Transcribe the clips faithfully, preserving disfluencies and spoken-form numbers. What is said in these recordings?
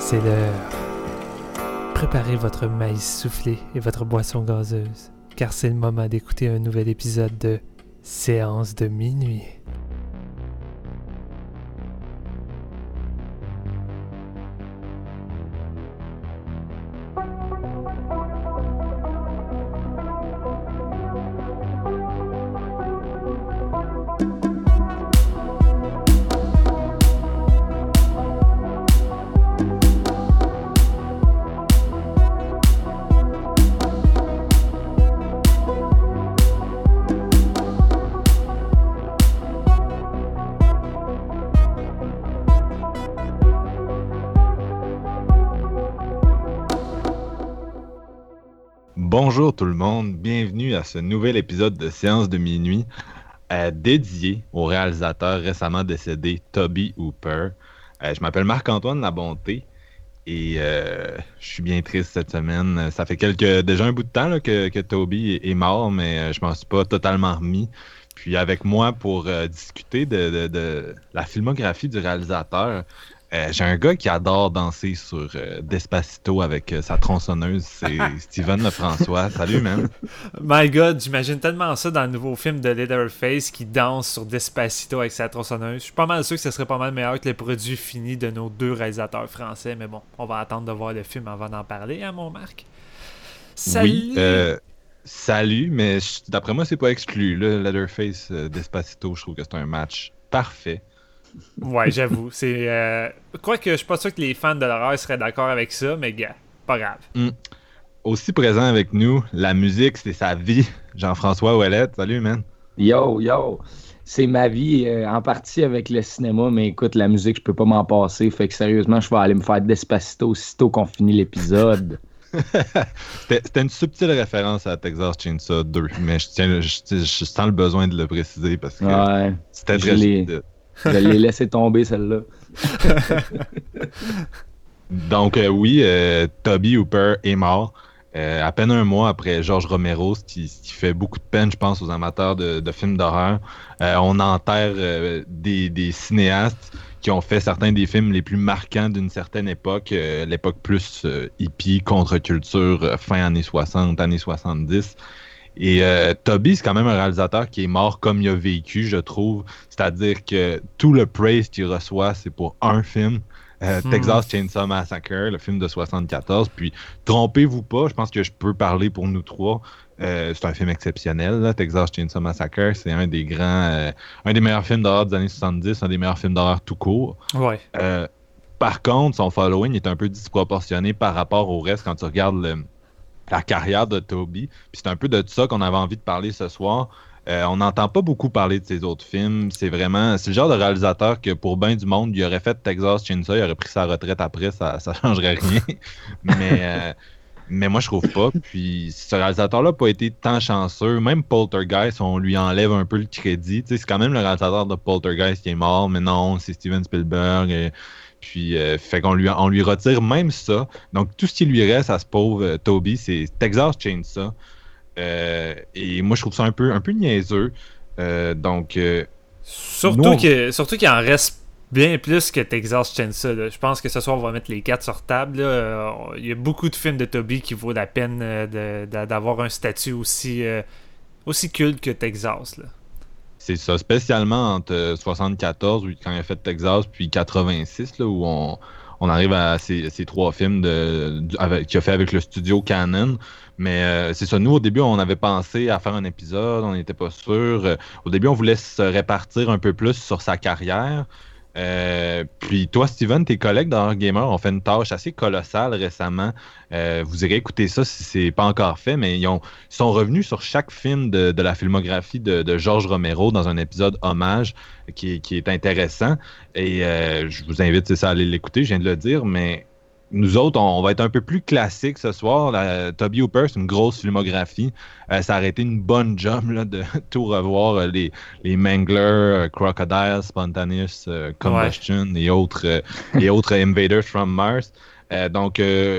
C'est l'heure. Préparez votre maïs soufflé et votre boisson gazeuse, car c'est le moment d'écouter un nouvel épisode de Séance de minuit. Bonjour tout le monde, bienvenue à ce nouvel épisode de Séance de minuit euh, dédié au réalisateur récemment décédé Toby Hooper. Euh, je m'appelle Marc-Antoine Labonté et euh, je suis bien triste cette semaine. Ça fait quelques déjà un bout de temps là, que, que Toby est mort, mais je m'en suis pas totalement remis. Puis avec moi pour euh, discuter de, de, de la filmographie du réalisateur, Euh, j'ai un gars qui adore danser sur euh, Despacito avec euh, sa tronçonneuse, c'est Steven Lefrançois. Salut, man! My God, j'imagine tellement ça dans le nouveau film de Leatherface qui danse sur Despacito avec sa tronçonneuse. Je suis pas mal sûr que ce serait pas mal meilleur que le produit fini de nos deux réalisateurs français, mais bon, on va attendre de voir le film avant d'en parler, hein, mon Marc? Salut! Oui, euh, salut, mais je, d'après moi, c'est pas exclu. Là, Leatherface, euh, Despacito, je trouve que c'est un match parfait. Ouais, j'avoue. C'est euh... Quoique je suis pas sûr que les fans de l'horreur seraient d'accord avec ça, mais gars, pas grave. Mm. Aussi présent avec nous, la musique, c'est sa vie. Jean-François Ouellette, salut, man. Yo, yo. C'est ma vie euh, en partie avec le cinéma, mais écoute, la musique, je peux pas m'en passer. Fait que sérieusement, je vais aller me faire Despacito aussitôt qu'on finit l'épisode. c'était, c'était une subtile référence à Texas Chainsaw deux, mais je, tiens, je, je, je sens le besoin de le préciser parce que ouais, c'était très subtil. Je l'ai laissé tomber, celle-là. Donc, euh, oui, euh, Toby Hooper est mort. Euh, à peine un mois après George Romero, ce qui, ce qui fait beaucoup de peine, je pense, aux amateurs de, de films d'horreur. Euh, on enterre euh, des, des cinéastes qui ont fait certains des films les plus marquants d'une certaine époque, euh, l'époque plus euh, hippie, contre-culture, euh, fin années soixante, années soixante-dix. Et euh, Toby, c'est quand même un réalisateur qui est mort comme il a vécu, je trouve. C'est-à-dire que tout le praise qu'il reçoit, c'est pour un film, euh, hmm. Texas Chainsaw Massacre, le film de soixante-quatorze. Puis, trompez-vous pas, je pense que je peux parler pour nous trois. Euh, c'est un film exceptionnel, là. Texas Chainsaw Massacre, c'est un des grands, euh, un des meilleurs films d'horreur des années soixante-dix, un des meilleurs films d'horreur tout court. Ouais. Euh, par contre, son following est un peu disproportionné par rapport au reste quand tu regardes le... la carrière de Toby. Puis c'est un peu de ça qu'on avait envie de parler ce soir. Euh, on n'entend pas beaucoup parler de ses autres films. C'est vraiment... C'est le genre de réalisateur que pour bien du monde, il aurait fait Texas Chainsaw, il aurait pris sa retraite après, ça ça changerait rien. mais, euh, mais moi, je trouve pas. Puis ce réalisateur-là n'a pas été tant chanceux. Même Poltergeist, on lui enlève un peu le crédit. T'sais, c'est quand même le réalisateur de Poltergeist qui est mort, mais non, c'est Steven Spielberg. Et... Puis, euh, fait qu'on lui, on lui retire même ça. Donc, tout ce qui lui reste à ce pauvre euh, Toby, c'est Texas Chainsaw. Euh, et moi, je trouve ça un peu, un peu niaiseux. Euh, donc, euh, surtout, nous, on... que, surtout qu'il en reste bien plus que Texas Chainsaw. Là. Je pense que ce soir, on va mettre les quatre sur table. Là. Euh, il y a beaucoup de films de Toby qui vaut la peine euh, de, de, d'avoir un statut aussi, euh, aussi culte que Texas. Là. C'est ça, spécialement entre soixante-quatorze, quand il a fait Texas, puis quatre-vingt-six, là, où on, on arrive à ces, ces trois films de, de, avec, qu'il a fait avec le studio Canon. Mais euh, c'est ça, nous, au début, on avait pensé à faire un épisode, on n'était pas sûr. Euh, au début, on voulait se répartir un peu plus sur sa carrière. Euh, puis toi, Steven, tes collègues dans Gamer ont fait une tâche assez colossale récemment. Euh, vous irez écouter ça si c'est pas encore fait, mais ils, ont, ils sont revenus sur chaque film de, de la filmographie de, de George Romero dans un épisode hommage qui, qui est intéressant. Et euh, je vous invite c'est ça, à aller l'écouter, je viens de le dire, mais nous autres, on, on va être un peu plus classique ce soir. La, Toby Hooper, c'est une grosse filmographie. Euh, ça aurait été une bonne job là, de tout revoir euh, les, les Mangler, euh, Crocodile, Spontaneous euh, Combustion ouais. et autres, euh, et autres Invaders from Mars. Euh, donc, euh,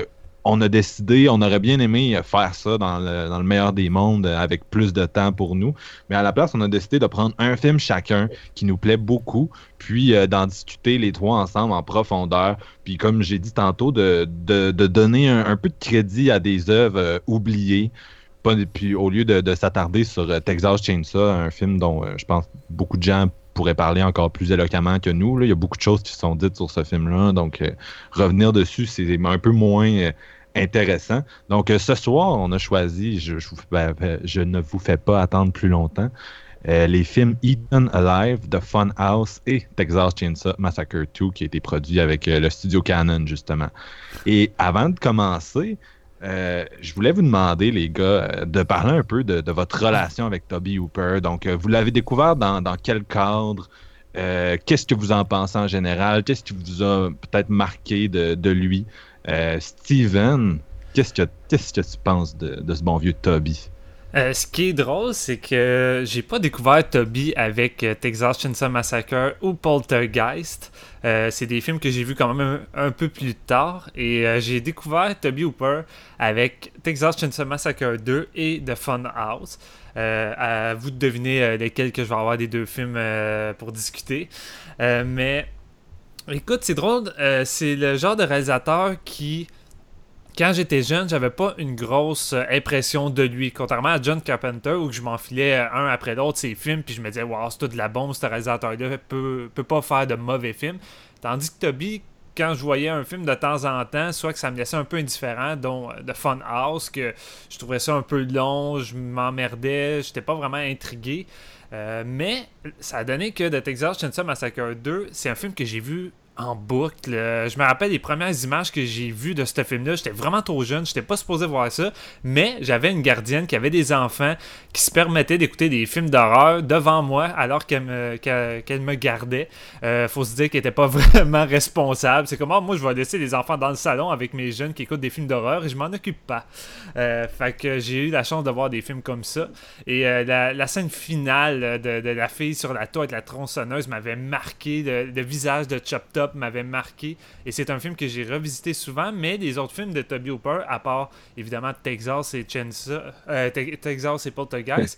on a décidé, on aurait bien aimé faire ça dans le, dans le meilleur des mondes avec plus de temps pour nous. Mais à la place, on a décidé de prendre un film chacun qui nous plaît beaucoup, puis euh, d'en discuter les trois ensemble en profondeur. Puis comme j'ai dit tantôt, de, de, de donner un, un peu de crédit à des œuvres euh, oubliées. Pas, puis au lieu de, de s'attarder sur euh, Texas Chainsaw, un film dont euh, je pense beaucoup de gens pourraient parler encore plus éloquemment que nous. Là. Il y a beaucoup de choses qui sont dites sur ce film-là. Donc euh, revenir dessus, c'est un peu moins... Euh, intéressant. Donc, euh, ce soir, on a choisi, je, je, vous, ben, je ne vous fais pas attendre plus longtemps, euh, les films Eaten Alive, The Fun House et Texas Chainsaw Massacre deux qui a été produit avec euh, le studio Canon, justement. Et avant de commencer, euh, je voulais vous demander, les gars, euh, de parler un peu de, de votre relation avec Tobe Hooper. Donc, euh, vous l'avez découvert dans, dans quel cadre? Euh, qu'est-ce que vous en pensez en général? Qu'est-ce qui vous a peut-être marqué de, de lui? Euh, Steven, qu'est-ce que, qu'est-ce que tu penses de, de ce bon vieux Tobe? Euh, ce qui est drôle, c'est que j'ai pas découvert Tobe avec euh, Texas Chainsaw Massacre ou Poltergeist. Euh, c'est des films que j'ai vus quand même un, un peu plus tard. Et euh, j'ai découvert Tobe Hooper avec Texas Chainsaw Massacre deux et The Fun House. Euh, à vous de deviner euh, lesquels que je vais avoir des deux films euh, pour discuter. Euh, mais... Écoute, c'est drôle, euh, c'est le genre de réalisateur qui, quand j'étais jeune, j'avais pas une grosse euh, impression de lui, contrairement à John Carpenter où je m'enfilais euh, un après l'autre ses films puis je me disais waouh, c'est tout de la bombe, ce réalisateur-là peut, peut pas faire de mauvais films. Tandis que Tobe, quand je voyais un film de temps en temps, soit que ça me laissait un peu indifférent, dont euh, The Fun House, que je trouvais ça un peu long, je m'emmerdais, j'étais pas vraiment intrigué. Euh, mais ça a donné que The Texas Chainsaw Massacre deux, c'est un film que j'ai vu en boucle. Euh, je me rappelle les premières images que j'ai vues de ce film-là. J'étais vraiment trop jeune, j'étais pas supposé voir ça, mais j'avais une gardienne qui avait des enfants qui se permettait d'écouter des films d'horreur devant moi alors qu'elle me, qu'elle, qu'elle me gardait. Euh, faut se dire qu'elle était pas vraiment responsable. C'est comme, oh, moi je vais laisser les enfants dans le salon avec mes jeunes qui écoutent des films d'horreur et je m'en occupe pas. Euh, fait que j'ai eu la chance de voir des films comme ça. Et euh, la, la scène finale de, de la fille sur la tour avec la tronçonneuse m'avait marqué. Le, le visage de Chop Top m'avait marqué et c'est un film que j'ai revisité souvent, mais les autres films de Tobe Hooper, à part évidemment Texas et Chainsaw, euh, Te- Texas et Poltergeist,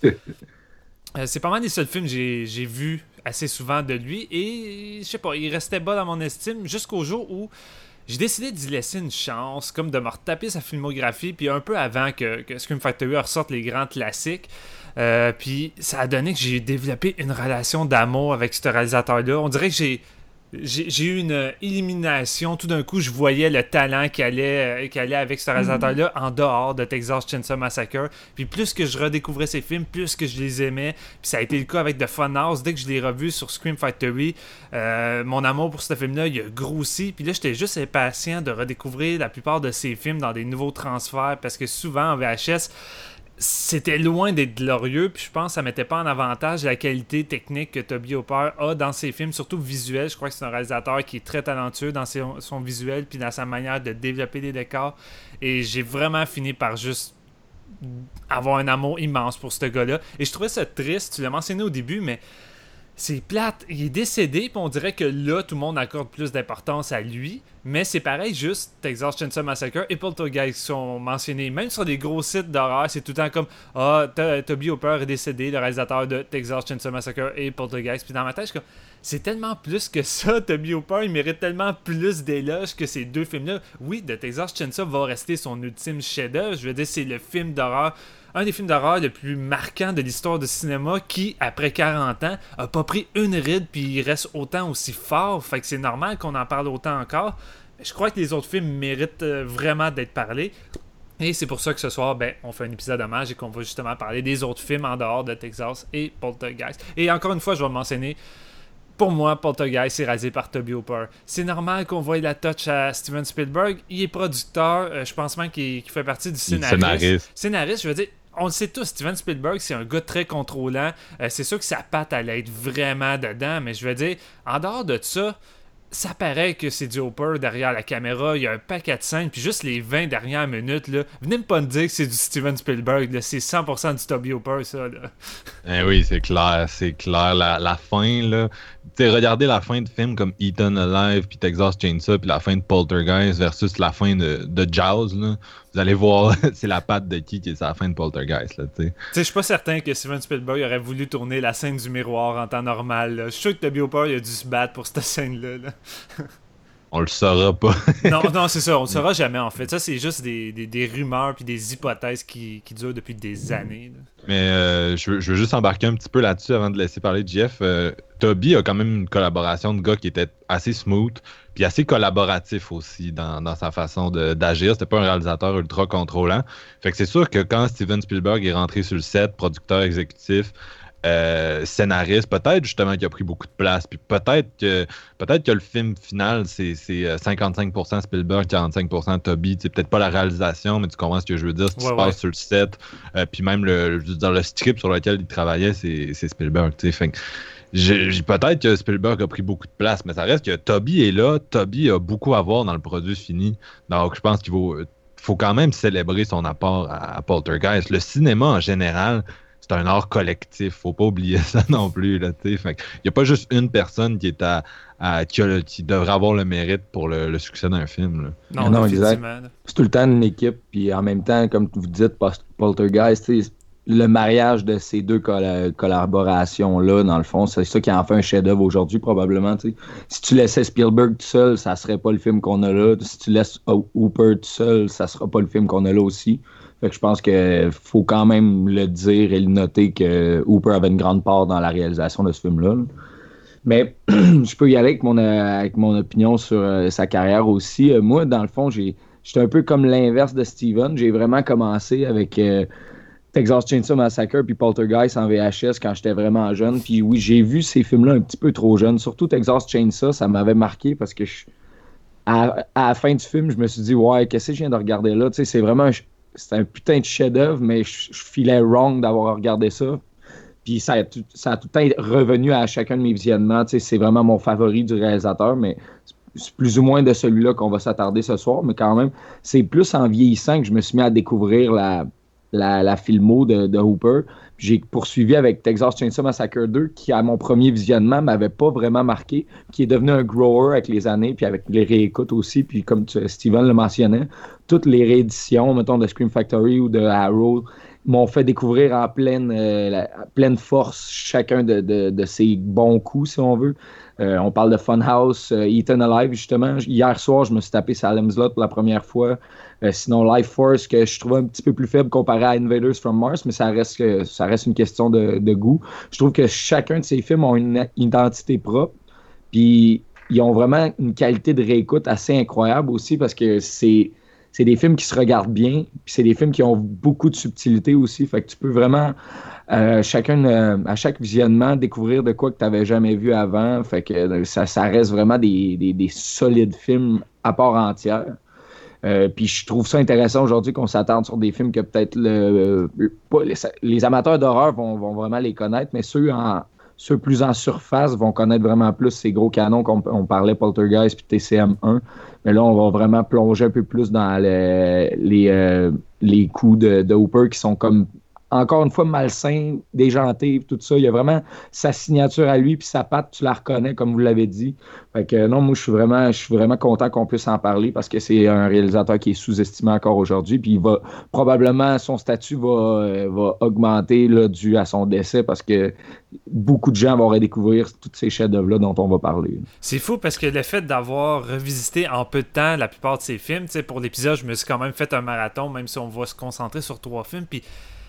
euh, c'est pas mal les seuls films que j'ai, j'ai vus assez souvent de lui et je sais pas, il restait bas dans mon estime jusqu'au jour où j'ai décidé d'y laisser une chance, comme de me retaper sa filmographie, puis un peu avant que, que Scream Factory ressorte les grands classiques. Euh, puis ça a donné que j'ai développé une relation d'amour avec ce réalisateur-là. On dirait que j'ai J'ai, j'ai eu une élimination. Tout d'un coup, je voyais le talent qui allait, euh, qui allait avec ce réalisateur-là en dehors de Texas Chainsaw Massacre. Puis plus que je redécouvrais ces films, plus que je les aimais. Puis ça a été le cas avec The Funhouse. Dès que je l'ai revu sur Scream Factory, euh, mon amour pour ce film-là, il a grossi. Puis là, j'étais juste impatient de redécouvrir la plupart de ces films dans des nouveaux transferts. Parce que souvent, en V H S... c'était loin d'être glorieux, puis je pense que ça mettait pas en avantage la qualité technique que Tobe Hooper a dans ses films, surtout visuel. Je crois que c'est un réalisateur qui est très talentueux dans ses, son visuel puis dans sa manière de développer des décors. Et j'ai vraiment fini par juste avoir un amour immense pour ce gars-là. Et je trouvais ça triste, tu l'as mentionné au début, mais c'est plate. Il est décédé, puis on dirait que là, tout le monde accorde plus d'importance à lui. Mais c'est pareil, juste Texas Chainsaw Massacre et Poltergeist sont mentionnés. Même sur des gros sites d'horreur, c'est tout le temps comme « Ah, oh, Tobe Hooper est décédé, le réalisateur de Texas Chainsaw Massacre et Poltergeist. » Puis dans ma tête, je suis comme « C'est tellement plus que ça, Tobe Hooper, il mérite tellement plus d'éloges que ces deux films-là. » Oui, The Texas Chainsaw va rester son ultime chef-d'œuvre. Je veux dire, c'est le film d'horreur... un des films d'horreur le plus marquant de l'histoire du cinéma qui, après quarante ans, a pas pris une ride puis il reste autant aussi fort. Fait que c'est normal qu'on en parle autant encore. Mais je crois que les autres films méritent euh, vraiment d'être parlés. Et c'est pour ça que ce soir, ben, on fait un épisode hommage et qu'on va justement parler des autres films en dehors de Texas et Poltergeist. Et encore une fois, je vais le mentionner. Pour moi, Poltergeist est réalisé par Tobe Hooper. C'est normal qu'on voie la touch à Steven Spielberg. Il est producteur. Euh, je pense même qu'il, qu'il fait partie du scénariste. Scénariste. Scénariste, je veux dire... On le sait tous, Steven Spielberg, c'est un gars très contrôlant. Euh, c'est sûr que sa patte allait être vraiment dedans, mais je veux dire, en dehors de ça, ça paraît que c'est du Hooper derrière la caméra, il y a un paquet de scènes, puis juste les vingt dernières minutes, là, venez me pas me dire que c'est du Steven Spielberg, là, c'est cent pour cent du Toby Hooper, ça, là. Eh oui, c'est clair, c'est clair. La, la fin, là, tu sais, regardez la fin de films comme Eaten Alive, puis Texas Chainsaw, puis la fin de Poltergeist versus la fin de, de Jaws, là. Vous allez voir, c'est la patte de qui qui est sur la fin de Poltergeist, là, tu sais. Tu sais, je suis pas certain que Steven Spielberg aurait voulu tourner la scène du miroir en temps normal, là. Je suis sûr que Toby Hooper, il a dû se battre pour cette scène-là, là. On le saura pas. non, non, c'est ça, on le saura jamais, en fait. Ça, c'est juste des, des, des rumeurs puis des hypothèses qui, qui durent depuis des années, là. Mais euh, je, veux, je veux juste embarquer un petit peu là-dessus avant de laisser parler Jeff. Euh, Toby a quand même une collaboration de gars qui était assez smooth, puis assez collaboratif aussi dans, dans sa façon de, d'agir. C'était pas un réalisateur ultra contrôlant. Fait que c'est sûr que quand Steven Spielberg est rentré sur le set, producteur exécutif, Euh, scénariste, peut-être justement qu'il a pris beaucoup de place, puis peut-être que peut-être que le film final c'est, c'est cinquante-cinq pour cent Spielberg, quarante-cinq pour cent Toby, c'est peut-être pas la réalisation, mais tu comprends ce que je veux dire, ce qui ouais, se ouais. passe sur le set, euh, puis même le, je veux dire, le script sur lequel il travaillait, c'est, c'est Spielberg, tu sais, fait que j'ai, j'ai, peut-être que Spielberg a pris beaucoup de place, mais ça reste que Toby est là, Toby a beaucoup à voir dans le produit fini, donc je pense qu'il faut, faut quand même célébrer son apport à, à Poltergeist. Le cinéma en général, c'est un art collectif, faut pas oublier ça non plus, là, tu sais. Fait il y a pas juste une personne qui est à, à qui, a, qui devrait avoir le mérite pour le, le succès d'un film, là. Non, non, exact. C'est tout le temps une équipe, puis en même temps, comme vous dites, Poltergeist, le mariage de ces deux coll- collaborations-là, dans le fond, c'est ça qui en fait un chef-d'œuvre aujourd'hui, probablement, tu sais. Si tu laissais Spielberg tout seul, ça serait pas le film qu'on a là. Si tu laisses Hooper tout seul, ça sera pas le film qu'on a là aussi. Fait que je pense qu'il faut quand même le dire et le noter que Hooper avait une grande part dans la réalisation de ce film-là. Mais je peux y aller avec mon, avec mon opinion sur euh, sa carrière aussi. Euh, moi, dans le fond, j'ai, j'étais un peu comme l'inverse de Steven. J'ai vraiment commencé avec euh, Texas Chainsaw Massacre puis Poltergeist en V H S quand j'étais vraiment jeune. Puis oui, j'ai vu ces films-là un petit peu trop jeunes. Surtout Texas Chainsaw, ça m'avait marqué parce que je, à, à la fin du film, je me suis dit « Ouais, qu'est-ce que je viens de regarder là? » Tu sais, c'est vraiment... Un, c'est un putain de chef-d'œuvre, mais je, je filais wrong d'avoir regardé ça. Puis ça a, tout, ça a tout le temps revenu à chacun de mes visionnements. Tu sais, c'est vraiment mon favori du réalisateur, mais c'est plus ou moins de celui-là qu'on va s'attarder ce soir. Mais quand même, c'est plus en vieillissant que je me suis mis à découvrir la, la, la filmo de, de Hooper. Puis j'ai poursuivi avec Texas Chainsaw Massacre deux, qui, à mon premier visionnement, m'avait pas vraiment marqué, qui est devenu un grower avec les années, puis avec les réécoutes aussi. Puis comme tu, Steven le mentionnait, toutes les rééditions, mettons, de Scream Factory ou de Arrow, m'ont fait découvrir en pleine, euh, la, à pleine force chacun de, de, de ces bons coups, si on veut. Euh, on parle de Funhouse, euh, Eaten Alive, justement. Hier soir, je me suis tapé Salem's Lot pour la première fois. Euh, sinon, Life Force, que je trouvais un petit peu plus faible comparé à Invaders from Mars, mais ça reste, que, ça reste une question de, de goût. Je trouve que chacun de ces films ont une identité propre, puis ils ont vraiment une qualité de réécoute assez incroyable aussi, parce que c'est... C'est des films qui se regardent bien, puis c'est des films qui ont beaucoup de subtilité aussi. Fait que tu peux vraiment, euh, chacun, euh, à chaque visionnement, découvrir de quoi que tu n'avais jamais vu avant. Fait que euh, ça, ça reste vraiment des, des, des solides films à part entière. Euh, puis je trouve ça intéressant aujourd'hui qu'on s'attarde sur des films que peut-être le, le pas, les, les amateurs d'horreur vont, vont vraiment les connaître, mais ceux en Ceux plus en surface vont connaître vraiment plus ces gros canons qu'on on parlait, Poltergeist puis T C M un. Mais là, on va vraiment plonger un peu plus dans le, les, euh, les coups de, de Hooper qui sont comme, encore une fois, malsains, déjantés, tout ça. Il y a vraiment sa signature à lui, puis sa patte, tu la reconnais, comme vous l'avez dit. Fait que non, moi, je suis vraiment, je suis vraiment content qu'on puisse en parler parce que c'est un réalisateur qui est sous-estimé encore aujourd'hui, puis il va, probablement, son statut va, va augmenter là, dû à son décès parce que beaucoup de gens vont redécouvrir tous ces chefs-d'œuvre-là dont on va parler. C'est fou parce que le fait d'avoir revisité en peu de temps la plupart de ces films, tu sais, pour l'épisode, je me suis quand même fait un marathon, même si on va se concentrer sur trois films, puis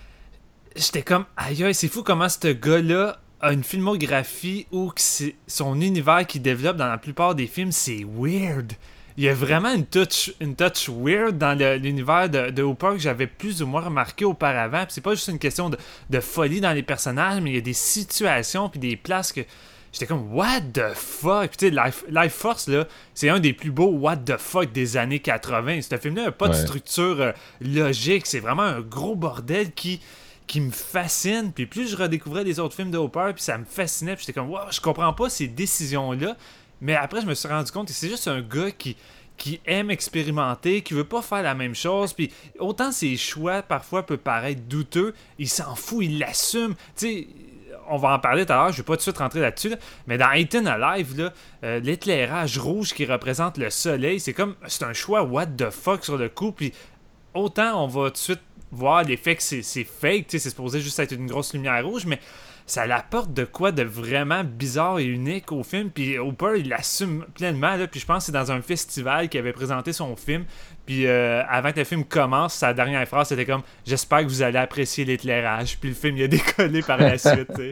j'étais comme, aïe aïe, c'est fou comment ce gars-là a une filmographie où c'est son univers qu'il développe dans la plupart des films, c'est weird. Il y a vraiment une touch, une touch weird dans le, l'univers de, de Hooper que j'avais plus ou moins remarqué auparavant. Puis c'est pas juste une question de, de folie dans les personnages, mais il y a des situations puis des places que j'étais comme what the fuck. Puis tu sais, Life, Life Force là, c'est un des plus beaux what the fuck des années quatre-vingts. Ce film-là n'a pas ouais. de structure euh, logique. C'est vraiment un gros bordel qui qui me fascine. Puis plus je redécouvrais les autres films de Hooper, puis ça me fascinait. Puis j'étais comme wow, je comprends pas ces décisions là. Mais après, je me suis rendu compte que c'est juste un gars qui, qui aime expérimenter, qui veut pas faire la même chose. Puis autant ses choix, parfois, peuvent paraître douteux, il s'en fout, il l'assume. Tu sais, on va en parler tout à l'heure, je vais pas tout de suite rentrer là-dessus, là, mais dans Eaten Alive, là, euh, l'éclairage rouge qui représente le soleil, c'est comme, c'est un choix what the fuck sur le coup, puis autant on va tout de suite voir l'effet que c'est, c'est fake, c'est supposé juste être une grosse lumière rouge, mais ça l'apporte de quoi de vraiment bizarre et unique au film, puis Hooper, il l'assume pleinement, là, puis je pense que c'est dans un festival qu'il avait présenté son film, puis euh, avant que le film commence, sa dernière phrase, c'était comme « J'espère que vous allez apprécier l'éclairage », puis le film, il a décollé par la suite, tu sais.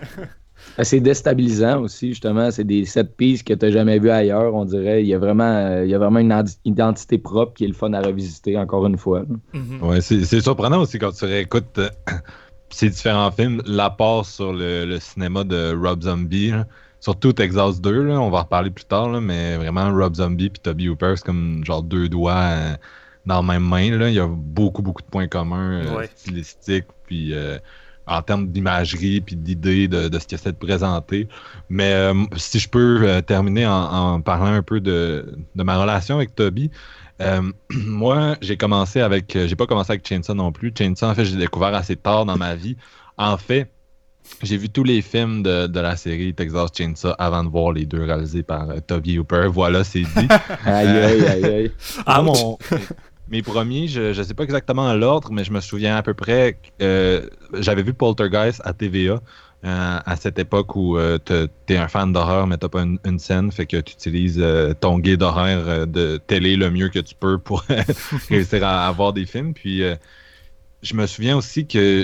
C'est déstabilisant aussi, justement. C'est des set pieces que tu n'as jamais vu ailleurs, on dirait. Il y a vraiment, il y a vraiment une identité propre qui est le fun à revisiter, encore une fois. Mm-hmm. Ouais, c'est, c'est surprenant aussi quand tu réécoutes euh, ces différents films, l'apport sur le, le cinéma de Rob Zombie, là. Surtout Texas deux, là, on va en reparler plus tard, là, mais vraiment Rob Zombie et Tobe Hooper, c'est comme genre deux doigts euh, dans la même main. Là. Il y a beaucoup, beaucoup de points communs euh, ouais. stylistiques, puis euh, en termes d'imagerie puis d'idées de, de ce qu'il essaie de présenter. Mais euh, si je peux euh, terminer en, en parlant un peu de, de ma relation avec Tobe, euh, moi, j'ai commencé avec... J'ai pas commencé avec Chainsaw non plus. Chainsaw, en fait, j'ai découvert assez tard dans ma vie. En fait, j'ai vu tous les films de, de la série Texas Chainsaw avant de voir les deux réalisés par euh, Tobe Hooper. Voilà, c'est dit. Aïe, aïe, aïe, aïe. Ah, mon, mes premiers, je ne sais pas exactement l'ordre, mais je me souviens à peu près. Euh, j'avais vu Poltergeist à T V A euh, à cette époque où euh, tu es un fan d'horreur, mais tu n'as pas une, une scène, fait que tu utilises euh, ton guide horaire euh, de télé le mieux que tu peux pour réussir à avoir des films. Puis euh, je me souviens aussi que.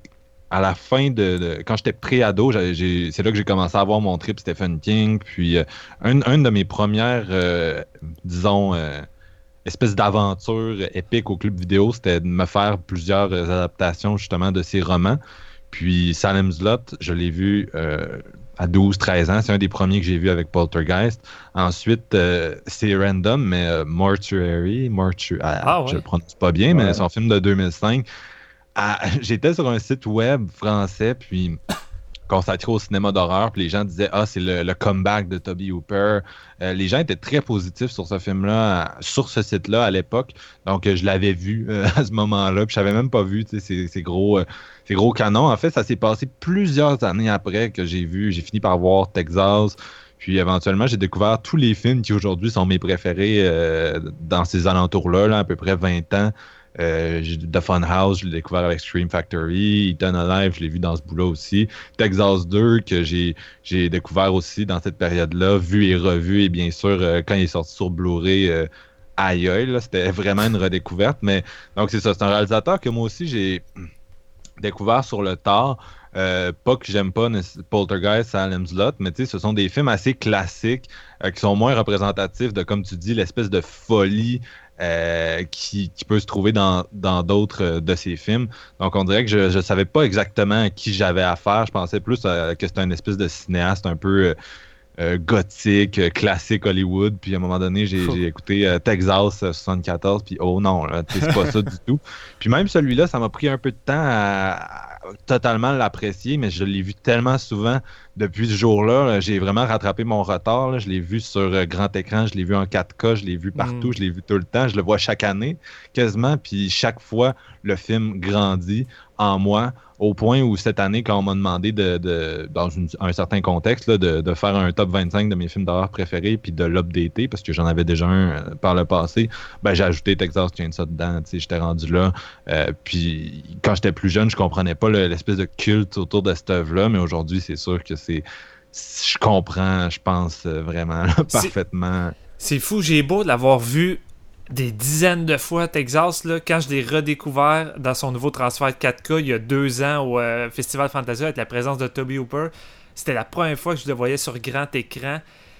À la fin de, de quand j'étais pré-ado, j'ai, j'ai, c'est là que j'ai commencé à voir mon trip Stephen King. Puis euh, une, une de mes premières, euh, disons, euh, espèces d'aventures épiques au club vidéo, c'était de me faire plusieurs euh, adaptations justement de ces romans. Puis Salem's Lot, je l'ai vu euh, à douze treize ans. C'est un des premiers que j'ai vu avec Poltergeist. Ensuite, euh, c'est random, mais euh, Mortuary, Mortu- ah, ah, ouais. je le prononce pas bien, ouais. mais c'est un film de deux mille cinq. Ah, j'étais sur un site web français, puis consacré au cinéma d'horreur, puis les gens disaient « Ah, c'est le, le comeback de Tobe Hooper. Euh, » Les gens étaient très positifs sur ce film-là, sur ce site-là à l'époque. Donc, euh, je l'avais vu euh, à ce moment-là, puis je n'avais même pas vu ces, ces, gros, euh, ces gros canons. En fait, ça s'est passé plusieurs années après que j'ai vu. J'ai fini par voir Texas. Puis éventuellement, j'ai découvert tous les films qui aujourd'hui sont mes préférés euh, dans ces alentours-là, là, à peu près vingt ans. Euh, The Funhouse, je l'ai découvert avec Scream Factory. Eaten Alive, je l'ai vu dans ce bout-là aussi. Texas deux, que j'ai, j'ai découvert aussi dans cette période-là, vu et revu. Et bien sûr, euh, quand il est sorti sur Blu-ray, euh, aïe aïe, là, c'était vraiment une redécouverte. Mais donc, c'est ça, c'est un réalisateur que moi aussi, j'ai découvert sur le tard. Euh, pas que j'aime pas Poltergeist, Salem's Lot, mais tu sais, ce sont des films assez classiques euh, qui sont moins représentatifs de, comme tu dis, l'espèce de folie Euh, qui, qui peut se trouver dans, dans d'autres euh, de ces films. Donc, on dirait que je ne savais pas exactement à qui j'avais affaire. Je pensais plus à, que c'était une espèce de cinéaste un peu euh, euh, gothique, euh, classique Hollywood. Puis, à un moment donné, j'ai, j'ai écouté euh, Texas soixante-quatorze, puis oh non, là, c'est pas ça du tout. Puis même celui-là, ça m'a pris un peu de temps à, à totalement l'apprécier, mais je l'ai vu tellement souvent depuis ce jour-là. Là, j'ai vraiment rattrapé mon retard. Là. Je l'ai vu sur euh, grand écran, je l'ai vu en quatre K, je l'ai vu partout, mm. je l'ai vu tout le temps. Je le vois chaque année, quasiment. Puis chaque fois, le film grandit en moi, au point où cette année, quand on m'a demandé, de, de dans une, un certain contexte, là, de, de faire un top vingt-cinq de mes films d'horreur préférés, puis de l'updater, parce que j'en avais déjà un euh, par le passé, ben, j'ai ajouté Texas Chainsaw dedans. J'étais rendu là. Euh, puis quand j'étais plus jeune, je comprenais pas le, l'espèce de culte autour de cette œuvre-là, mais aujourd'hui, c'est sûr que c'est je comprends, je pense vraiment là, parfaitement. C'est, c'est fou, j'ai beau de l'avoir vu des dizaines de fois Texas, là, quand je l'ai redécouvert dans son nouveau transfert quatre K il y a deux ans au euh, Festival Fantasia avec la présence de Tobe Hooper. C'était la première fois que je le voyais sur grand écran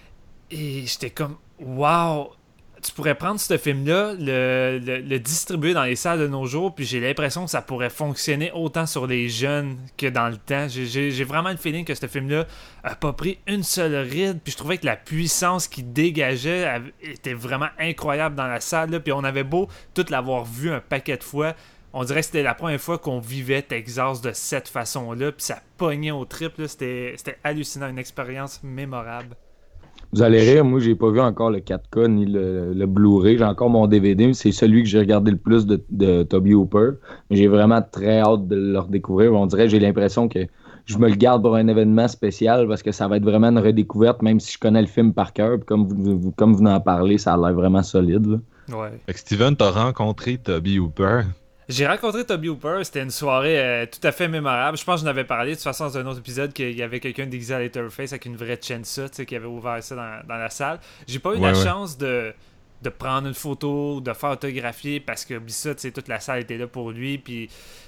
et j'étais comme wow, tu pourrais prendre ce film-là, le, le, le distribuer dans les salles de nos jours, puis j'ai l'impression que ça pourrait fonctionner autant sur les jeunes que dans le temps. J'ai, j'ai, j'ai vraiment le feeling que ce film-là a pas pris une seule ride, puis je trouvais que la puissance qu'il dégageait était vraiment incroyable dans la salle, là, puis on avait beau tout l'avoir vu un paquet de fois, on dirait que c'était la première fois qu'on vivait Texas de cette façon-là, puis ça pognait au trip, là, c'était, c'était hallucinant, une expérience mémorable. Vous allez rire, moi, j'ai pas vu encore le quatre K ni le, le Blu-ray. J'ai encore mon D V D. C'est celui que j'ai regardé le plus de, de Toby Hooper. J'ai vraiment très hâte de le redécouvrir. On dirait, j'ai l'impression que je me le garde pour un événement spécial parce que ça va être vraiment une redécouverte, même si je connais le film par cœur. Comme vous, vous, comme vous en parlez, ça a l'air vraiment solide. Là. Ouais. Fait que Steven, t'as rencontré Toby Hooper. J'ai rencontré Toby Hooper, c'était une soirée euh, tout à fait mémorable. Je pense que j'en avais parlé de toute façon dans un autre épisode qu'il y avait quelqu'un déguisé à Letterface avec une vraie Chensa, tu sais, qui avait ouvert ça dans, dans la salle. J'ai pas eu ouais, la ouais. chance de, de prendre une photo, de faire autographier parce que ça, tu sais, toute la salle était là pour lui, puis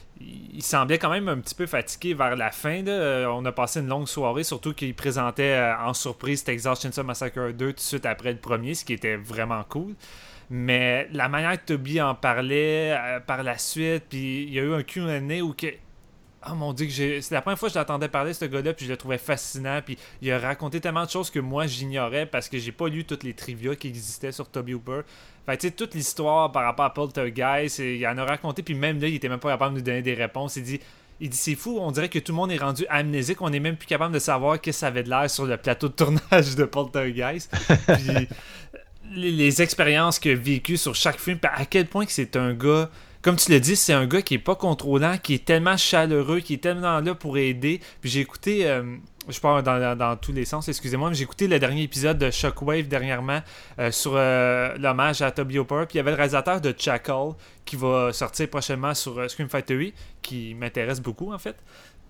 il semblait quand même un petit peu fatigué vers la fin. Là. On a passé une longue soirée, surtout qu'il présentait euh, en surprise Texas Chainsaw Massacre deux tout de suite après le premier, ce qui était vraiment cool. Mais la manière que Toby en parlait euh, par la suite, puis il y a eu un Q and A où que... Oh mon dieu, que j'ai... c'est la première fois que je l'entendais parler, ce gars-là, puis je le trouvais fascinant, puis il a raconté tellement de choses que moi j'ignorais parce que j'ai pas lu toutes les trivia qui existaient sur Toby Hooper. Fait tu sais, toute l'histoire par rapport à Poltergeist, il en a raconté, puis même là, il était même pas capable de nous donner des réponses. Il dit, il dit c'est fou, on dirait que tout le monde est rendu amnésique, on est même plus capable de savoir qu'est-ce que ça avait de l'air sur le plateau de tournage de Poltergeist. Puis les, les expériences qu'il a vécues sur chaque film, puis à quel point que c'est un gars... Comme tu l'as dit, c'est un gars qui est pas contrôlant, qui est tellement chaleureux, qui est tellement là pour aider. Puis j'ai écouté, euh, je parle dans, dans, dans tous les sens, excusez-moi, mais j'ai écouté le dernier épisode de Shockwave dernièrement euh, sur euh, l'hommage à Toby Hooper. Puis il y avait le réalisateur de Chacal qui va sortir prochainement sur euh, Scream Factory, qui m'intéresse beaucoup en fait.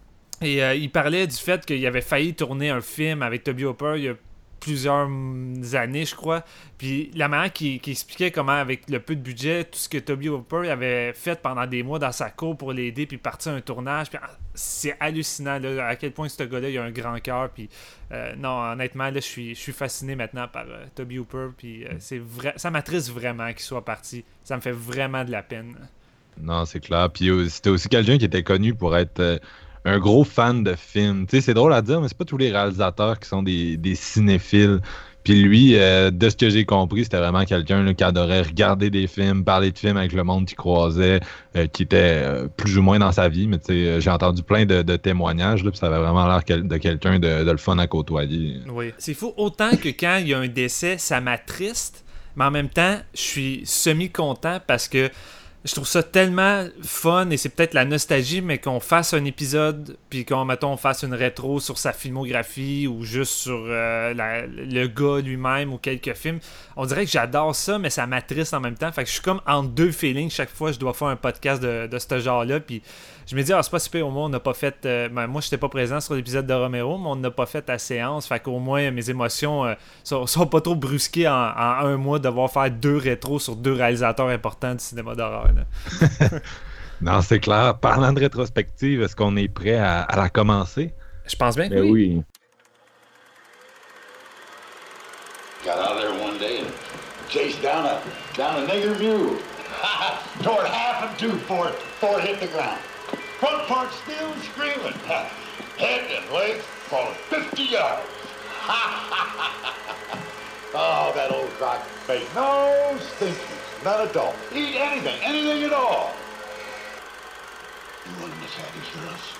Et euh, il parlait du fait qu'il avait failli tourner un film avec Toby Hooper il y a plusieurs années, je crois. Puis la manière qu'il, qu'il expliquait comment, avec le peu de budget, tout ce que Toby Hooper avait fait pendant des mois dans sa cour pour l'aider, puis partir un tournage. Puis c'est hallucinant, là, à quel point ce gars-là, il a un grand cœur. Puis euh, non, honnêtement, là, je suis, je suis fasciné maintenant par euh, Toby Hooper. Puis euh, c'est vrai, ça m'attriste vraiment qu'il soit parti. Ça me fait vraiment de la peine. Non, c'est clair. Puis c'était aussi quelqu'un qui était connu pour être... Euh... un gros fan de films. Tu sais, c'est drôle à dire, mais c'est pas tous les réalisateurs qui sont des, des cinéphiles. Puis lui, euh, de ce que j'ai compris, c'était vraiment quelqu'un là, qui adorait regarder des films, parler de films avec le monde qu'il croisait, euh, qui était euh, plus ou moins dans sa vie. Mais tu sais, j'ai entendu plein de, de témoignages, là, puis ça avait vraiment l'air quel, de quelqu'un de, de le fun à côtoyer. Oui. C'est fou. Autant que quand il y a un décès, ça m'attriste, mais en même temps, je suis semi-content parce que je trouve ça tellement fun et c'est peut-être la nostalgie, mais qu'on fasse un épisode puis qu'on, mettons, on fasse une rétro sur sa filmographie ou juste sur euh, la, le gars lui-même ou quelques films. On dirait que j'adore ça, mais ça m'attriste en même temps. Fait que je suis comme en deux feelings chaque fois que je dois faire un podcast de, de ce genre-là. Puis je me dis, ah, c'est pas super, au moins on n'a pas fait... Euh, ben, moi, j'étais pas présent sur l'épisode de Romero, mais on n'a pas fait la séance. Fait qu'au moins, mes émotions euh, sont, sont pas trop brusquées en, en un mois de devoir faire deux rétros sur deux réalisateurs importants du cinéma d'horreur. Non, c'est clair. Parlant de rétrospective, est-ce qu'on est prêt à, à la commencer? Je pense bien que ben oui. oui. Got out of there one day and chased down a down a nigger mule. Tore half and two before it, before it hit the ground. Front part still screaming. Head and legs for fifty yards. Oh, that old crock face. No stinkies. None at all. Eat anything, anything at all. You wouldn't miss Hattie's for us.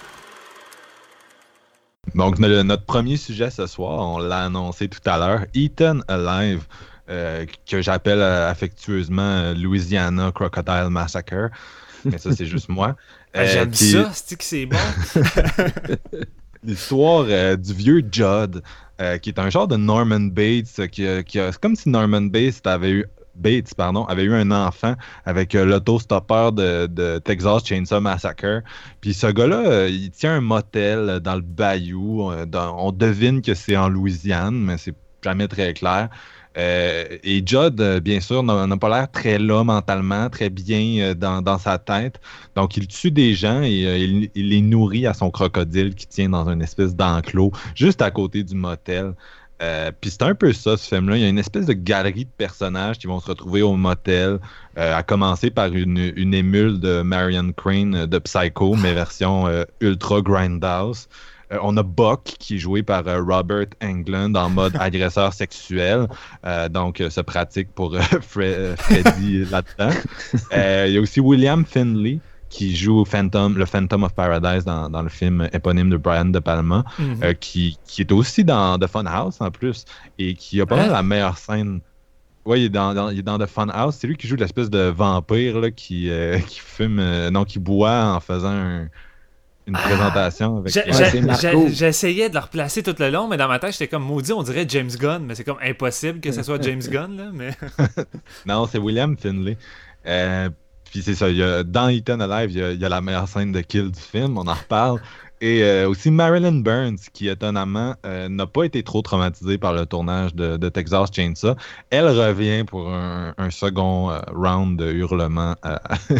Donc, le, notre premier sujet ce soir, on l'a annoncé tout à l'heure, Eaten Alive, euh, que j'appelle euh, affectueusement Louisiana Crocodile Massacre. Mais ça, c'est juste moi. Euh, J'aime qui... ça, c'est que c'est bon. L'histoire euh, du vieux Judd, euh, qui est un genre de Norman Bates, qui, qui a, c'est comme si Norman Bates avait eu Bates, pardon, avait eu un enfant avec euh, l'autostoppeur de, de Texas Chainsaw Massacre. Puis ce gars-là, euh, il tient un motel dans le bayou. Euh, dans, on devine que c'est en Louisiane, mais c'est jamais très clair. Euh, et Judd, euh, bien sûr, n'a, n'a pas l'air très là mentalement, très bien euh, dans, dans sa tête. Donc, il tue des gens et euh, il, il les nourrit à son crocodile qui tient dans une espèce d'enclos juste à côté du motel. Euh, puis c'est un peu ça, ce film-là. Il y a une espèce de galerie de personnages qui vont se retrouver au motel, euh, à commencer par une, une émule de Marion Crane de Psycho, mais version euh, ultra grindhouse. Euh, on a Buck, qui est joué par euh, Robert Englund en mode agresseur sexuel. Euh, donc, euh, se pratique pour euh, Fre- Freddy là-dedans. Euh, il y a aussi William Finley, qui joue Phantom, le Phantom of Paradise dans, dans le film éponyme de Brian De Palma, mm-hmm. euh, qui, qui est aussi dans The Funhouse en plus, et qui a pas mal hein? la meilleure scène. Oui, il est dans, dans, il est dans The Funhouse. C'est lui qui joue l'espèce de vampire là, qui, euh, qui fume, euh, non, qui boit en faisant un, une ah, présentation. Avec... J'ai, j'ai, j'ai, j'essayais de le replacer tout le long, mais dans ma tête, j'étais comme maudit, on dirait James Gunn, mais c'est comme impossible que ce soit James Gunn. Là, mais... non, c'est William Finlay. Euh, Puis c'est ça, il y a, dans Eaten Alive, il y, a, il y a la meilleure scène de kill du film, on en reparle. Et euh, aussi Marilyn Burns, qui étonnamment euh, n'a pas été trop traumatisée par le tournage de, de Texas Chainsaw. Elle revient pour un, un second euh, round de hurlements euh,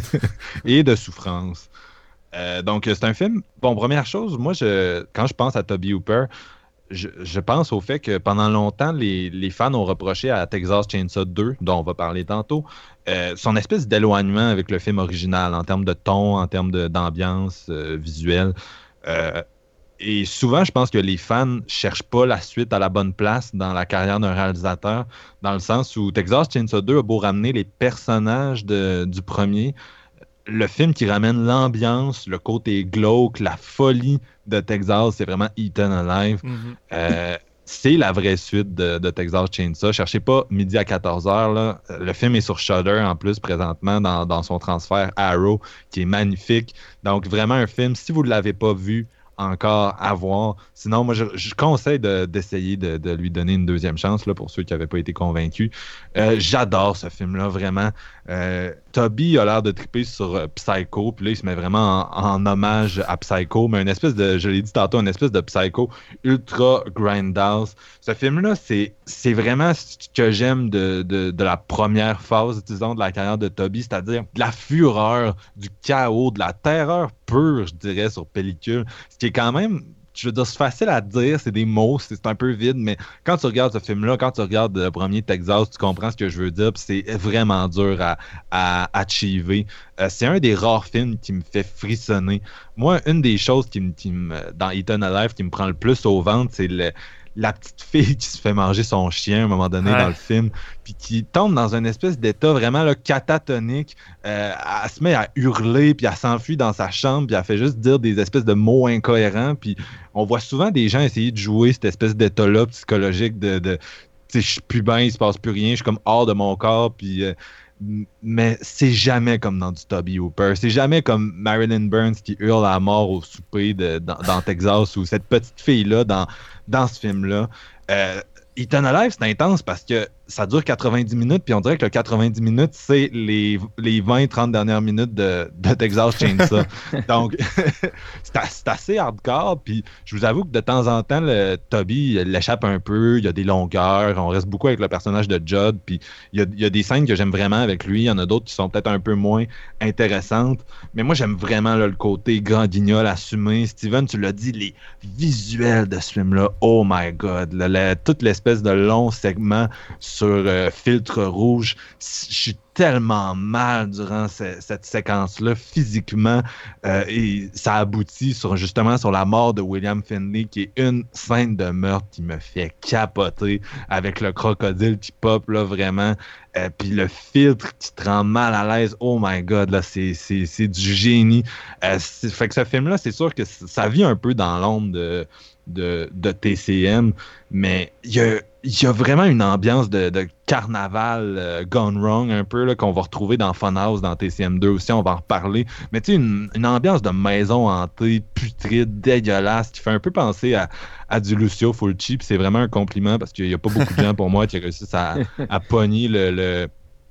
et de souffrance. Euh, donc c'est un film... Bon, première chose, moi, je, quand je pense à Tobe Hooper, je, je pense au fait que pendant longtemps, les, les fans ont reproché à Texas Chainsaw deux, dont on va parler tantôt, Euh, son espèce d'éloignement avec le film original en termes de ton, en termes de, d'ambiance euh, visuelle. Euh, et souvent, je pense que les fans cherchent pas la suite à la bonne place dans la carrière d'un réalisateur, dans le sens où Texas Chainsaw deux a beau ramener les personnages de, du premier, le film qui ramène l'ambiance, le côté glauque, la folie de Texas, c'est vraiment Eaten Alive. Mm-hmm. Euh, c'est la vraie suite de, de Texas Chainsaw. Cherchez pas midi à quatorze heures. Là. Le film est sur Shudder en plus présentement dans, dans son transfert Arrow, qui est magnifique. Donc vraiment un film, si vous ne l'avez pas vu encore à voir. Sinon, moi, je, je conseille de, d'essayer de, de lui donner une deuxième chance là, pour ceux qui n'avaient pas été convaincus. Euh, j'adore ce film-là, vraiment. Euh, Toby a l'air de triper sur euh, Psycho, puis là, il se met vraiment en, en hommage à Psycho, mais une espèce de, je l'ai dit tantôt, une espèce de Psycho ultra grindhouse. Ce film-là, c'est, c'est vraiment ce que j'aime de, de, de la première phase, disons, de la carrière de Toby, c'est-à-dire de la fureur, du chaos, de la terreur pure, je dirais, sur pellicule, ce qui est quand même... Je veux dire, c'est facile à dire, c'est des mots, c'est, c'est un peu vide, mais quand tu regardes ce film-là, quand tu regardes le premier Texas, tu comprends ce que je veux dire, puis c'est vraiment dur à, à achiever. Euh, c'est un des rares films qui me fait frissonner. Moi, une des choses qui me, qui me, dans Eaten Alive qui me prend le plus au ventre, c'est le, la petite fille qui se fait manger son chien à un moment donné ouais. dans le film, puis qui tombe dans une espèce d'état vraiment là, catatonique. Euh, elle se met à hurler, puis elle s'enfuit dans sa chambre, puis elle fait juste dire des espèces de mots incohérents, puis on voit souvent des gens essayer de jouer cette espèce d'état-là psychologique de, de tu sais, je suis plus bien, il se passe plus rien, je suis comme hors de mon corps, puis... Euh, mais c'est jamais comme dans du Tobe Hooper. C'est jamais comme Marilyn Burns qui hurle à mort au souper de, dans, dans Texas ou cette petite fille-là dans, dans ce film-là. Euh, Eaten Alive, c'est intense parce que ça dure quatre-vingt-dix minutes, puis on dirait que le quatre-vingt-dix minutes, c'est les, les vingt trente dernières minutes de, de Texas Chainsaw. Donc, c'est, c'est assez hardcore, puis je vous avoue que de temps en temps, le Toby l'échappe un peu, il y a des longueurs, on reste beaucoup avec le personnage de Judd, puis il y a, il y a des scènes que j'aime vraiment avec lui, il y en a d'autres qui sont peut-être un peu moins intéressantes, mais moi, j'aime vraiment là, le côté grand guignol assumé. Steven, tu l'as dit, les visuels de ce film-là, oh my God, là, la, toute l'espèce de long segment sur euh, filtre rouge. Je suis tellement mal durant ce, cette séquence-là, physiquement, euh, et ça aboutit sur, justement sur la mort de William Finlay, qui est une scène de meurtre qui me fait capoter, avec le crocodile qui pop, là, vraiment, euh, puis le filtre qui te rend mal à l'aise. Oh my God, là, c'est, c'est, c'est du génie. Euh, c'est, fait que ce film-là, c'est sûr que ça vit un peu dans l'ombre de De, de T C M, mais il y a, y a vraiment une ambiance de, de carnaval euh, gone wrong un peu là, qu'on va retrouver dans Funhouse, dans T C M deux aussi, on va en reparler, mais tu sais, une, une ambiance de maison hantée, putride, dégueulasse, qui fait un peu penser à, à du Lucio Fulci, puis c'est vraiment un compliment parce qu'il n'y a pas beaucoup de gens pour moi qui réussissent à, à pogner le, le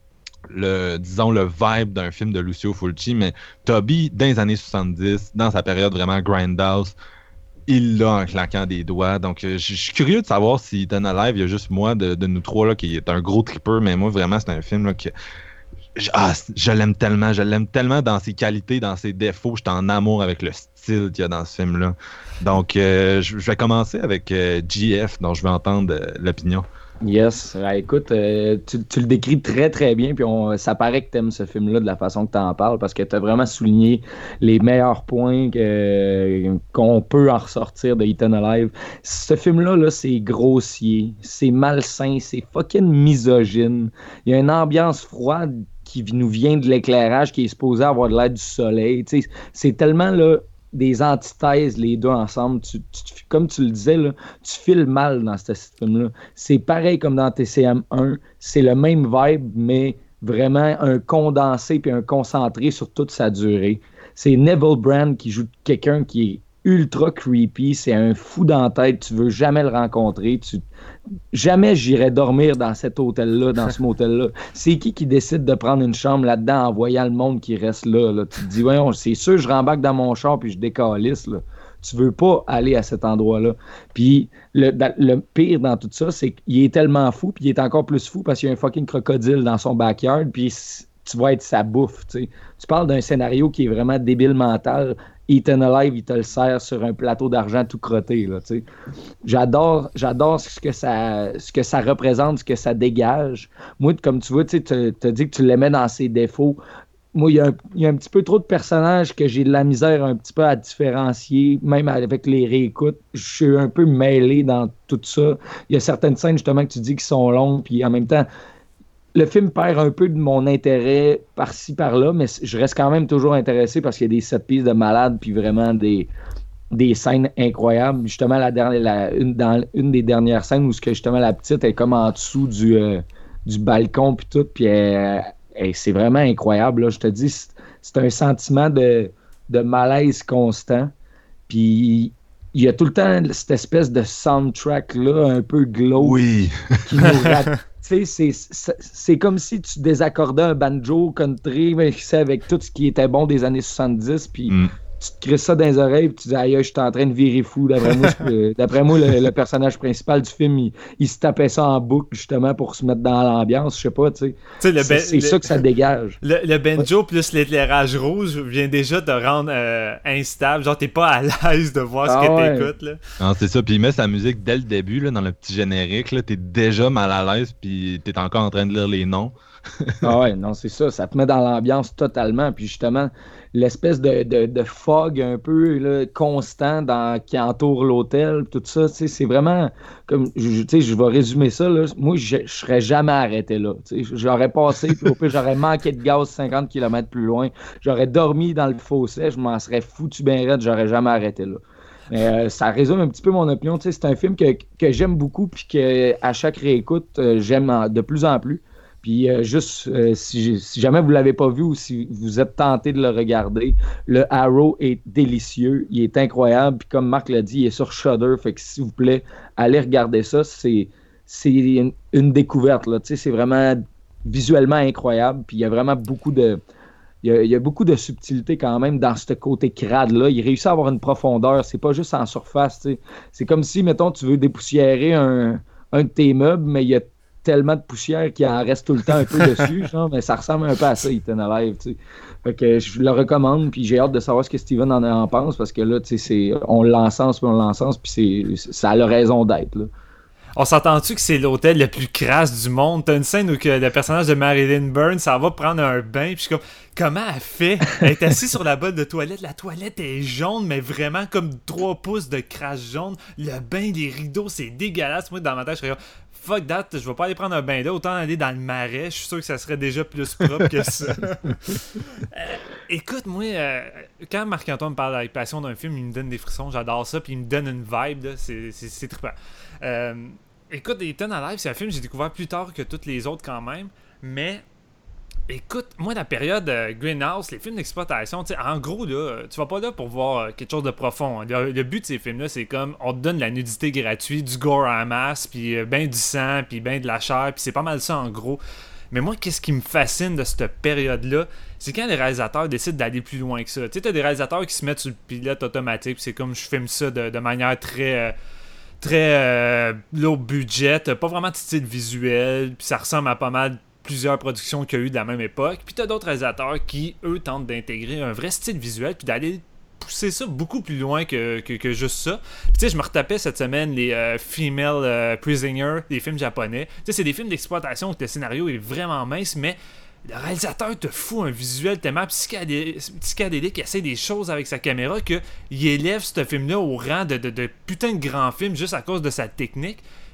le, disons, le vibe d'un film de Lucio Fulci, mais Toby, dans les années soixante-dix, dans sa période vraiment grindhouse, il l'a en claquant des doigts. Donc, euh, je suis curieux de savoir si Eaten Alive, il y a juste moi de, de nous trois là, qui est un gros tripper, mais moi, vraiment, c'est un film là, que je, ah, je l'aime tellement. Je l'aime tellement dans ses qualités, dans ses défauts. Je suis en amour avec le style qu'il y a dans ce film-là. Donc, euh, je, je vais commencer avec euh, G F, dont je vais entendre euh, l'opinion. Yes. Ouais, écoute, euh, tu, tu le décris très, très bien. Puis on, ça paraît que tu aimes ce film-là de la façon que tu en parles parce que tu as vraiment souligné les meilleurs points que, qu'on peut en ressortir de Eaten Alive. Ce film-là, là, c'est grossier, c'est malsain, c'est fucking misogyne. Il y a une ambiance froide qui nous vient de l'éclairage, qui est supposé avoir de l'air du soleil. Tu sais, c'est tellement là, des antithèses, les deux ensemble. Tu, tu, comme tu le disais, là, tu files mal dans ce film-là. C'est pareil comme dans T C M un. C'est le même vibe, mais vraiment un condensé puis un concentré sur toute sa durée. C'est Neville Brand qui joue quelqu'un qui est ultra creepy, c'est un fou dans la tête, tu veux jamais le rencontrer, tu... jamais j'irais dormir dans cet hôtel-là, dans ce motel-là. C'est qui qui décide de prendre une chambre là-dedans en voyant le monde qui reste là, là? Tu te dis, voyons, c'est sûr, je rembarque dans mon char puis je décalisse, là. Tu veux pas aller à cet endroit-là. Puis le, le pire dans tout ça, c'est qu'il est tellement fou, puis il est encore plus fou parce qu'il y a un fucking crocodile dans son backyard, puis tu vas être sa bouffe, tu sais. Tu parles d'un scénario qui est vraiment débile mental. Eaten Alive, il te le sert sur un plateau d'argent tout crotté, là, tu sais. J'adore, j'adore ce que ça, ce que ça représente, ce que ça dégage. Moi, comme tu vois, tu sais, tu as dit que tu l'aimais dans ses défauts. Moi, il y, a un, il y a un petit peu trop de personnages que j'ai de la misère un petit peu à différencier, même avec les réécoutes. Je suis un peu mêlé dans tout ça. Il y a certaines scènes, justement, que tu dis qui sont longues, puis en même temps, le film perd un peu de mon intérêt par-ci, par-là, mais je reste quand même toujours intéressé parce qu'il y a des set pieces de malades, puis vraiment des, des scènes incroyables. Justement, la dernière, la, une, dans une des dernières scènes où justement la petite est comme en dessous du, euh, du balcon, puis tout, puis elle, elle, c'est vraiment incroyable. Là. Je te dis, c'est, c'est un sentiment de, de malaise constant, puis il y a tout le temps cette espèce de soundtrack-là, un peu glauque, oui. qui nous rappelle. Tu sais, c'est, c'est, c'est comme si tu désaccordais un banjo country, mais c'est avec tout ce qui était bon des années soixante-dix, puis mm. tu te crisses ça dans les oreilles, puis tu dis aïe, je suis en train de virer fou. D'après moi, d'après moi le, le personnage principal du film, il, il se tapait ça en boucle justement pour se mettre dans l'ambiance, je sais pas, tu sais. Ben, c'est c'est le, ça que ça dégage. Le, le banjo ouais. plus l'éclairage rouge vient déjà te rendre euh, instable, genre t'es pas à l'aise de voir ce ah, que ouais. t'écoutes, là. Non, c'est ça, puis il met sa musique dès le début, là, dans le petit générique, là, t'es déjà mal à l'aise, puis t'es encore en train de lire les noms. Ah ouais, non, c'est ça, ça te met dans l'ambiance totalement, puis justement, l'espèce de, de, de fog un peu là, constant dans, qui entoure l'hôtel, tout ça, tu sais, c'est vraiment, comme, tu sais, je vais résumer ça, là, moi, je, je serais jamais arrêté là, tu sais, j'aurais passé, puis au pire, j'aurais manqué de gaz cinquante kilomètres plus loin, j'aurais dormi dans le fossé, je m'en serais foutu bien raide, j'aurais jamais arrêté là. Mais euh, ça résume un petit peu mon opinion, tu sais, c'est un film que, que j'aime beaucoup, puis qu'à chaque réécoute, euh, j'aime en, de plus en plus. Puis euh, juste, euh, si, si jamais vous ne l'avez pas vu ou si vous êtes tenté de le regarder, le Arrow est délicieux, il est incroyable. Puis comme Marc l'a dit, il est sur Shudder, fait que s'il vous plaît, allez regarder ça. C'est, c'est une, une découverte, là. Tu sais, c'est vraiment visuellement incroyable. Puis il y a vraiment beaucoup de... Il y, a, il y a beaucoup de subtilité quand même dans ce côté crade-là. Il réussit à avoir une profondeur. C'est pas juste en surface, tu sais. C'est comme si, mettons, tu veux dépoussiérer un, un de tes meubles, mais il y a tellement de poussière qu'il en reste tout le temps un peu dessus, genre, mais ça ressemble un peu à ça, Eaten Alive, tu sais. Fait que je le recommande, puis j'ai hâte de savoir ce que Steven en, en pense, parce que là, tu sais, c'est, on l'encense, puis on l'encense, puis c'est, ça a la raison d'être, là. On s'entend-tu que c'est l'hôtel le plus crasse du monde? T'as une scène où que le personnage de Marilyn Burns, ça va prendre un bain, puis je suis comme, comment elle fait? Elle est assise sur la botte de toilette, la toilette est jaune, mais vraiment comme trois pouces de crasse jaune. Le bain, les rideaux, c'est dégueulasse. Moi, dans ma tête, je serais comme, fuck that, je vais pas aller prendre un bain là, autant aller dans le marais, je suis sûr que ça serait déjà plus propre que ça. euh, écoute, moi, euh, quand Marc-Antoine me parle avec passion d'un film, il me donne des frissons, j'adore ça, puis il me donne une vibe, là, c'est, c'est, c'est trippant. Euh, écoute, Eaten Alive, c'est un film que j'ai découvert plus tard que tous les autres quand même, mais écoute, moi, la période euh, Greenhouse, les films d'exploitation, tu sais, en gros, là, tu vas pas là pour voir euh, quelque chose de profond. Hein. Le, le but de ces films-là, c'est comme, on te donne de la nudité gratuite, du gore en masse, puis euh, ben du sang, puis ben de la chair, puis c'est pas mal ça, en gros. Mais moi, qu'est-ce qui me fascine de cette période-là, c'est quand les réalisateurs décident d'aller plus loin que ça. Tu sais, t'as des réalisateurs qui se mettent sur le pilote automatique, puis c'est comme, je filme ça de, de manière très... Euh, très euh, low budget, pas vraiment de style visuel, puis ça ressemble à pas mal plusieurs productions qu'il y a eu de la même époque. Puis t'as d'autres réalisateurs qui, eux, tentent d'intégrer un vrai style visuel puis d'aller pousser ça beaucoup plus loin que, que, que juste ça. Puis tu sais, je me retapais cette semaine les euh, Female euh, Prisoner, des films japonais. Tu sais, c'est des films d'exploitation où le scénario est vraiment mince, mais le réalisateur te fout un visuel tellement psychédé- psychédélique, il essaie des choses avec sa caméra qu'il élève ce film-là au rang de, de, de putain de grand film juste à cause de sa technique.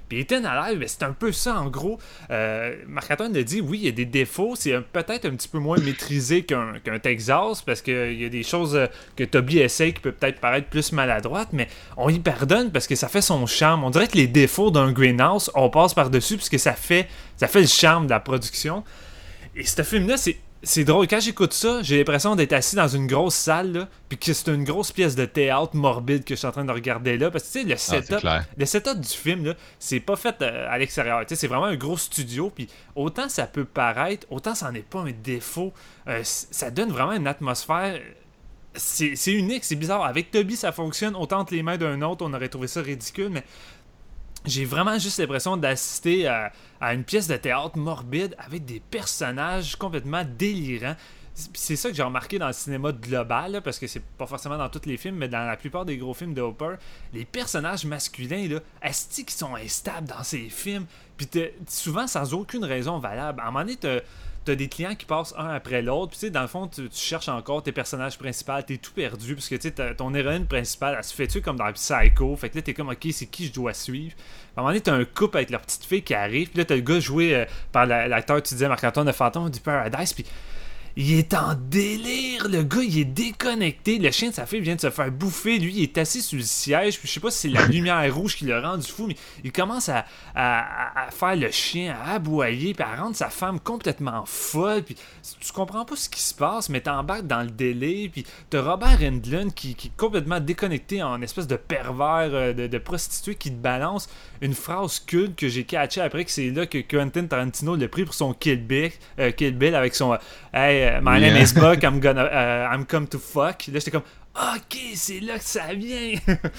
Puis Eaten Alive, ben, c'est un peu ça en gros. Euh, Marc-Antoine l'a dit, oui, il y a des défauts, c'est un, peut-être un petit peu moins maîtrisé qu'un, qu'un Texas, parce qu'il y a des choses que Toby essaie qui peut peut-être paraître plus maladroites, mais on y pardonne parce que ça fait son charme. On dirait que les défauts d'un Greenhouse, on passe par-dessus parce que ça fait, ça fait le charme de la production. Et ce film-là, c'est, c'est drôle. Quand j'écoute ça, j'ai l'impression d'être assis dans une grosse salle, là, puis que c'est une grosse pièce de théâtre morbide que je suis en train de regarder là. Parce que tu sais, le setup, ah, le setup du film, là, c'est pas fait euh, à l'extérieur. Tu sais, c'est vraiment un gros studio. Puis autant ça peut paraître, autant ça n'est pas un défaut. Euh, ça donne vraiment une atmosphère. C'est, c'est unique, c'est bizarre. Avec Toby, ça fonctionne. Autant entre les mains d'un autre, on aurait trouvé ça ridicule, mais j'ai vraiment juste l'impression d'assister à, à une pièce de théâtre morbide avec des personnages complètement délirants. C'est ça que j'ai remarqué dans le cinéma global, là, parce que c'est pas forcément dans tous les films, mais dans la plupart des gros films de Hopper, les personnages masculins, là, asti qui sont instables dans ces films, puis souvent sans aucune raison valable. À un moment donné, t'as T'as des clients qui passent un après l'autre, puis tu sais, dans le fond, tu, tu cherches encore tes personnages principaux, t'es tout perdu, parce que tu sais, ton héroïne principale, elle se fait tuer comme dans Psycho, fait que là, t'es comme, ok, c'est qui je dois suivre. À un moment donné, t'as un couple avec leur petite fille qui arrive, puis là, t'as le gars joué euh, par la, l'acteur, tu disais, Marc-Antoine de Phantom du Paradise, puis il est en délire, le gars, il est déconnecté. Le chien de sa fille vient de se faire bouffer. Lui, il est assis sur le siège. Puis je sais pas si c'est la lumière rouge qui le rend du fou, mais il commence à, à, à faire le chien, à aboyer, puis à rendre sa femme complètement folle. Puis tu comprends pas ce qui se passe, mais t'embarques dans le délai. Puis t'as Robert Englund qui, qui est complètement déconnecté en espèce de pervers, de, de prostituée qui te balance une phrase culte que j'ai catché après, que c'est là que Quentin Tarantino l'a pris pour son Kill Bill, euh, Kill Bill avec son euh, Hey, my name is Buck, I'm gonna, uh, I'm come to fuck. Là, j'étais comme, ok, c'est là que ça vient.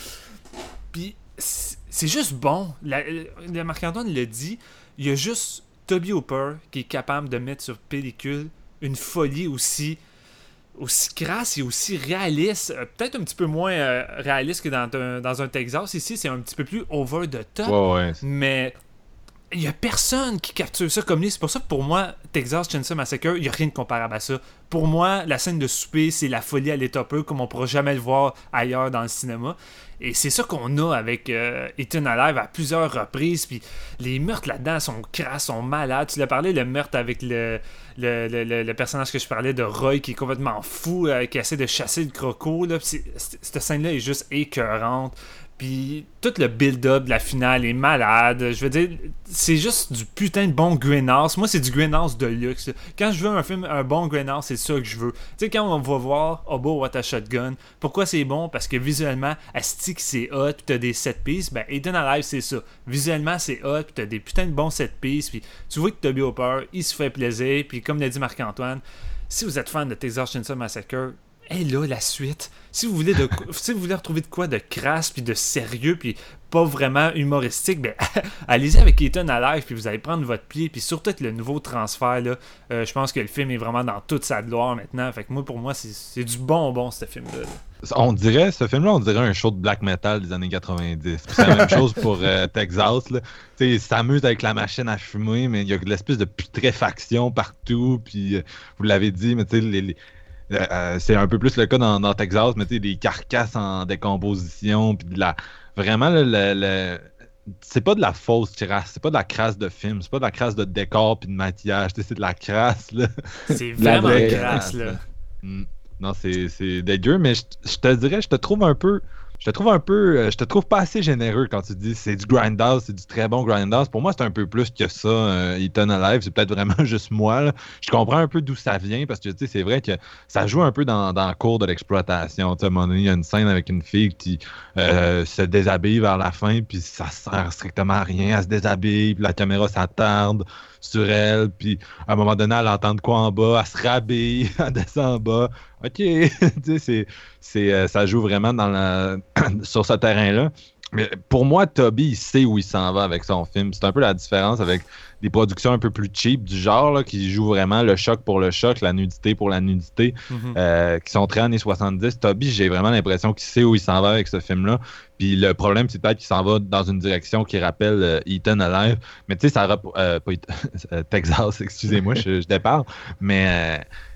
Puis, c'est juste bon. La, la Marc-Antoine l'a dit, il y a juste Toby Hooper qui est capable de mettre sur pellicule une folie aussi, aussi crasse et aussi réaliste. Peut-être un petit peu moins euh, réaliste que dans un, dans un Texas. Ici, c'est un petit peu plus over the top. Ouais, ouais. Mais il y a personne qui capture ça comme lui. C'est pour ça que pour moi, Texas Chainsaw Massacre, il n'y a rien de comparable à ça. Pour moi, la scène de souper, c'est la folie à l'état pur, comme on ne pourra jamais le voir ailleurs dans le cinéma. Et c'est ça qu'on a avec euh, Eaten Alive à plusieurs reprises. Puis les meurtres là-dedans sont crasses, sont malades. Tu l'as parlé, le meurtre avec le, le, le, le, le personnage que je parlais de Roy, qui est complètement fou, euh, qui essaie de chasser le croco. Là. C'est, c'est, cette scène-là est juste écœurante. Puis tout le build-up de la finale est malade. Je veux dire, c'est juste du putain de bon Greenhouse. Moi, c'est du Greenhouse de luxe. Quand je veux un film, un bon Greenhouse, c'est ça que je veux. Tu sais, quand on va voir Hobo What a Shotgun, pourquoi c'est bon? Parce que visuellement, Astic, c'est hot, puis t'as des set pieces. Ben, Eaten Alive, c'est ça. Visuellement, c'est hot, puis t'as des putains de bons set pieces. Puis tu vois que Toby Hooper, il se fait plaisir. Puis comme l'a dit Marc-Antoine, si vous êtes fan de Texas Chainsaw Massacre, et là, la suite. Si vous voulez de, si vous voulez retrouver de quoi de crasse puis de sérieux puis pas vraiment humoristique, ben allez-y avec Eaten Alive puis vous allez prendre votre pied. Puis surtout avec le nouveau transfert là, euh, je pense que le film est vraiment dans toute sa gloire maintenant. Fait que moi, pour moi, c'est, c'est du bonbon ce film-là. On dirait, ce film-là, on dirait un show de black metal des années quatre-vingt-dix. Puis c'est la même chose pour euh, Texas. Là. T'sais, il s'amuse avec la machine à fumer, mais il y a de l'espèce de putréfaction partout. Puis euh, vous l'avez dit, mais tu sais, les, les Euh, c'est un peu plus le cas dans, dans Texas, mais tu sais, des carcasses en décomposition, puis de la... Vraiment, le, le, le... c'est pas de la fausse crasse, c'est pas de la crasse de film, c'est pas de la crasse de décor puis de maquillage, c'est de la crasse, là. C'est vraiment vraie crasse, là. Mm. Non, c'est, c'est dégueu, mais je, je te dirais, je te trouve un peu... Je te trouve un peu... Je te trouve pas assez généreux quand tu dis c'est du grindhouse, c'est du très bon grindhouse. Pour moi, c'est un peu plus que ça, euh, Eaten Alive. C'est peut-être vraiment juste moi, là. Je comprends un peu d'où ça vient, parce que, tu sais, c'est vrai que ça joue un peu dans, dans le cours de l'exploitation. Tu sais, à un moment donné, il y a une scène avec une fille qui euh, se déshabille vers la fin, puis ça sert strictement à rien. Elle se déshabille, puis la caméra s'attarde sur elle, puis à un moment donné, elle entend de quoi en bas, elle se rhabille, elle descend en bas. OK, tu sais, c'est, c'est, euh, ça joue vraiment dans la... sur ce terrain-là. Mais pour moi, Toby, il sait où il s'en va avec son film. C'est un peu la différence avec des productions un peu plus cheap du genre, là, qui jouent vraiment le choc pour le choc, la nudité pour la nudité, mm-hmm. euh, qui sont très années soixante-dix. Toby, j'ai vraiment l'impression qu'il sait où il s'en va avec ce film-là. Puis le problème, c'est peut-être qu'il s'en va dans une direction qui rappelle euh, Eaten Alive. Mais tu sais, ça... Euh, pas euh, Texas, excusez-moi, je, je déparle. Mais... Euh,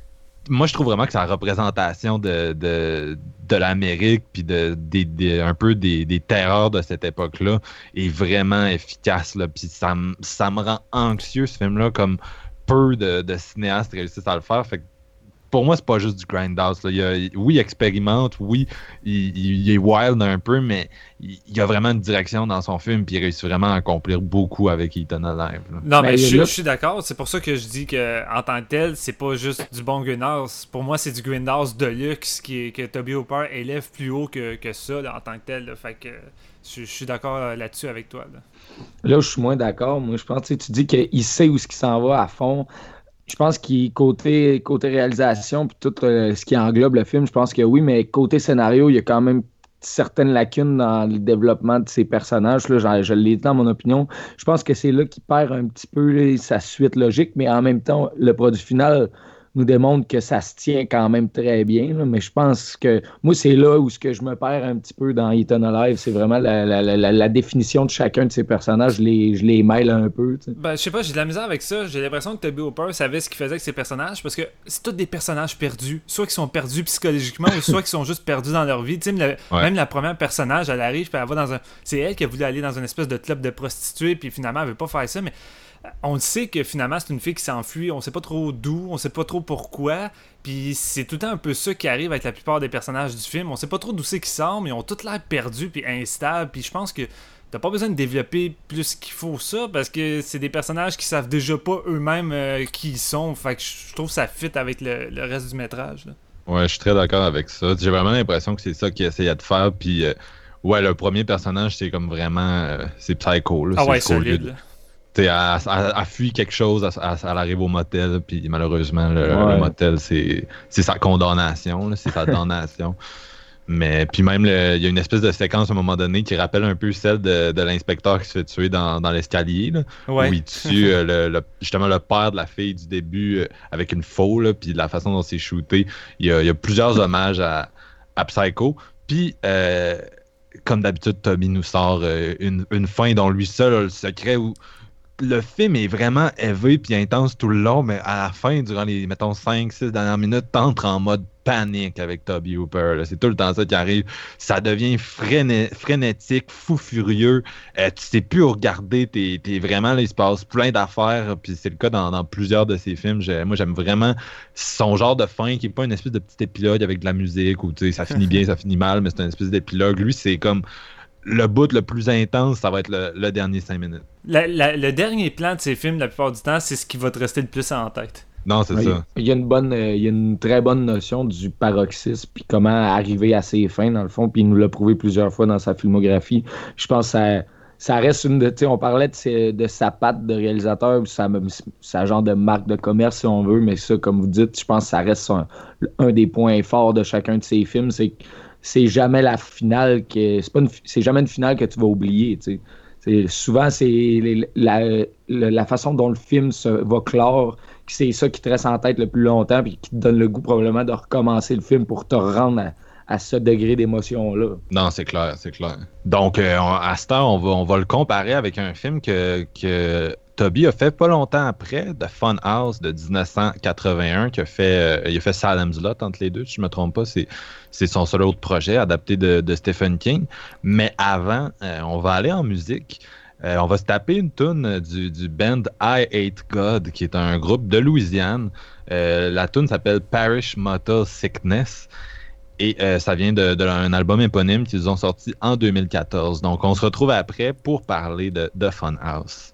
moi, je trouve vraiment que sa représentation de, de, de l'Amérique puis de, de, de, un peu des, des terreurs de cette époque-là est vraiment efficace. Là, puis ça, ça me rend anxieux, ce film-là, comme peu de, de cinéastes réussissent à le faire. Fait que pour moi, c'est pas juste du grindhouse. Là. Il a, oui, il expérimente, oui, il, il, il est wild un peu, mais il, il a vraiment une direction dans son film, puis il réussit vraiment à accomplir beaucoup avec Eaten Alive. Là. Non, mais, mais je, là... je suis d'accord. C'est pour ça que je dis que en tant que tel, c'est pas juste du bon grindhouse. Pour moi, c'est du grindhouse de luxe qui est, que Toby Hooper élève plus haut que, que ça là, en tant que tel. Là. Fait que je, je suis d'accord là-dessus avec toi. Là, là je suis moins d'accord. Moi, je pense que tu dis qu'il sait où ce qui s'en va à fond. Je pense qu'il côté côté réalisation puis tout euh, ce qui englobe le film, je pense que oui, mais côté scénario, il y a quand même certaines lacunes dans le développement de ces personnages. Là, je, je l'ai dit dans mon opinion. Je pense que c'est là qu'il perd un petit peu là, sa suite logique, mais en même temps, le produit final nous démontre que ça se tient quand même très bien. Là, mais je pense que moi, c'est là où ce que je me perds un petit peu dans Eaten Alive, c'est vraiment la, la, la, la définition de chacun de ces personnages. Je les, je les mêle un peu. T'sais. Ben, je sais pas, j'ai de la misère avec ça. J'ai l'impression que Toby Hooper savait ce qu'il faisait avec ses personnages parce que c'est tous des personnages perdus. Soit qui sont perdus psychologiquement ou soit qui sont juste perdus dans leur vie. Même la, ouais. même la première personnage, elle arrive puis elle va dans un. C'est elle qui a voulu aller dans une espèce de club de prostituées puis finalement elle veut pas faire ça, mais. On sait que finalement c'est une fille qui s'enfuit, on sait pas trop d'où, on sait pas trop pourquoi, puis c'est tout le temps un peu ça qui arrive avec la plupart des personnages du film, on sait pas trop d'où c'est qu'ils sortent, mais ils ont tout l'air perdus puis instables, puis je pense que t'as pas besoin de développer plus qu'il faut ça, parce que c'est des personnages qui savent déjà pas eux-mêmes euh, qui ils sont, fait que je trouve que ça fit avec le, le reste du métrage. Là. Ouais, je suis très d'accord avec ça, j'ai vraiment l'impression que c'est ça qu'ils essayaient de faire, puis euh, ouais, le premier personnage c'est comme vraiment, euh, c'est psycho, là, ah c'est ouais, solide, là. Elle, elle, elle fuit quelque chose, elle, elle arrive au motel, puis malheureusement, le, ouais. le motel, c'est, c'est sa condamnation, là, c'est sa damnation. Mais puis même, il y a une espèce de séquence à un moment donné qui rappelle un peu celle de, de l'inspecteur qui se fait tuer dans, dans l'escalier, là, ouais. où il tue euh, le, le, justement le père de la fille du début euh, avec une faux, là, puis la façon dont c'est shooté. Il y a, il y a plusieurs hommages à, à Psycho. Puis... Euh, comme d'habitude, Toby nous sort euh, une, une fin dont lui seul a le secret où le film est vraiment élevé puis intense tout le long, mais à la fin, durant les, mettons, cinq six dernières minutes, t'entres en mode panique avec Toby Hooper. Là. C'est tout le temps ça qui arrive. Ça devient fréné- frénétique, fou furieux. Euh, tu sais plus où regarder. T'es, t'es vraiment, là, il se passe plein d'affaires. Puis c'est le cas dans, dans plusieurs de ses films. J'ai, moi, j'aime vraiment son genre de fin qui est pas une espèce de petit épilogue avec de la musique où ça finit bien, ça finit mal, mais c'est une espèce d'épilogue. Lui, c'est comme... Le bout le plus intense, ça va être le, le dernier cinq minutes. La, la, le dernier plan de ces films, la plupart du temps, c'est ce qui va te rester le plus en tête. Non, c'est oui, ça. Il y a une bonne, euh, il y a une très bonne notion du paroxysme, puis comment arriver à ses fins, dans le fond, puis il nous l'a prouvé plusieurs fois dans sa filmographie. Je pense que ça, ça reste une de... Tu sais, on parlait de, ses, de sa patte de réalisateur, sa, sa genre de marque de commerce, si on veut, mais ça, comme vous dites, je pense que ça reste un, un des points forts de chacun de ses films, c'est que c'est jamais la finale que c'est pas une, c'est jamais une finale que tu vas oublier, tu sais. C'est, souvent c'est les, la, la, la façon dont le film se, va clore, c'est ça qui te reste en tête le plus longtemps puis qui te donne le goût probablement de recommencer le film pour te rendre à, à ce degré d'émotion là. Non, c'est clair, c'est clair. Donc euh, on, à ce temps, on va on va le comparer avec un film que que Toby a fait pas longtemps après, The Funhouse de dix-neuf cent quatre-vingt-un, qui a fait, euh, il a fait Salem's Lot entre les deux, si je me trompe pas, c'est, c'est son seul autre projet adapté de, de Stephen King. Mais avant, euh, on va aller en musique. Euh, on va se taper une tune du, du band I Hate God, qui est un groupe de Louisiane. Euh, la tune s'appelle Parish Motel Sickness. Et euh, ça vient de, de un album éponyme qu'ils ont sorti en deux mille quatorze. Donc on se retrouve après pour parler de The Funhouse.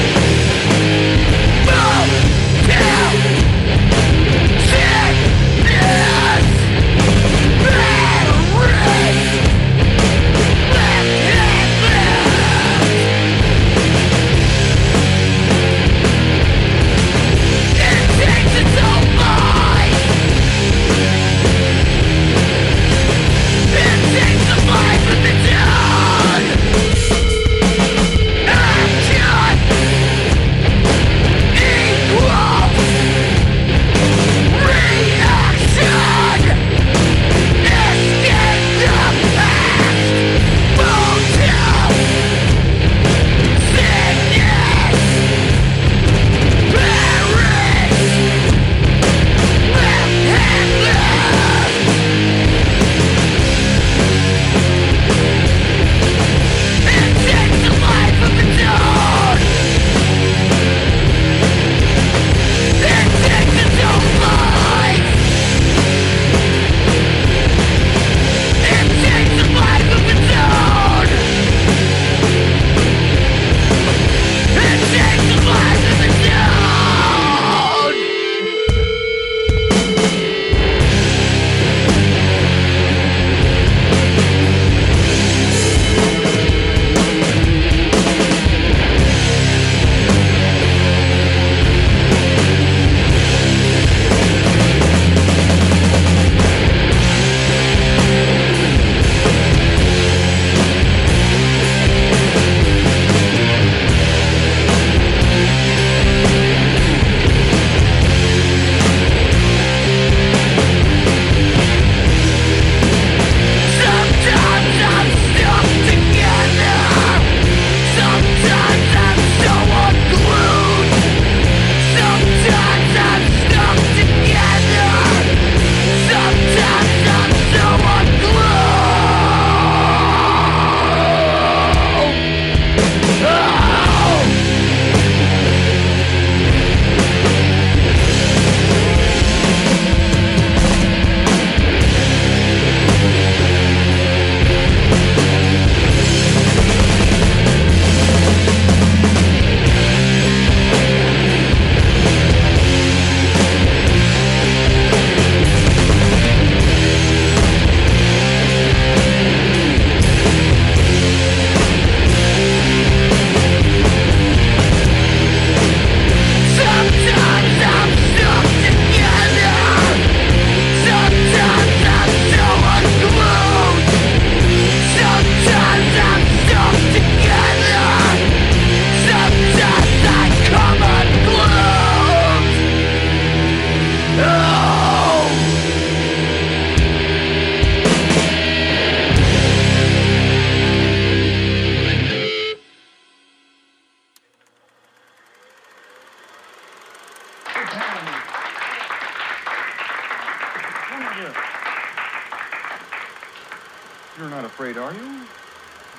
Move, kill, sick,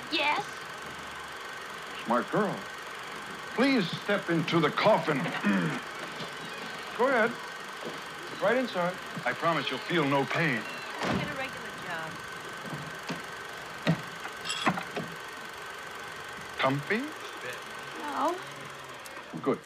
Yes? Smart girl. Please step into the coffin. Go ahead. Right inside. I promise you'll feel no pain. Get a regular job. Comfy? No. Good.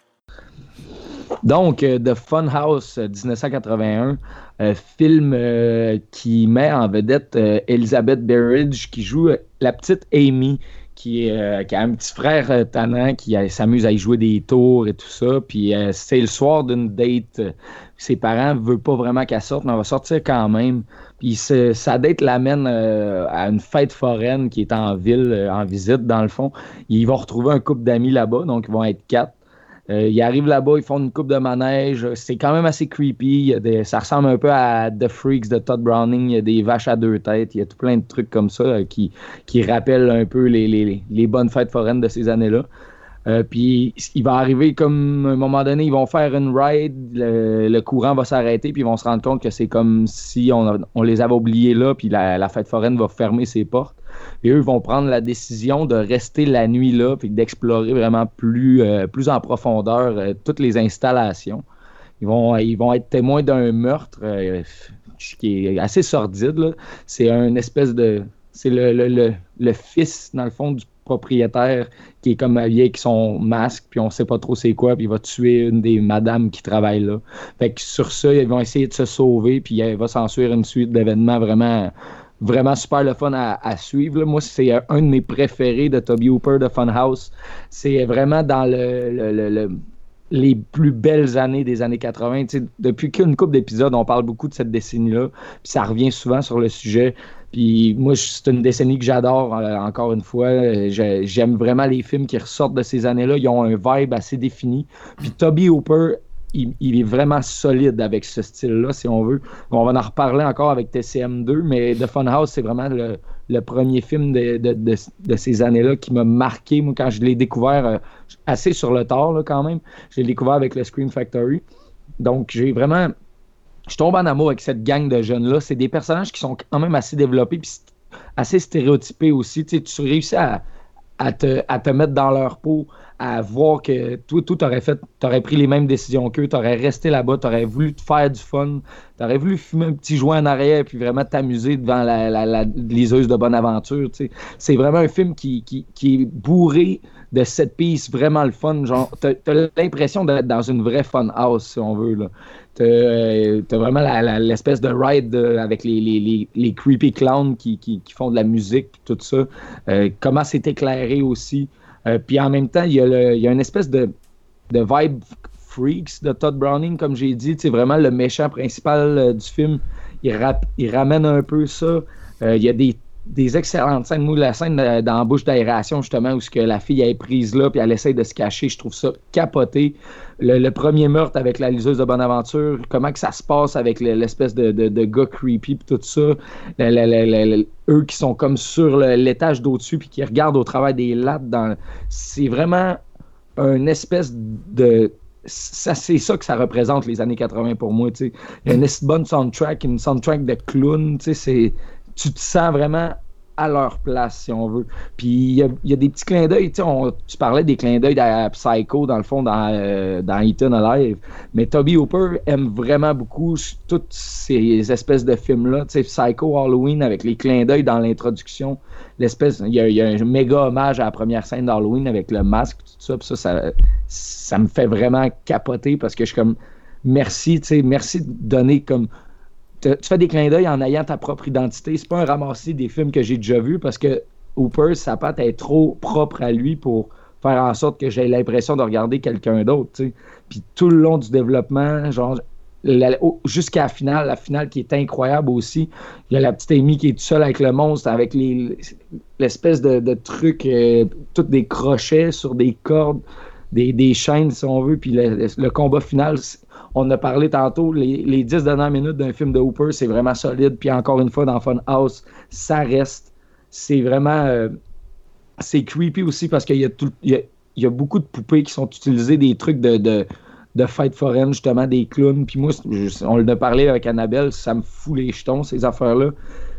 Donc, euh, The Funhouse euh, dix-neuf cent quatre-vingt-un, euh, film euh, qui met en vedette euh, Elizabeth Berridge qui joue euh, la petite Amy, qui, euh, qui a un petit frère euh, tannant qui euh, s'amuse à y jouer des tours et tout ça. Puis euh, c'est le soir d'une date. Euh, ses parents ne veulent pas vraiment qu'elle sorte, mais elle va sortir quand même. Puis sa date l'amène euh, à une fête foraine qui est en ville, euh, en visite dans le fond. Ils vont retrouver un couple d'amis là-bas, donc ils vont être quatre. Euh, ils arrivent là-bas, ils font une coupe de manège. C'est quand même assez creepy. Il y a des, ça ressemble un peu à The Freaks de Todd Browning. Il y a des vaches à deux têtes. Il y a tout plein de trucs comme ça euh, qui, qui rappellent un peu les, les, les bonnes fêtes foraines de ces années-là. Euh, puis il va arriver comme à un moment donné, ils vont faire une ride, le, le courant va s'arrêter, puis ils vont se rendre compte que c'est comme si on, a, on les avait oubliés là, puis la, la fête foraine va fermer ses portes. Et eux vont prendre la décision de rester la nuit là, puis d'explorer vraiment plus, euh, plus en profondeur euh, toutes les installations. Ils vont, ils vont être témoins d'un meurtre euh, qui est assez sordide, là. C'est un espèce de... C'est le, le, le, le fils, dans le fond, du propriétaire qui est comme habillé avec son masque, puis on sait pas trop c'est quoi, puis il va tuer une des madames qui travaillent là. Fait que sur ça, ils vont essayer de se sauver, puis il va s'ensuivre une suite d'événements vraiment... Vraiment super le fun à, à suivre. Là. Moi, c'est un de mes préférés de Tobe Hooper de Funhouse. C'est vraiment dans le, le, le, le, les plus belles années des années quatre-vingt. T'sais, depuis qu'une couple d'épisodes, on parle beaucoup de cette décennie-là. Puis ça revient souvent sur le sujet. Puis moi, c'est une décennie que j'adore, euh, encore une fois. Je, j'aime vraiment les films qui ressortent de ces années-là. Ils ont un vibe assez défini. Puis Tobe Hooper... Il, il est vraiment solide avec ce style-là, si on veut. On va en reparler encore avec T C M deux, mais The Funhouse, c'est vraiment le, le premier film de, de, de, de ces années-là qui m'a marqué. Moi, quand je l'ai découvert, euh, assez sur le tard, là, quand même, je l'ai découvert avec le Scream Factory. Donc, j'ai vraiment... Je tombe en amour avec cette gang de jeunes-là. C'est des personnages qui sont quand même assez développés puis assez stéréotypés aussi. Tu sais, tu réussis à, à, te, à te mettre dans leur peau, à voir que toi, toi t'aurais fait, t'aurais pris les mêmes décisions qu'eux, t'aurais resté là-bas, t'aurais voulu te faire du fun, t'aurais voulu fumer un petit joint en arrière puis vraiment t'amuser devant la, la, la liseuse de Bonaventure, tu sais. C'est vraiment un film qui, qui, qui est bourré de set piece, vraiment le fun. Genre, t'as, t'as l'impression d'être dans une vraie fun house, si on veut, là. T'as, euh, t'as vraiment la, la, l'espèce de ride de, avec les, les, les, les creepy clowns qui, qui, qui font de la musique et tout ça. Euh, comment c'est éclairé aussi. Euh, puis en même temps, il y a, le, il y a une espèce de, de vibe freaks de Todd Browning, comme j'ai dit. C'est vraiment le méchant principal euh, du film. Il, rap, il ramène un peu ça. Euh, il y a des, des excellentes scènes. Moi, la scène de, dans la bouche d'aération, justement, où ce que la fille elle est prise là, puis elle essaie de se cacher, je trouve ça capoté. Le, le premier meurtre avec la liseuse de Bonaventure, comment que ça se passe avec le, l'espèce de, de, de gars creepy, puis tout ça. Le, le, le, le, eux qui sont comme sur le, l'étage d'au-dessus, puis qui regardent au travers des lattes. Dans... C'est vraiment une espèce de... Ça, c'est ça que ça représente, les années quatre-vingt pour moi. T'sais. Il y a une bonne soundtrack, une soundtrack de clown. C'est... Tu te sens vraiment à leur place, si on veut. Puis il y a, y a des petits clins d'œil. On, tu parlais des clins d'œil à Psycho, dans le fond, dans, euh, dans Eaten Alive. Mais Tobe Hooper aime vraiment beaucoup toutes ces espèces de films-là. Tu sais, Psycho, Halloween, avec les clins d'œil dans l'introduction. L'espèce, il y, y a un méga hommage à la première scène d'Halloween avec le masque, tout ça. Puis ça, ça, ça me fait vraiment capoter parce que je suis comme, merci, tu sais, merci de donner comme... Tu fais des clins d'œil en ayant ta propre identité. C'est pas un ramassis des films que j'ai déjà vus parce que Hooper, sa patte est trop propre à lui pour faire en sorte que j'ai l'impression de regarder quelqu'un d'autre. T'sais. Puis tout le long du développement, genre la, jusqu'à la finale, la finale qui est incroyable aussi. Il y a la petite Amy qui est toute seule avec le monstre, avec les, l'espèce de, de truc, euh, tous des crochets sur des cordes, des, des chaînes si on veut. Puis le, le combat final... On a parlé tantôt, les, les dix dernières minutes d'un film de Hooper, c'est vraiment solide. Puis encore une fois, dans Funhouse, ça reste. C'est vraiment... Euh, c'est creepy aussi parce qu'il y a, tout, il y a, il y a beaucoup de poupées qui sont utilisées, des trucs de, de, de fête foraine, justement, des clowns. Puis moi, on l'a parlé avec Annabelle, ça me fout les jetons, ces affaires-là.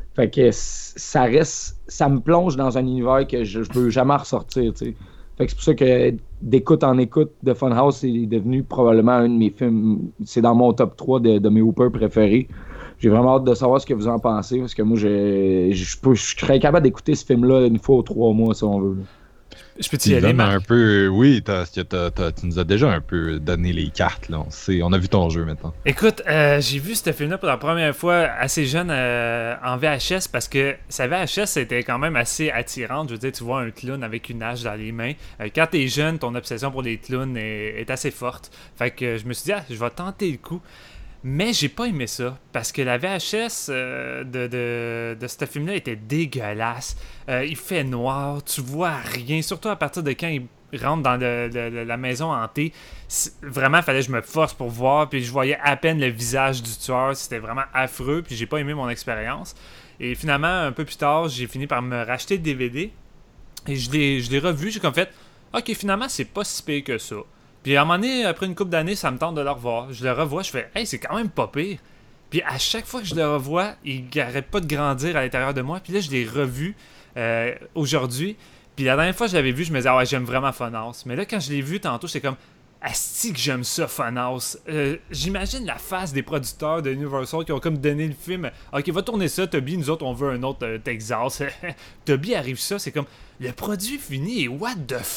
Fait que ça reste, ça me plonge dans un univers que je, je peux jamais ressortir, tu sais. Fait que c'est pour ça que d'écoute en écoute, The Funhouse est devenu probablement un de mes films, c'est dans mon top trois de, de mes Hooper préférés. J'ai vraiment hâte de savoir ce que vous en pensez, parce que moi, je, je, peux, je serais capable d'écouter ce film-là une fois ou trois mois, si on veut. Là. Je peux t'y aller, un peu. Oui, t'as, t'as, t'as, tu nous as déjà un peu donné les cartes. Là. On, sait, on a vu ton jeu maintenant. Écoute, euh, j'ai vu ce film-là pour la première fois assez jeune euh, en V H S parce que sa V H S était quand même assez attirante. Je veux dire, tu vois un clown avec une hache dans les mains. Euh, quand t'es jeune, ton obsession pour les clowns est, est assez forte. Fait que je me suis dit, ah, je vais tenter le coup. Mais j'ai pas aimé ça, parce que la V H S euh, de, de, de ce film-là était dégueulasse. Euh, il fait noir, tu vois rien, surtout à partir de quand il rentre dans le, le, la maison hantée. C'est, vraiment, il fallait que je me force pour voir, puis je voyais à peine le visage du tueur. C'était vraiment affreux, puis j'ai pas aimé mon expérience. Et finalement, un peu plus tard, j'ai fini par me racheter le D V D, et je l'ai, je l'ai revu, j'ai comme fait « Ok, finalement, c'est pas si pire que ça ». Puis à un moment donné, après une couple d'années, ça me tente de le revoir. Je le revois, je fais « Hey, c'est quand même pas pire ». Puis à chaque fois que je le revois, il n'arrête pas de grandir à l'intérieur de moi. Puis là, je l'ai revu euh, aujourd'hui. Puis la dernière fois que je l'avais vu, je me disais « Ah ouais, j'aime vraiment Funhouse ». Mais là, quand je l'ai vu tantôt, c'est comme « Asti que j'aime ça, Funhouse euh, ». J'imagine la face des producteurs de Universal qui ont comme donné le film « Ok, va tourner ça, Toby, nous autres, on veut un autre euh, Texas ». Toby arrive ça, c'est comme « Le produit fini et what the fuck ?»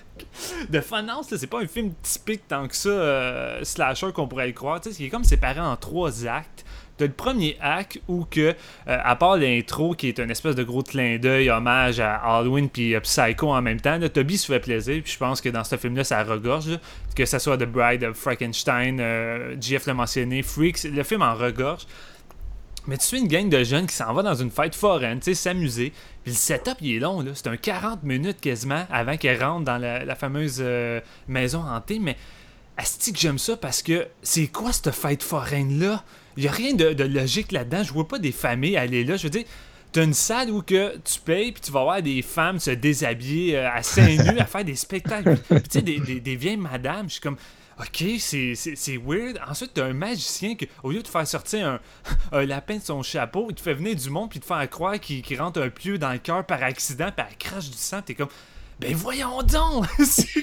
De Funhouse, là, c'est pas un film typique tant que ça, euh, slasher qu'on pourrait le croire. Tu sais, il est comme séparé en trois actes. T'as le premier acte où que, euh, à part l'intro qui est une espèce de gros clin d'œil, hommage à Halloween puis euh, Psycho en même temps, là, Toby se fait plaisir. Puis je pense que dans ce film-là, ça regorge. Là, que ça soit The Bride of Frankenstein, euh, J F l'a mentionné, Freaks, le film en regorge. Mais tu suis une gang de jeunes qui s'en va dans une fête foraine, tu sais, s'amuser. Puis le setup, il est long, là. C'est un quarante minutes quasiment avant qu'elle rentre dans la, la fameuse euh, maison hantée. Mais asti que j'aime ça parce que c'est quoi cette fête foraine-là? Il n'y a rien de, de logique là-dedans. Je vois pas des familles aller là. Je veux dire, t'as une salle où que tu payes puis tu vas voir des femmes se déshabiller euh, à seins nus, à faire des spectacles. Puis tu sais, des, des, des vieilles madames, je suis comme... Ok, c'est, c'est, c'est weird. Ensuite, t'as un magicien qui, au lieu de faire sortir un, un lapin de son chapeau, il te fait venir du monde puis te faire croire qu'il, qu'il rentre un pieu dans le cœur par accident puis elle crache du sang. T'es comme, ben voyons donc! c'est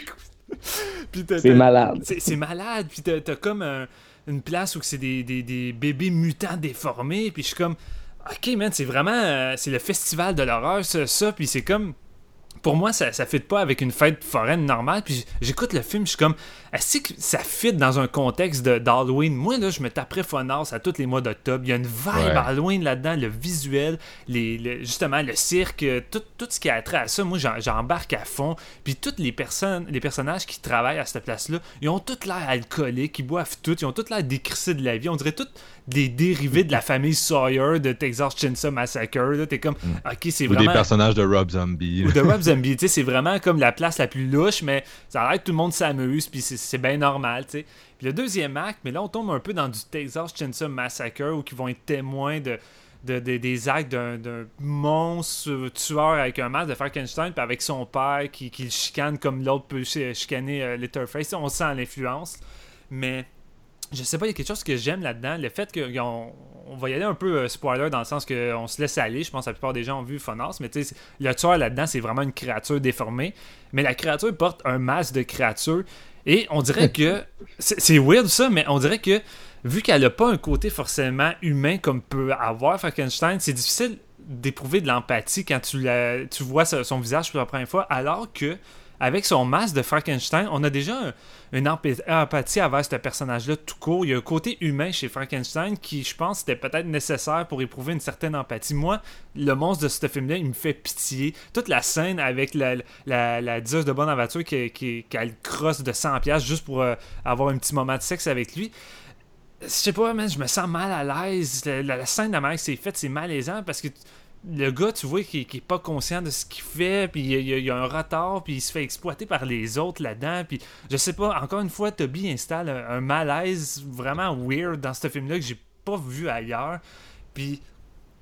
puis t'as, c'est t'as, malade. C'est, c'est malade. Puis t'as, t'as comme un, une place où c'est des, des, des bébés mutants déformés. Puis je suis comme, ok, man, c'est vraiment... Euh, c'est le festival de l'horreur, ça. ça puis c'est comme... Pour moi, ça ne fit pas avec une fête foraine normale. Puis j'écoute le film, je suis comme, est-ce que ça fit dans un contexte de, d'Halloween? Moi, là, je me taperais Funhouse à tous les mois d'octobre. Il y a une vibe ouais. Halloween là-dedans, le visuel, les, le, justement, le cirque, tout, tout ce qui a trait à ça. Moi, j'en, j'embarque à fond. Puis toutes les personnes, les personnages qui travaillent à cette place-là, ils ont tous l'air alcooliques, ils boivent tout, ils ont tous l'air décrissés de la vie. On dirait tous des dérivés de la famille Sawyer de Texas Chainsaw Massacre. Là, t'es comme, mm. ok, c'est Ou vraiment... des personnages de Rob Zombie. Ou de Rob Zombie, tu sais, c'est vraiment comme la place la plus louche, mais ça a l'air que tout le monde s'amuse, puis c'est, c'est bien normal, tu sais. Puis le deuxième acte, mais là, on tombe un peu dans du Texas Chainsaw Massacre, où ils vont être témoins de, de, de, des actes d'un, d'un monstre tueur avec un masque de Frankenstein, puis avec son père qui, qui le chicane comme l'autre peut chicaner euh, Letterface. On sent l'influence, mais... Je sais pas, il y a quelque chose que j'aime là-dedans. Le fait qu'on on va y aller un peu euh, spoiler dans le sens qu'on se laisse aller. Je pense que la plupart des gens ont vu Funhouse, mais tu sais, le tueur là-dedans, c'est vraiment une créature déformée. Mais la créature porte un masque de créature. Et on dirait que... C'est, c'est weird ça, mais on dirait que vu qu'elle a pas un côté forcément humain comme peut avoir Frankenstein, c'est difficile d'éprouver de l'empathie quand tu, la, tu vois son visage pour la première fois, alors que avec son masque de Frankenstein, on a déjà un, une empathie envers ce personnage-là tout court. Il y a un côté humain chez Frankenstein qui, je pense, était peut-être nécessaire pour éprouver une certaine empathie. Moi, le monstre de ce film-là, il me fait pitié. Toute la scène avec la, la, la dieuse de Bonaventure qui, qui, qui a le crosse de cent piastres juste pour euh, avoir un petit moment de sexe avec lui. Je sais pas, man, je me sens mal à l'aise. La, la, la scène de la manière que c'est faite, c'est malaisant parce que... Le gars, tu vois, qui, qui est pas conscient de ce qu'il fait, puis il y, y a un retard, puis il se fait exploiter par les autres là-dedans, puis je sais pas, encore une fois, Toby installe un, un malaise vraiment weird dans ce film-là que j'ai pas vu ailleurs, puis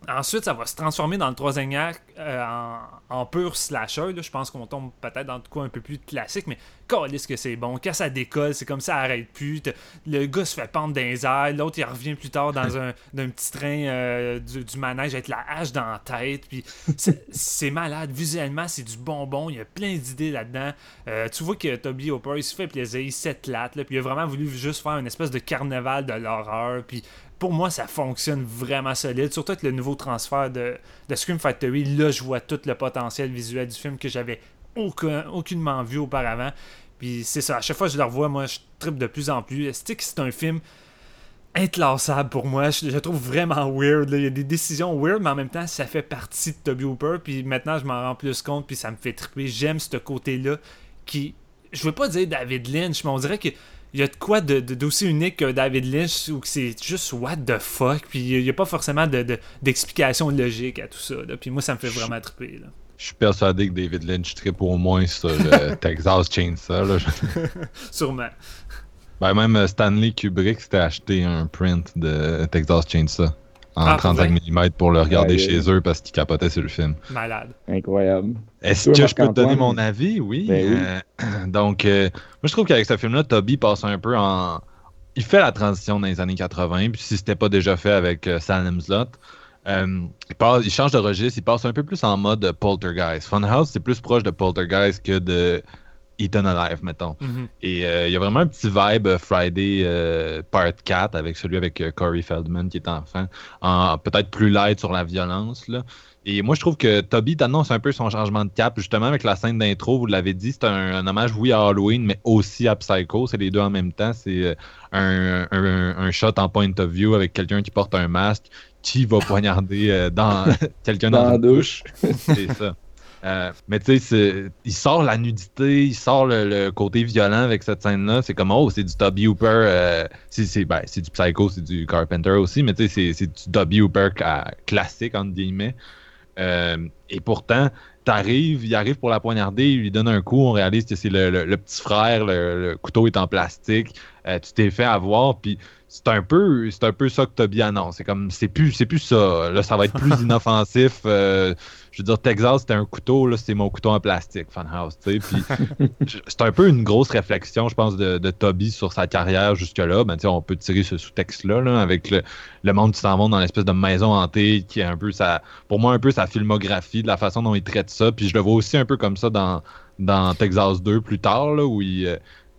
Ensuite, ça va se transformer dans le troisième acte euh, en, en pur slasher. Là. Je pense qu'on tombe peut-être dans de quoi un peu plus classique, mais calisse que c'est bon. Quand ça décolle, c'est comme ça arrête plus. T'as- Le gars se fait pendre dans les airs. L'autre, il revient plus tard dans un, d'un petit train euh, du, du manège avec la hache dans la tête. Puis c'est, c'est malade. Visuellement, c'est du bonbon. Il y a plein d'idées là-dedans. Euh, tu vois que Toby Hooper, il se fait plaisir. Il s'éclate. Là, puis il a vraiment voulu juste faire une espèce de carnaval de l'horreur. Puis pour moi, ça fonctionne vraiment solide. Surtout avec le nouveau transfert de, de Scream Factory. Là, je vois tout le potentiel visuel du film que j'avais aucun, aucunement vu auparavant. Puis c'est ça. À chaque fois que je le revois, moi, je trippe de plus en plus. C'est que c'est un film inclassable pour moi. Je, je le trouve vraiment weird. Là. Il y a des décisions weird, mais en même temps, ça fait partie de Toby Hooper. Puis maintenant, je m'en rends plus compte. Puis ça me fait tripper. J'aime ce côté-là qui... Je veux pas dire David Lynch, mais on dirait que il y a de quoi de, de, d'aussi unique que David Lynch ou que c'est juste what the fuck, puis il n'y a pas forcément de, de, d'explication logique à tout ça. Là. Puis moi, ça me fait vraiment triper. Là. Je suis persuadé que David Lynch trippe au moins sur euh, Texas Chainsaw. Là. Sûrement. Ben, même Stanley Kubrick s'était acheté un print de Texas Chainsaw en Ah, trente-cinq millimètres pour le regarder Ouais, chez eux parce qu'ils capotaient sur le film. Malade. Incroyable. Est-ce Toi, que je peux te donner Marc-Antoine? mon avis? Oui. Ben oui. Euh, donc, euh, moi, je trouve qu'avec ce film-là, Toby passe un peu en... Il fait la transition dans les années quatre-vingts, puis si c'était pas déjà fait avec euh, Salem Slot, euh, il, passe- il change de registre, il passe un peu plus en mode Poltergeist. Funhouse, c'est plus proche de Poltergeist que de Eaten Alive, mettons. Mhm. Et euh, il y a vraiment un petit vibe euh, Friday euh, Part quatre avec celui avec euh, Corey Feldman qui est enfant, en peut-être plus light sur la violence, là. Et moi, je trouve que Toby t'annonce un peu son changement de cap, justement, avec la scène d'intro, vous l'avez dit, c'est un, un hommage, oui, à Halloween, mais aussi à Psycho, c'est les deux en même temps, c'est euh, un, un, un shot en point of view avec quelqu'un qui porte un masque, qui va poignarder euh, dans quelqu'un dans, Dans la une douche. c'est ça. Euh, mais tu sais, c'est- il sort la nudité, il sort le, le côté violent avec cette scène-là. C'est comme, oh, c'est du Toby Hooper. euh, c'est, c'est, ben, c'est du Psycho, c'est du Carpenter aussi, mais tu sais, c'est, c'est du Toby Hooper cla- classique, entre guillemets. Euh, et pourtant, t'arrives, il arrive pour la poignarder, il lui donne un coup, on réalise que c'est le, le- le petit frère, le, le couteau est en plastique, euh, tu t'es fait avoir, puis c'est un peu c'est un peu ça que Toby annonce. C'est comme, c'est plus, c'est plus ça. Là, ça va être plus inoffensif. euh, je veux dire, Texas, c'était un couteau, là, c'est mon couteau en plastique, Funhouse, tu sais. Puis je- c'est un peu une grosse réflexion, je pense, de, de Toby sur sa carrière jusque-là. Ben, tu sais, on peut tirer ce sous-texte-là, là, avec le, le monde qui s'en va dans l'espèce de maison hantée, qui est un peu sa, pour moi, un peu sa filmographie, de la façon dont il traite ça. Puis je le vois aussi un peu comme ça dans, dans Texas deux plus tard, là, où il, euh,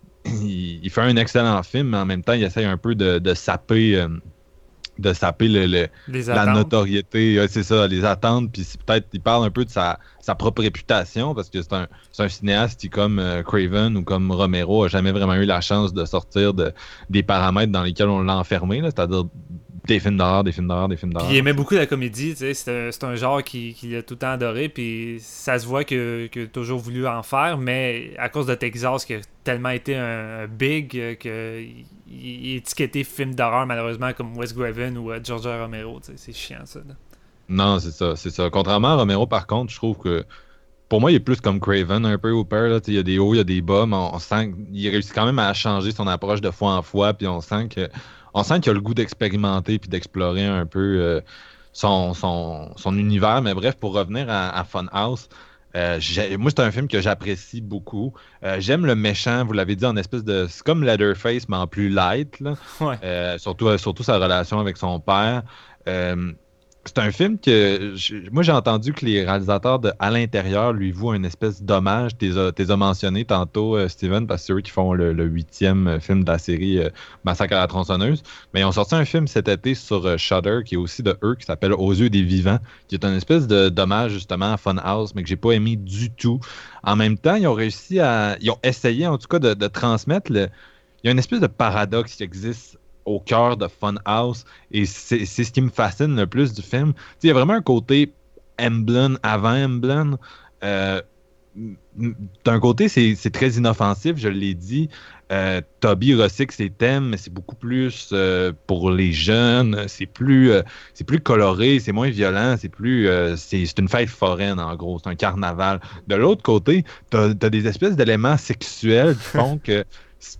il, il fait un excellent film, mais en même temps, il essaye un peu de, de saper, euh, de saper le, le- Les la attentes. notoriété. Ouais, c'est ça, les attentes. Puis c'est peut-être, il parle un peu de sa, sa propre réputation, parce que c'est un, c'est un cinéaste qui, comme euh, Craven ou comme Romero, a jamais vraiment eu la chance de sortir de, des paramètres dans lesquels on l'a enfermé, là, c'est-à-dire des films d'horreur, des films d'horreur, des films Puis d'horreur. il aimait beaucoup la comédie, tu sais, c'est un, c'est un genre qu'il qui a tout le temps adoré, puis ça se voit que- qu'il a toujours voulu en faire, mais à cause de Texas, qui a tellement été un, un big, euh, qu'il il est étiqueté film d'horreur, malheureusement, comme Wes Craven ou euh, George Romero, tu sais, c'est chiant, ça. là. Non, c'est ça, c'est ça. Contrairement à Romero, par contre, je trouve que pour moi, il est plus comme Craven, un peu Hooper. Là. Il y a des hauts, il y a des bas, mais on, on sent qu'il réussit quand même à changer son approche de fois en fois, puis on sent que on sent qu'il a le goût d'expérimenter puis d'explorer un peu euh, son, son, son univers. Mais bref, pour revenir à, à Funhouse, euh, j'ai- moi, c'est un film que j'apprécie beaucoup. Euh, j'aime le méchant, vous l'avez dit, en espèce de... C'est comme Leatherface, mais en plus light, là. Ouais. Euh, surtout, euh, surtout sa relation avec son père. Euh, c'est un film que... je- moi, j'ai entendu que les réalisateurs de À l'intérieur lui vouent une espèce d'hommage. T'es as, t'es as mentionné tantôt, euh, Steven, parce que c'est eux qui font le, le huitième film de la série euh, Massacre à la tronçonneuse. Mais ils ont sorti un film cet été sur euh, Shudder, qui est aussi de eux, qui s'appelle Aux yeux des vivants, qui est une espèce de d'hommage justement à Funhouse, mais que j'ai pas aimé du tout. En même temps, ils ont réussi à... Ils ont essayé, en tout cas, de, de transmettre le... Il y a une espèce de paradoxe qui existe au cœur de Funhouse, et c'est c'est ce qui me fascine le plus du film. Tu sais, il y a vraiment un côté Emblem avant Emblem. Euh, m- m- D'un côté, c'est c'est très inoffensif, je l'ai dit. Euh, Toby recycle ses thèmes, mais c'est beaucoup plus euh, pour les jeunes. C'est plus, euh, c'est plus coloré, c'est moins violent, c'est plus, euh, c'est c'est une fête foraine en gros, c'est un carnaval. De l'autre côté, t'as t'as des espèces d'éléments sexuels qui font que tu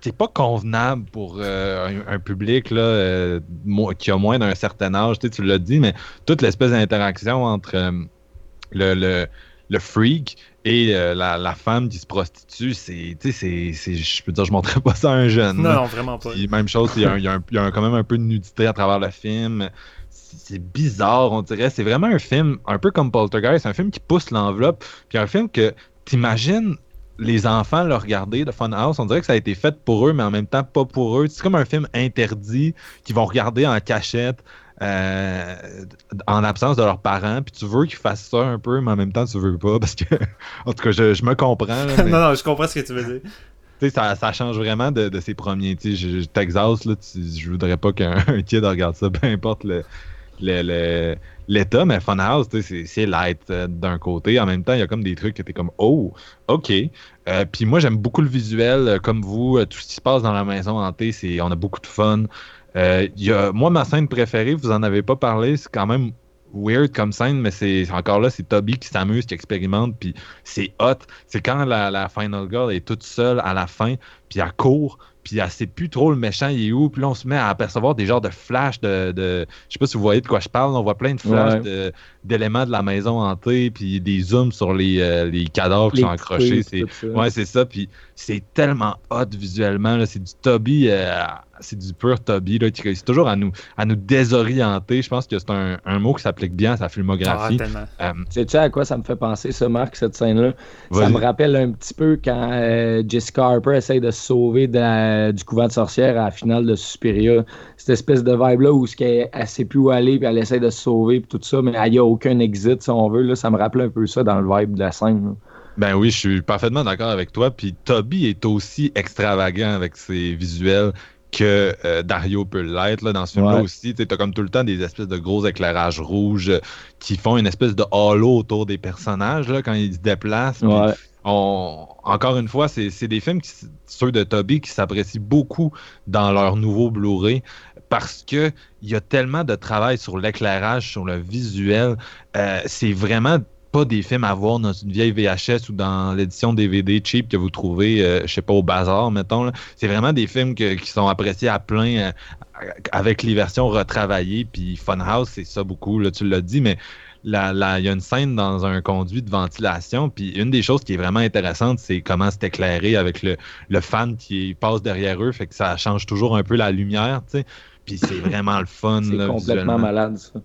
c'est pas convenable pour euh, un, un public là, euh, mo- qui a moins d'un certain âge, tu sais, tu l'as dit, mais toute l'espèce d'interaction entre euh, le, le, le freak et euh, la, la femme qui se prostitue, c'est, tu sais, c'est, c'est, je peux dire, je montrerais pas ça à un jeune. Non, là. non, vraiment pas. Puis, même chose, il y a, un- il y a un- il y a un- quand même un peu de nudité à travers le film. C'est c'est bizarre, on dirait. C'est vraiment un film, un peu comme Poltergeist, un film qui pousse l'enveloppe, puis un film que t'imagines les enfants le regarder de Funhouse, on dirait que ça a été fait pour eux, mais en même temps pas pour eux. C'est comme un film interdit qu'ils vont regarder en cachette. Euh, en absence de leurs parents, puis tu veux qu'ils fassent ça un peu, mais en même temps tu veux pas, parce que en tout cas je, je me comprends là, mais, non, non, je comprends ce que tu veux dire. tu sais, ça, ça change vraiment de, de ses premiers. Tu sais, je- je- Texas, là, tu- je voudrais pas qu'un un kid regarde ça, peu importe le, le- le- l'état, mais Funhouse, tu sais, c'est, c'est light euh, d'un côté. En même temps, il y a comme des trucs que t'es comme oh, ok. Euh, Puis moi, j'aime beaucoup le visuel, euh, comme vous, euh, tout ce qui se passe dans la maison hantée, c'est, on a beaucoup de fun. Euh, il y a, moi, ma scène préférée, vous en avez pas parlé, c'est quand même weird comme scène, mais c'est encore là, c'est Toby qui s'amuse, qui expérimente, puis c'est hot. C'est quand la, la Final Girl est toute seule à la fin, puis elle court, puis elle sait plus trop le méchant il est où, puis là on se met à apercevoir des genres de flashs de, de je sais pas si vous voyez de quoi je parle, on voit plein de flashs Ouais. de, d'éléments de la maison hantée, puis des zooms sur les, euh, les cadavres qui Les sont accrochés. poupées, C'est, tout ça. ouais, c'est ça, puis c'est tellement hot visuellement, là, c'est du Toby, euh, c'est du pur Toby, là, qui réussit toujours à nous, à nous désorienter. Je pense que c'est un, un mot qui s'applique bien à sa Ah, filmographie. tellement. Euh, Sais-tu à quoi ça me fait penser, ça, Marc, cette scène-là? Ça vas-y. me rappelle un petit peu quand euh, Jessica Harper essaye de se sauver de la- du couvent de sorcières à la finale de Suspiria. Cette espèce de vibe-là où ce qu'elle, elle sait plus où aller, puis elle essaie de se sauver, puis tout ça, mais il n'y a aucun exit, si on veut. Là, ça me rappelle un peu ça dans le vibe de la scène. là. Ben oui, je suis parfaitement d'accord avec toi. Puis Toby est aussi extravagant avec ses visuels que euh, Dario peut l'être là, dans ce film-là Ouais. aussi. Tu as comme tout le temps des espèces de gros éclairages rouges euh, qui font une espèce de halo autour des personnages là, quand ils se déplacent. Puis Ouais. on- Encore une fois, c'est c'est des films, qui, s- ceux de Toby, qui s'apprécient beaucoup dans leur nouveau Blu-ray parce que il y a tellement de travail sur l'éclairage, sur le visuel. Euh, c'est vraiment pas des films à voir dans une vieille V H S ou dans l'édition D V D cheap que vous trouvez, euh, je sais pas, au bazar, mettons. là. C'est vraiment des films que- qui sont appréciés à plein euh, avec les versions retravaillées. Puis Funhouse, c'est ça beaucoup, là, tu l'as dit, mais la- la- il y a une scène dans un conduit de ventilation. Puis une des choses qui est vraiment intéressante, c'est comment c'est éclairé avec le, le fan qui passe derrière eux. Fait que ça change toujours un peu la lumière, tu sais. Puis c'est vraiment le fun. C'est là, complètement visuellement. malade, ça.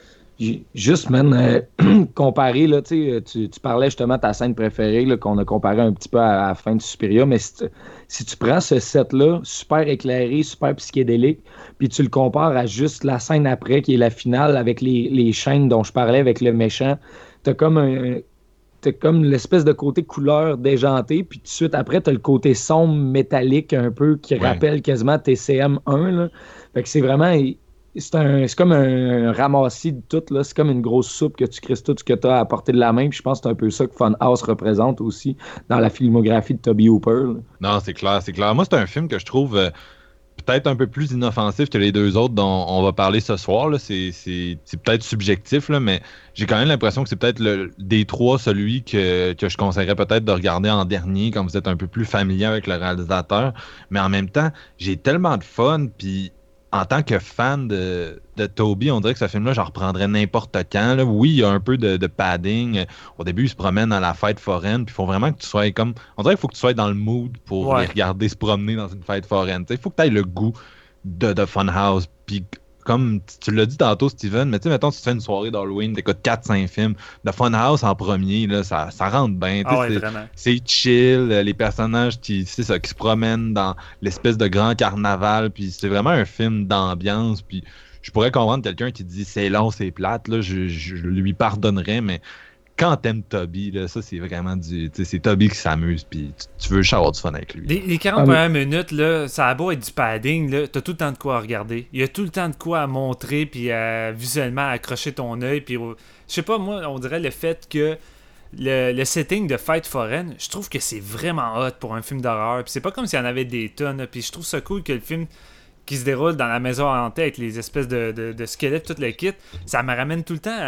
J- Juste, man, euh, comparé, là, tu sais, tu tu parlais justement de ta scène préférée, là, qu'on a comparé un petit peu à la fin de Suspiria, mais si tu, si tu prends ce set-là, super éclairé, super psychédélique, puis tu le compares à juste la scène après, qui est la finale, avec les, les chaînes dont je parlais avec le méchant, t'as comme un... T'as comme l'espèce de côté couleur déjanté, puis tout de suite après, t'as le côté sombre métallique un peu qui Ouais. rappelle quasiment T C M un. Là. Fait que c'est vraiment. C'est, un, c'est comme un ramassis de tout. Là. C'est comme une grosse soupe que tu crises tout ce que tu as à portée de la main. Puis je pense que c'est un peu ça que Funhouse représente aussi dans la filmographie de Toby Hooper. là. Non, c'est clair, c'est clair. Moi, c'est un film que je trouve euh, peut-être un peu plus inoffensif que les deux autres dont on va parler ce soir. Là. C'est, c'est, c'est peut-être subjectif, là, mais j'ai quand même l'impression que c'est peut-être le, des trois celui que, que je conseillerais peut-être de regarder en dernier quand vous êtes un peu plus familier avec le réalisateur. Mais en même temps, j'ai tellement de fun, puis en tant que fan de, de Toby, on dirait que ce film-là, j'en reprendrais n'importe quand. Là. Oui, il y a un peu de, de padding. Au début, il se promène à la fête foraine, puis il faut vraiment que tu sois comme... On dirait qu'il faut que tu sois dans le mood pour Ouais. les regarder se promener dans une fête foraine. Il faut que tu aies le goût de, de Funhouse. Puis comme tu, tu l'as dit tantôt, Steven, mais tu sais, mettons, tu te fais une soirée d'Halloween, t'écoutes quatre cinq films, de Funhouse en premier, là, ça, ça rentre bien. tu sais, Ah ouais, c'est- vraiment. c'est chill, euh, les personnages qui, c'est ça, qui se promènent dans l'espèce de grand carnaval, puis c'est vraiment un film d'ambiance, puis je pourrais comprendre quelqu'un qui dit c'est long, c'est plate, là, je, je lui pardonnerais, mais quand t'aimes Toby, là, ça c'est vraiment du, tu sais, c'est Toby qui s'amuse, puis tu, tu veux juste avoir du fun avec lui. Les, les quarante Ah, mais- premières minutes, là, ça a beau être du padding, là, t'as tout le temps de quoi à regarder. Il y a tout le temps de quoi à montrer, puis à, visuellement à accrocher ton œil. Puis, au- je sais pas, moi, on dirait le fait que le, le setting de fête foraine, je trouve que c'est vraiment hot pour un film d'horreur. Puis c'est pas comme s'il y en avait des tonnes. là. Puis je trouve ça cool que le film qui se déroule dans la maison hantée avec les espèces de, de, de squelettes, tout le kit, ça me ramène tout le temps à,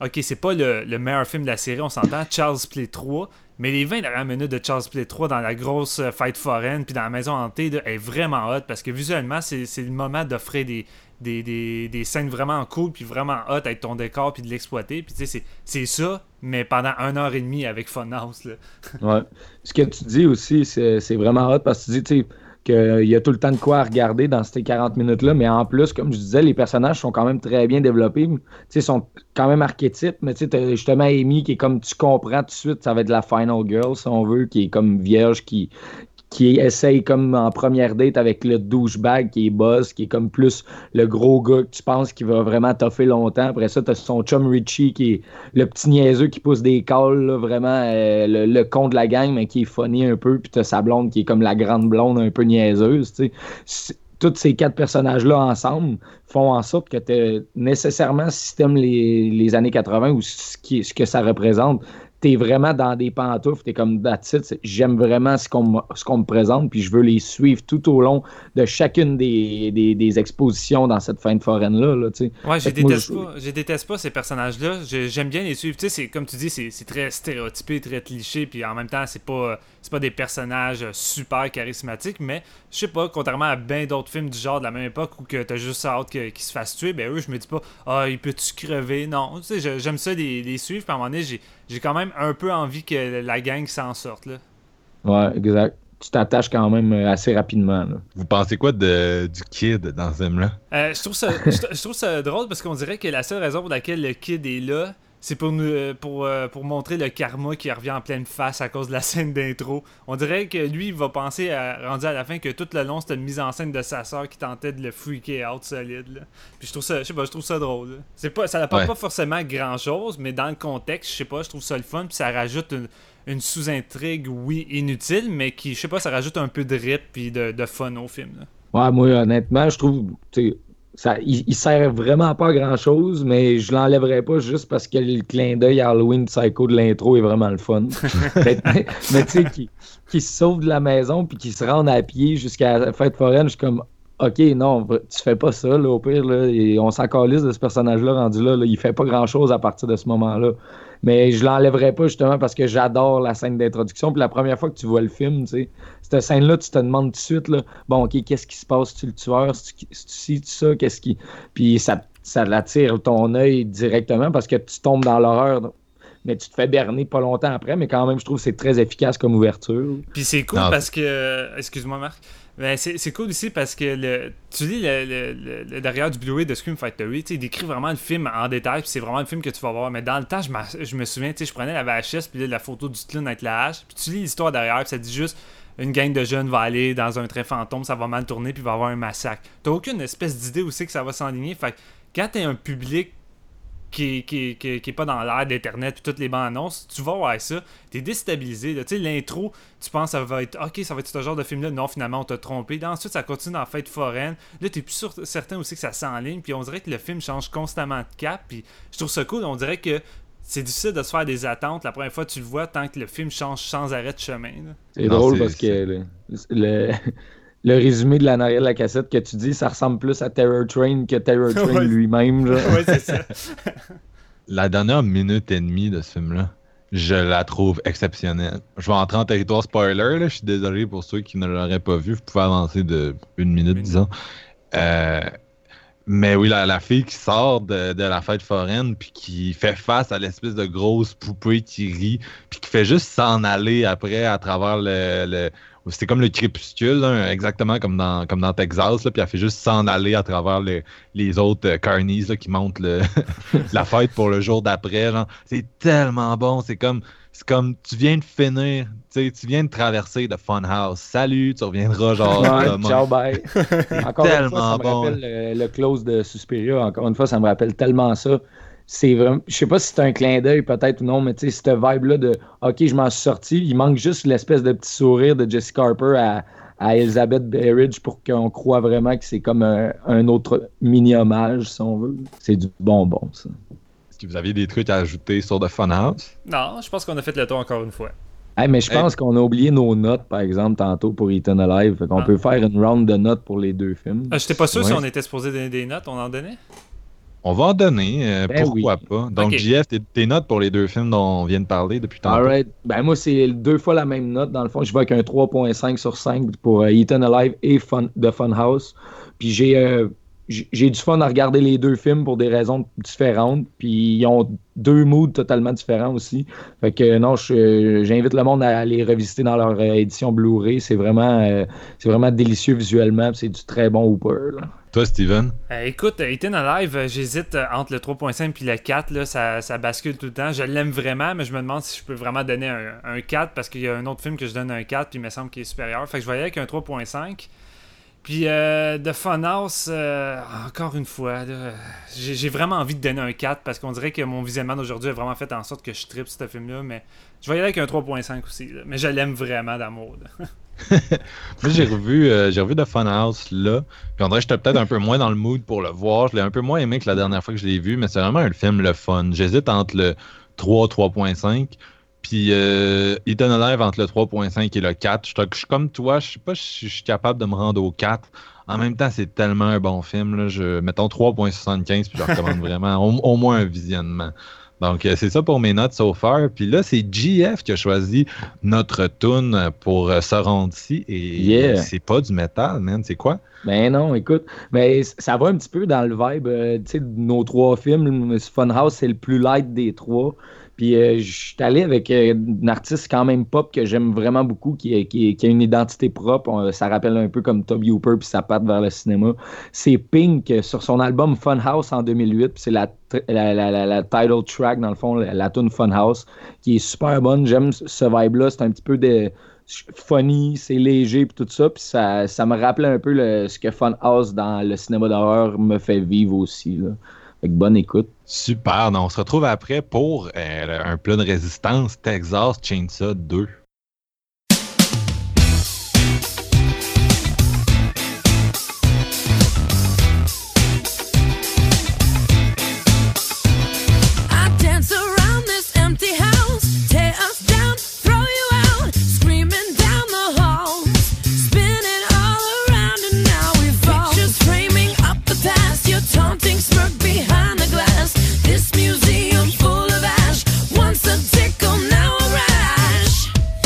ok, c'est pas le, le meilleur film de la série, on s'entend, Child's Play trois, mais les vingt dernières minutes de Child's Play trois dans la grosse euh, fête foraine puis dans la maison hantée là, est vraiment hot parce que visuellement, c'est, c'est le moment d'offrir des, des, des, des scènes vraiment cool puis vraiment hot avec ton décor puis de l'exploiter. Puis tu sais, c'est, c'est ça, mais pendant une heure et demie avec Funhouse. Là. Ouais. Ce que tu dis aussi, c'est, c'est vraiment hot parce que tu dis, tu sais, qu'il y a tout le temps de quoi à regarder dans ces quarante minutes-là, mais en plus, comme je disais, les personnages sont quand même très bien développés. Tu sais, sont quand même archétypes, mais tu sais, justement Amy qui est comme, tu comprends tout de suite, ça va être la final girl, si on veut, qui est comme vierge, qui, qui essaye comme en première date avec le douchebag qui est boss, qui est comme plus le gros gars que tu penses qui va vraiment toffer longtemps. Après ça, t'as son chum Richie qui est le petit niaiseux qui pousse des calls, là, vraiment euh, le, le con de la gang, mais qui est funny un peu. Puis t'as sa blonde qui est comme la grande blonde un peu niaiseuse, tu sais. Tous ces quatre personnages-là ensemble font en sorte que t'es nécessairement, si t'aimes les, les années quatre-vingts ou ce, qui, ce que ça représente, t'es vraiment dans des pantoufles, t'es comme that's it, j'aime vraiment ce qu'on, m- ce qu'on me présente, puis je veux les suivre tout au long de chacune des, des, des expositions dans cette fin de foraine-là. Là, tu sais. Ouais, je Fait que moi, déteste je- pas, je déteste pas ces personnages-là. Je- j'aime bien les suivre. Tu sais, c'est comme tu dis, c'est, c'est très stéréotypé, très cliché, puis en même temps, c'est pas, c'est pas des personnages super charismatiques, mais je sais pas, contrairement à bien d'autres films du genre de la même époque où que t'as juste hâte que- qu'ils se fassent tuer, ben eux, je me dis pas, ah, il peut-tu crever? Non, tu sais, je- j'aime ça les, les suivre, puis à un moment donné, j'ai, j'ai quand même un peu envie que la gang s'en sorte, là. Ouais, exact. Tu t'attaches quand même euh, assez rapidement. Là. Vous pensez quoi de, du kid dans ce film-là? Euh, je trouve ça, je, je trouve ça drôle parce qu'on dirait que la seule raison pour laquelle le kid est là, c'est pour nous, euh, pour, euh, pour montrer le karma qui revient en pleine face à cause de la scène d'intro. On dirait que lui, il va penser, à, rendu à la fin, que tout le long, c'était une mise en scène de sa sœur qui tentait de le freaker out solide. Là. Puis je trouve ça, je sais pas, je trouve ça drôle. Là. C'est pas, ça n'apporte Ouais. pas forcément grand-chose, mais dans le contexte, je sais pas, je trouve ça le fun, puis ça rajoute une, une sous-intrigue, oui, inutile, mais qui, je sais pas, ça rajoute un peu de rythme puis de, de fun au film. Là. Ouais, moi, honnêtement, je trouve. tu sais, Ça, il, il sert vraiment pas à grand chose, mais je l'enlèverais pas juste parce que le clin d'œil Halloween Psycho de l'intro est vraiment le fun. mais mais, mais tu sais, qui, qui se sauve de la maison puis qui se rend à pied jusqu'à la fête foraine, je suis comme OK, non, tu fais pas ça, là, au pire, là, et on s'en calisse de ce personnage-là rendu là, là. Il fait pas grand chose à partir de ce moment-là. Mais je l'enlèverais pas justement parce que j'adore la scène d'introduction. Puis la première fois que tu vois le film, tu sais, cette scène-là, tu te demandes tout de suite, là, bon, OK, qu'est-ce qui se passe? Tu le tueur? Si tu ça, qu'est-ce qui. Puis ça, ça l'attire ton œil directement parce que tu tombes dans l'horreur. Mais tu te fais berner pas longtemps après, mais quand même, je trouve que c'est très efficace comme ouverture. Puis c'est cool Non. parce que. Excuse-moi, Marc. Ben, c'est, c'est cool aussi parce que le, tu lis le, le, le, le derrière du Blu-ray de Scream Factory, il décrit vraiment le film en détail, puis c'est vraiment le film que tu vas voir. Mais dans le temps, je, je me souviens, je prenais la V H S, puis là, la photo du clown avec la hache, puis tu lis l'histoire derrière, puis ça dit juste une gang de jeunes va aller dans un train fantôme, ça va mal tourner, puis il va y avoir un massacre. T'as aucune espèce d'idée aussi que ça va s'enligner. Fait que quand t'es un public qui, qui, qui, qui est pas dans l'ère d'Internet puis toutes les bandes annonces, tu vas voir ça, t'es déstabilisé. Tu sais, l'intro, tu penses ça va être OK, ça va être ce genre de film-là. Non, finalement, on t'a trompé. Là, ensuite, ça continue dans la fête foraine. Là, t'es plus sûr, certain aussi que ça s'enligne. Puis on dirait que le film change constamment de cap. Puis je trouve ça cool. On dirait que c'est difficile de se faire des attentes la première fois que tu le vois tant que le film change sans arrêt de chemin. Là. C'est Non, drôle c'est- parce que le, le, le résumé de la arrière de la cassette que tu dis, ça ressemble plus à Terror Train que Terror Train Ouais. lui-même. Genre. Ouais, c'est ça. La dernière minute et demie de ce film-là, je la trouve exceptionnelle. Je vais entrer en territoire spoiler, là. Je suis désolé pour ceux qui ne l'auraient pas vu. Vous pouvez avancer de une minute, Minute. disons. Euh, mais oui, la, la fille qui sort de, de la fête foraine puis qui fait face à l'espèce de grosse poupée qui rit puis qui fait juste s'en aller après à travers le... le c'était comme le crépuscule, là, exactement comme dans, comme dans Texas, là, puis elle fait juste s'en aller à travers le- les autres euh, carnies là, qui montent le, la fête pour le jour d'après. Genre. C'est tellement bon, c'est comme, c'est comme tu viens de finir, tu sais, tu viens de traverser de Funhouse. Salut, tu reviendras genre Ouais, demain. ciao, bye. Encore une fois, tellement ça me bon. rappelle le, le close de Suspiria. Encore une fois, ça me rappelle tellement ça. C'est vraiment. Je sais pas si c'est un clin d'œil peut-être ou non, mais tu sais, cette vibe-là de OK, je m'en suis sorti. Il manque juste l'espèce de petit sourire de Jessica Harper à, à Elizabeth Berridge pour qu'on croit vraiment que c'est comme un, un autre mini-hommage, si on veut. C'est du bonbon, ça. Est-ce que vous aviez des trucs à ajouter sur The Funhouse? Non, je pense qu'on a fait le tour encore une fois. Hey, mais je Hey. pense qu'on a oublié nos notes, par exemple, tantôt pour Eaten Alive. Fait qu'on Ah. peut faire une round de notes pour les deux films. Ah, j'étais pas sûr si Ouais. on était supposé donner des notes, on en donnait? On va en donner, euh, Ben pourquoi oui. pas. Donc, Ok. J F, tes, tes notes pour les deux films dont on vient de parler depuis tantôt. Alright. Ben moi, c'est deux fois la même note. Dans le fond, je vais avec un trois virgule cinq sur cinq pour euh, Eaten Alive et Fun, The Funhouse. Puis j'ai euh, j- j'ai du fun à regarder les deux films pour des raisons différentes. Puis ils ont deux moods totalement différents aussi. Fait que non, je- j'invite le monde à les revisiter dans leur euh, édition Blu-ray. C'est vraiment, euh, c'est vraiment délicieux visuellement. Puis c'est du très bon Hooper, là. Toi, Steven? Euh, écoute, euh, Eaten Alive, euh, j'hésite euh, entre le trois virgule cinq puis le quatre, là, ça, ça bascule tout le temps. Je l'aime vraiment, mais je me demande si je peux vraiment donner un, un quatre parce qu'il y a un autre film que je donne un quatre puis il me semble qu'il est supérieur. Fait que je vais y aller avec un trois virgule cinq. Puis euh, The Funhouse, euh, encore une fois, là, j'ai, j'ai vraiment envie de donner un quatre parce qu'on dirait que mon visionnement d'aujourd'hui a vraiment fait en sorte que je trippe ce film-là, mais je vais y aller avec un trois virgule cinq aussi. Là. Mais je l'aime vraiment d'amour. là. Moi, j'ai revu, euh, j'ai revu The Funhouse là. Puis on dirait que j'étais peut-être un peu moins dans le mood pour le voir. Je l'ai un peu moins aimé que la dernière fois que je l'ai vu, mais c'est vraiment un film le fun. J'hésite entre le trois, trois virgule cinq. Puis euh, Eaten Alive entre le trois virgule cinq et le quatre. Je, je suis comme toi, je sais pas si je suis capable de me rendre au quatre. En même temps, c'est tellement un bon film. Là, je, mettons trois virgule soixante-quinze, puis je recommande vraiment au, au moins un visionnement. Donc, euh, c'est ça pour mes notes so far. Puis là, c'est J F qui a choisi notre tune pour euh, ce round-ci. Et Yeah. c'est pas du métal, man. C'est quoi? Ben non, écoute, mais ça va un petit peu dans le vibe, euh, tu sais, de nos trois films. Funhouse, c'est le plus light des trois. Puis euh, je suis allé avec euh, une artiste quand même pop que j'aime vraiment beaucoup, qui, est- qui, est- qui a une identité propre. On- ça rappelle un peu comme Toby Hooper puis sa patte vers le cinéma. C'est Pink euh, sur son album Funhouse en deux mille huit. Puis c'est la, tr- la, la, la, la title track, dans le fond, la, la tune Funhouse, qui est super bonne. J'aime ce ce vibe-là. C'est un petit peu de funny, c'est léger puis tout ça, puis ça, ça me rappelait un peu le- ce que Funhouse dans le cinéma d'horreur me fait vivre aussi, là. Fait que bonne écoute. Super. Donc, on se retrouve après pour euh, un plat de résistance Texas Chainsaw deux. I dance around this empty house, tear us down, throw you out, screaming down the halls, spinning all around, and now we fall. Pictures framing up the past, your taunting smirk behind the glass. This museum full of ash, once a tickle, now a rash.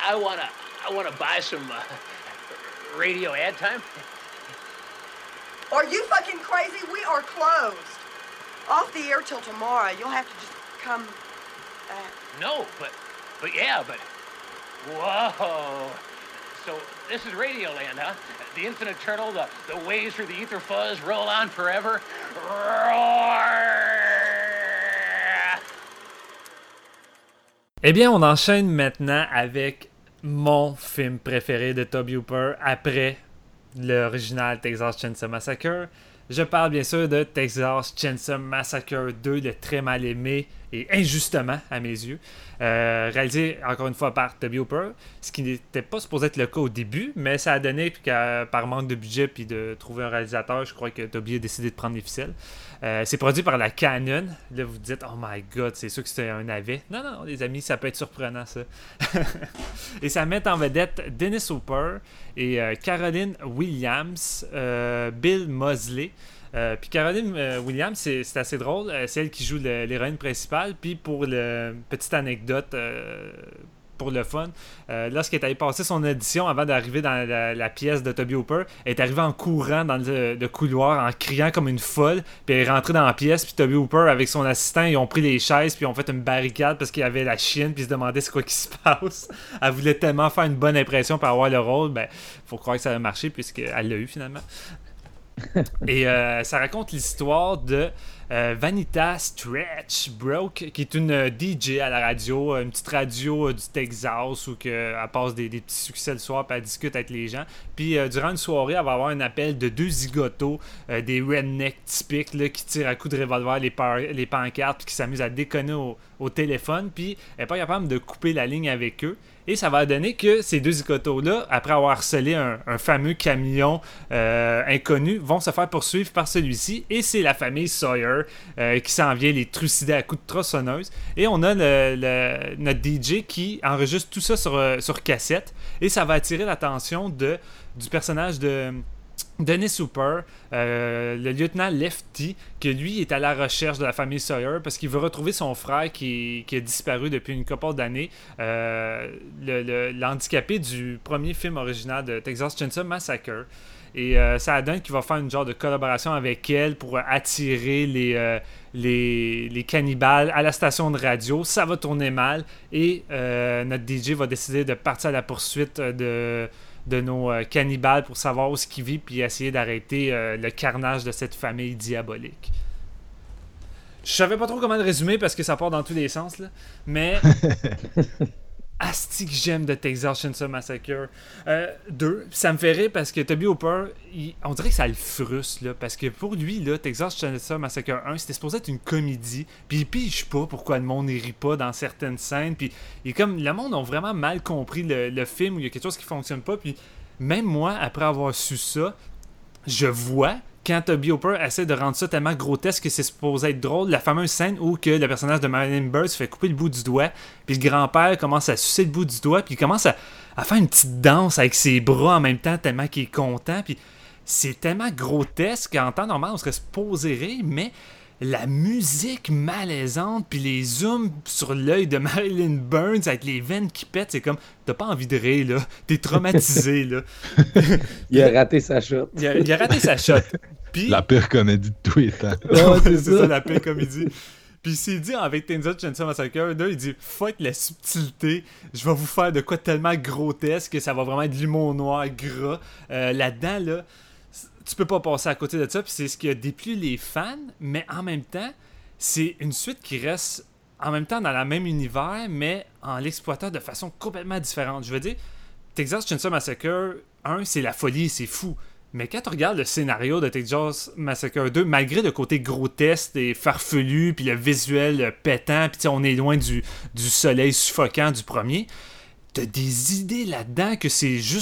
I wanna, I wanna buy some uh, radio ad time. Are you fucking crazy? We are closed. Off the air till tomorrow. You'll have to just come back. No, but, but yeah, but, whoa. So this is Radioland, huh? The infinite eternal, the, the waves through the ether fuzz roll on forever. Roar! Eh bien, on enchaîne maintenant avec mon film préféré de Tobe Hooper après l'original Texas Chainsaw Massacre. Je parle bien sûr de Texas Chainsaw Massacre deux, le très mal aimé et injustement à mes yeux, euh, réalisé encore une fois par Tobe Hooper, ce qui n'était pas supposé être le cas au début, mais ça a donné puis que, par manque de budget puis de trouver un réalisateur, je crois que Tobe a décidé de prendre les ficelles. Euh, c'est produit par la Canon. Là, vous dites, oh my god, c'est sûr que c'était un navet. Non, non, les amis, ça peut être surprenant, ça. Et ça met en vedette Dennis Hopper et euh, Caroline Williams, euh, Bill Moseley. Euh, puis Caroline euh, Williams, c'est, c'est assez drôle. Euh, c'est elle qui joue le, l'héroïne principale. Puis pour le petite anecdote, euh, pour le fun, euh, lorsqu'elle est allée passer son audition avant d'arriver dans la, la pièce de Tobe Hooper, elle est arrivée en courant dans le, le couloir, en criant comme une folle. Puis elle est rentrée dans la pièce. Puis Tobe Hooper, avec son assistant, ils ont pris les chaises. Puis ils ont fait une barricade parce qu'il y avait la chienne. Puis ils se demandaient c'est quoi qui se passe. Elle voulait tellement faire une bonne impression pour avoir le rôle. Ben, faut croire que ça a marché puisqu'elle l'a eu finalement. Et euh, ça raconte l'histoire de euh, Vanita Stretch Broke, qui est une D J à la radio, une petite radio euh, du Texas où que, elle passe des, des petits succès le soir puis elle discute avec les gens. Puis euh, durant une soirée, elle va avoir un appel de deux zigotos, euh, des rednecks typiques là, qui tirent à coups de revolver les, par- les pancartes puis qui s'amusent à déconner au, au téléphone. Puis elle n'est pas capable de couper la ligne avec eux. Et ça va donner que ces deux zigotos-là, après avoir harcelé un, un fameux camion euh, inconnu, vont se faire poursuivre par celui-ci. Et c'est la famille Sawyer euh, qui s'en vient les trucider à coups de tronçonneuse. Et on a le, le, notre D J qui enregistre tout ça sur, euh, sur cassette. Et ça va attirer l'attention de, du personnage de Dennis Hooper, euh, le lieutenant Lefty, que lui est à la recherche de la famille Sawyer parce qu'il veut retrouver son frère qui, qui a disparu depuis une couple d'années, euh, le, le, l'handicapé du premier film original de Texas Chainsaw Massacre. Et euh, ça donne qu'il va faire une genre de collaboration avec elle pour attirer les, euh, les, les cannibales à la station de radio. Ça va tourner mal et euh, notre D J va décider de partir à la poursuite de... de nos euh, cannibales pour savoir où ce qu'ils vivent puis essayer d'arrêter euh, le carnage de cette famille diabolique. Je savais pas trop comment le résumer parce que ça part dans tous les sens, là. Mais asti que j'aime de Texas Chainsaw Massacre euh, deux. Ça me fait rire parce que Tobe Hooper, il, on dirait que ça le frustre, là, parce que pour lui, là, Texas Chainsaw Massacre un, c'était supposé être une comédie, puis il pige pas pourquoi le monde ne rit pas dans certaines scènes, puis il est comme, le monde a vraiment mal compris le, le film où il y a quelque chose qui fonctionne pas, puis même moi, après avoir su ça, je vois quand Tobe Hooper essaie de rendre ça tellement grotesque que c'est supposé être drôle, la fameuse scène où que le personnage de Marilyn Burr se fait couper le bout du doigt, puis le grand-père commence à sucer le bout du doigt, puis il commence à, à faire une petite danse avec ses bras en même temps tellement qu'il est content, puis c'est tellement grotesque qu'en temps normal on serait supposé rire, mais la musique malaisante puis les zooms sur l'œil de Marilyn Burns avec les veines qui pètent, c'est comme t'as pas envie de rire là, t'es traumatisé là. Il a raté sa shot. Il a, il a raté sa shot. Puis... La pire comédie de tous les temps. Oh, c'est, c'est ça. ça la pire comédie. Puis il s'est dit avec Texas Chainsaw Massacre deux, il dit fuck la subtilité, je vais vous faire de quoi tellement grotesque que ça va vraiment être de l'humour noir gras euh, là-dedans là. Tu peux pas passer à côté de ça, puis c'est ce qui a déplu les fans, mais en même temps, c'est une suite qui reste en même temps dans le même univers, mais en l'exploitant de façon complètement différente. Je veux dire, Texas Chainsaw Massacre un, c'est la folie, c'est fou. Mais quand tu regardes le scénario de Texas Massacre deux, malgré le côté grotesque et farfelu, puis le visuel pétant, puis on est loin du, du soleil suffocant du premier, t'as des idées là-dedans que c'est juste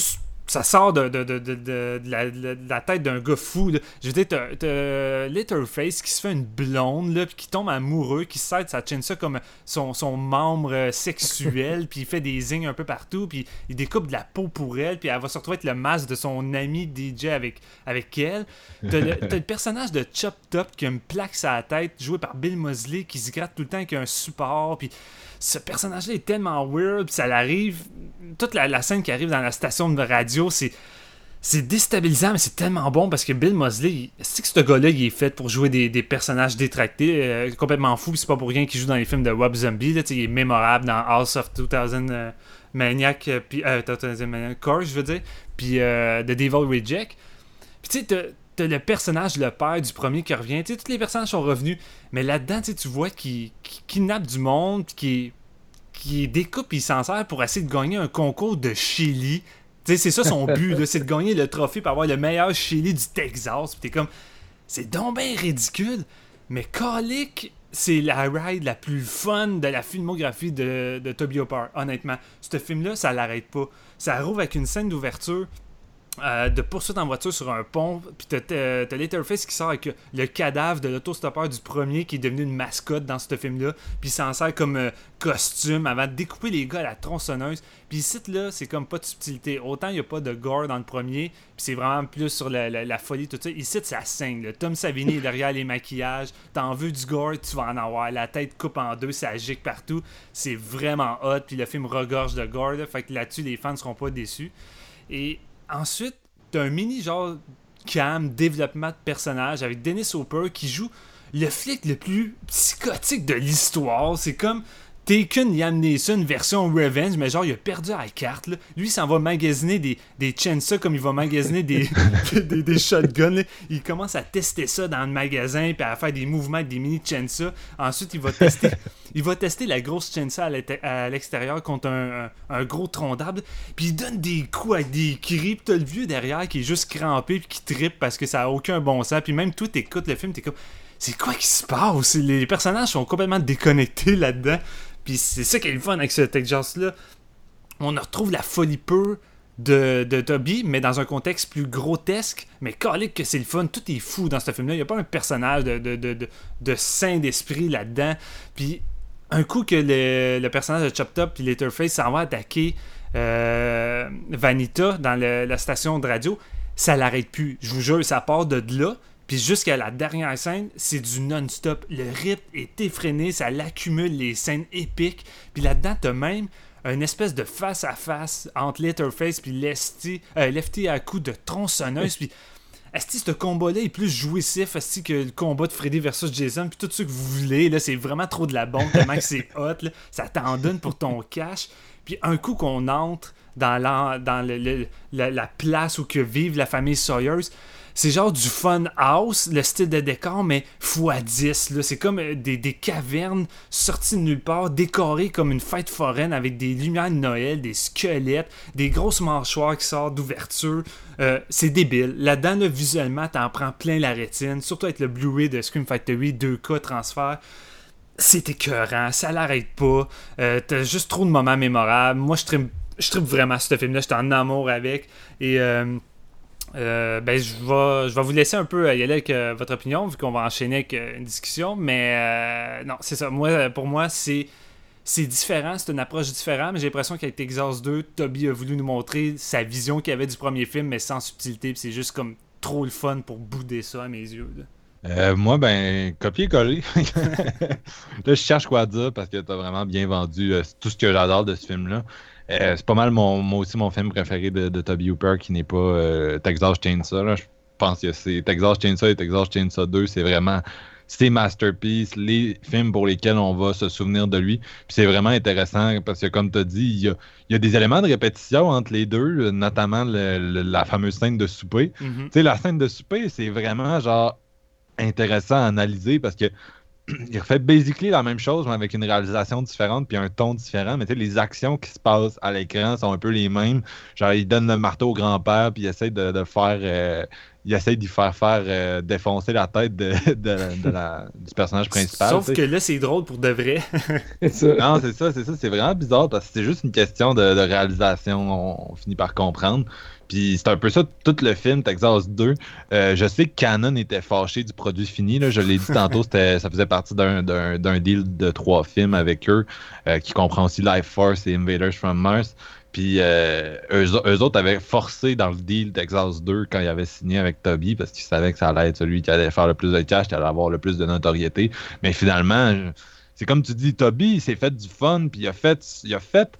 ça sort de, de, de, de, de, de, la, de la tête d'un gars fou. Là. Je veux dire, t'as, t'as Leatherface qui se fait une blonde, là, puis qui tombe amoureux, qui se sert de sa chainsaw comme son, son membre euh, sexuel, puis il fait des zings un peu partout, puis il découpe de la peau pour elle, puis elle va se retrouver être le masque de son ami D J avec, avec elle. T'as le, t'as le personnage de Chop Top qui a une plaque sur la tête, joué par Bill Moseley, qui se gratte tout le temps avec un support, puis ce personnage-là est tellement weird, puis ça l'arrive... Toute la, la scène qui arrive dans la station de radio, c'est, c'est déstabilisant, mais c'est tellement bon parce que Bill Moseley, c'est que ce gars-là, il est fait pour jouer des, des personnages détractés, euh, complètement fou, puis c'est pas pour rien qu'il joue dans les films de Rob Zombie, là, il est mémorable dans House of deux mille euh, Maniac, euh, puis euh, deux mille Maniac Corps, je veux dire, puis euh, The Devil Reject. Puis tu sais, t'as, t'as le personnage, le père du premier qui revient, tu sais, tous les personnages sont revenus, mais là-dedans, tu vois qu'il, qu'il kidnappe du monde, puis qu'il qui découpe et il s'en sert pour essayer de gagner un concours de chili. Tu sais, c'est ça son but, là, c'est de gagner le trophée pour avoir le meilleur chili du Texas. Puis t'es comme, c'est donc bien ridicule, mais calique, c'est la ride la plus fun de la filmographie de, de Toby Hooper, honnêtement. Ce film-là, ça l'arrête pas. Ça rouvre avec une scène d'ouverture Euh, de poursuite en voiture sur un pont, puis t'as, t'as, t'as Leatherface qui sort avec le cadavre de l'autostoppeur du premier qui est devenu une mascotte dans ce film-là, puis il s'en sert comme euh, costume avant de découper les gars à la tronçonneuse. Puis ici, là, c'est comme pas de subtilité. Autant il n'y a pas de gore dans le premier, puis c'est vraiment plus sur la, la, la folie, tout ça. Ici, ça saigne. Là. Tom Savini est derrière les maquillages. T'en veux du gore, tu vas en avoir. La tête coupe en deux, ça gicle partout. C'est vraiment hot, puis le film regorge de gore, là, fait que là-dessus, les fans ne seront pas déçus. Et ensuite, t'as un mini genre cam, développement de personnage avec Dennis Hopper qui joue le flic le plus psychotique de l'histoire. C'est comme Taken Liam Neeson version Revenge, mais genre il a perdu à la carte. Là. Lui, il s'en va magasiner des, des chainsaws comme il va magasiner des, des, des shotguns. Là. Il commence à tester ça dans le magasin puis à faire des mouvements avec des mini chainsaws. Ensuite, il va tester... Il va tester la grosse chainsaw à l'extérieur contre un, un, un gros tronc d'arbre. Puis il donne des coups avec des cris. Puis t'as le vieux derrière qui est juste crampé puis qui trippe parce que ça a aucun bon sens. Puis même toi, t'écoutes le film, t'es comme... C'est quoi qui se passe? Les personnages sont complètement déconnectés là-dedans. Puis c'est ça qui est le fun avec ce Texas-là. On retrouve la folie pure de, de Toby, mais dans un contexte plus grotesque. Mais calique que c'est le fun. Tout est fou dans ce film-là. Il n'y a pas un personnage de, de, de, de, de saint d'esprit là-dedans. Puis... Un coup que le, le personnage de Chop Top et Leatherface s'en va attaquer euh, Vanita dans le, la station de radio, ça l'arrête plus. Je vous jure, ça part de là. Puis jusqu'à la dernière scène, c'est du non-stop. Le rythme est effréné, ça l'accumule les scènes épiques. Puis là-dedans, t'as même une espèce de face-à-face entre Leatherface et Lefty, euh, Lefty à coup de tronçonneuse. Puis Asti, ce combat-là est plus jouissif asti, que le combat de Freddy versus Jason, puis tout ce que vous voulez, là, c'est vraiment trop de la bombe, tellement que c'est hot, là, ça t'en donne pour ton cash. Puis un coup qu'on entre dans, la, dans le, le, la, la place où que vive la famille Sawyers, c'est genre du fun house, le style de décor, mais fois dix. Là. C'est comme des, des cavernes sorties de nulle part, décorées comme une fête foraine avec des lumières de Noël, des squelettes, des grosses mâchoires qui sortent d'ouverture. Euh, c'est débile. Là-dedans, là, visuellement, t'en prends plein la rétine, surtout avec le Blu-ray de Scream Factory deux K transfert. C'est écœurant, ça l'arrête pas. Euh, t'as juste trop de moments mémorables. Moi, je tripe, je tripe vraiment ce film-là, j'étais en amour avec. Et... Euh, Euh, ben je vais je vais vous laisser un peu y aller avec euh, votre opinion vu qu'on va enchaîner avec euh, une discussion, mais euh, non, c'est ça, moi pour moi c'est c'est différent, c'est une approche différente, mais j'ai l'impression qu'avec Texas deux, Toby a voulu nous montrer sa vision qu'il avait du premier film mais sans subtilité, puis c'est juste comme trop le fun pour bouder ça à mes yeux là. Euh, moi, ben, copier-coller. Là, je cherche quoi dire parce que t'as vraiment bien vendu euh, tout ce que j'adore de ce film-là. Euh, c'est pas mal mon, moi aussi mon film préféré de, de Toby Hooper qui n'est pas euh, Texas Chainsaw. Là. Je pense que c'est Texas Chainsaw et Texas Chainsaw deux. C'est vraiment ses masterpieces, les films pour lesquels on va se souvenir de lui. Puis c'est vraiment intéressant parce que, comme tu as dit, il y a, il y a des éléments de répétition entre les deux, notamment le, le, la fameuse scène de souper. Mm-hmm. Tu sais, la scène de souper, c'est vraiment genre intéressant à analyser parce que il refait basically la même chose, mais avec une réalisation différente puis un ton différent. Mais tu sais, les actions qui se passent à l'écran sont un peu les mêmes. Genre, il donne le marteau au grand-père puis il essaie de, de faire... Euh, il essaie d'y faire faire euh, défoncer la tête de, de, de la, du personnage principal. Sauf t'sais. Que là, c'est drôle pour de vrai. Non, c'est ça, c'est ça. C'est vraiment bizarre parce que c'est juste une question de, de réalisation. On, on finit par comprendre. Puis c'est un peu ça, tout le film, Texas deux. Euh, je sais que Canon était fâché du produit fini. Là. Je l'ai dit tantôt, c'était, ça faisait partie d'un, d'un, d'un deal de trois films avec eux, euh, qui comprend aussi Life Force et Invaders from Mars. Puis euh, eux, eux autres avaient forcé dans le deal Texas deux quand ils avaient signé avec Toby, parce qu'ils savaient que ça allait être celui qui allait faire le plus de cash, qui allait avoir le plus de notoriété. Mais finalement, c'est comme tu dis, Toby, il s'est fait du fun, puis il a fait... Il a fait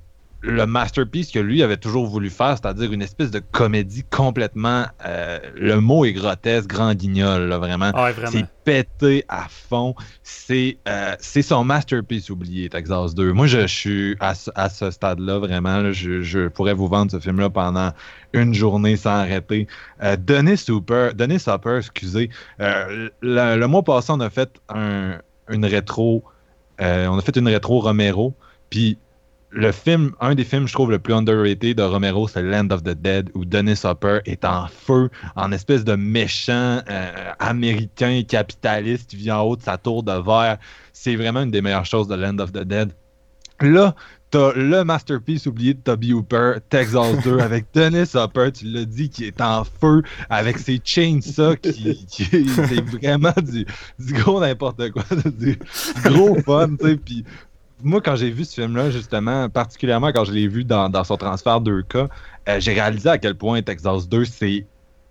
le masterpiece que lui avait toujours voulu faire, c'est-à-dire une espèce de comédie complètement... Euh, le mot est grotesque, grand guignol, là, vraiment. Ouais, vraiment. C'est pété à fond. C'est, euh, c'est son masterpiece oublié, Texas deux. Moi, je, je suis à, à ce stade-là, vraiment. Là, je, je pourrais vous vendre ce film-là pendant une journée sans arrêter. Euh, Dennis Hopper, Dennis Hopper, excusez. Euh, le, le mois passé, on a fait un, une rétro... Euh, on a fait une rétro Romero, puis le film, un des films, je trouve, le plus underrated de Romero, c'est Land of the Dead, où Dennis Hopper est en feu, en espèce de méchant euh, américain capitaliste qui vit en haut de sa tour de verre. C'est vraiment une des meilleures choses de Land of the Dead. Là, t'as le masterpiece oublié de Toby Hooper, Texas deux, avec Dennis Hopper, tu l'as dit, qui est en feu, avec ses chainsaws, qui, qui c'est vraiment du, du gros n'importe quoi, du, du gros fun, tu sais, puis moi, quand j'ai vu ce film-là, justement, particulièrement quand je l'ai vu dans, dans son transfert deux K, euh, j'ai réalisé à quel point Texas deux, c'est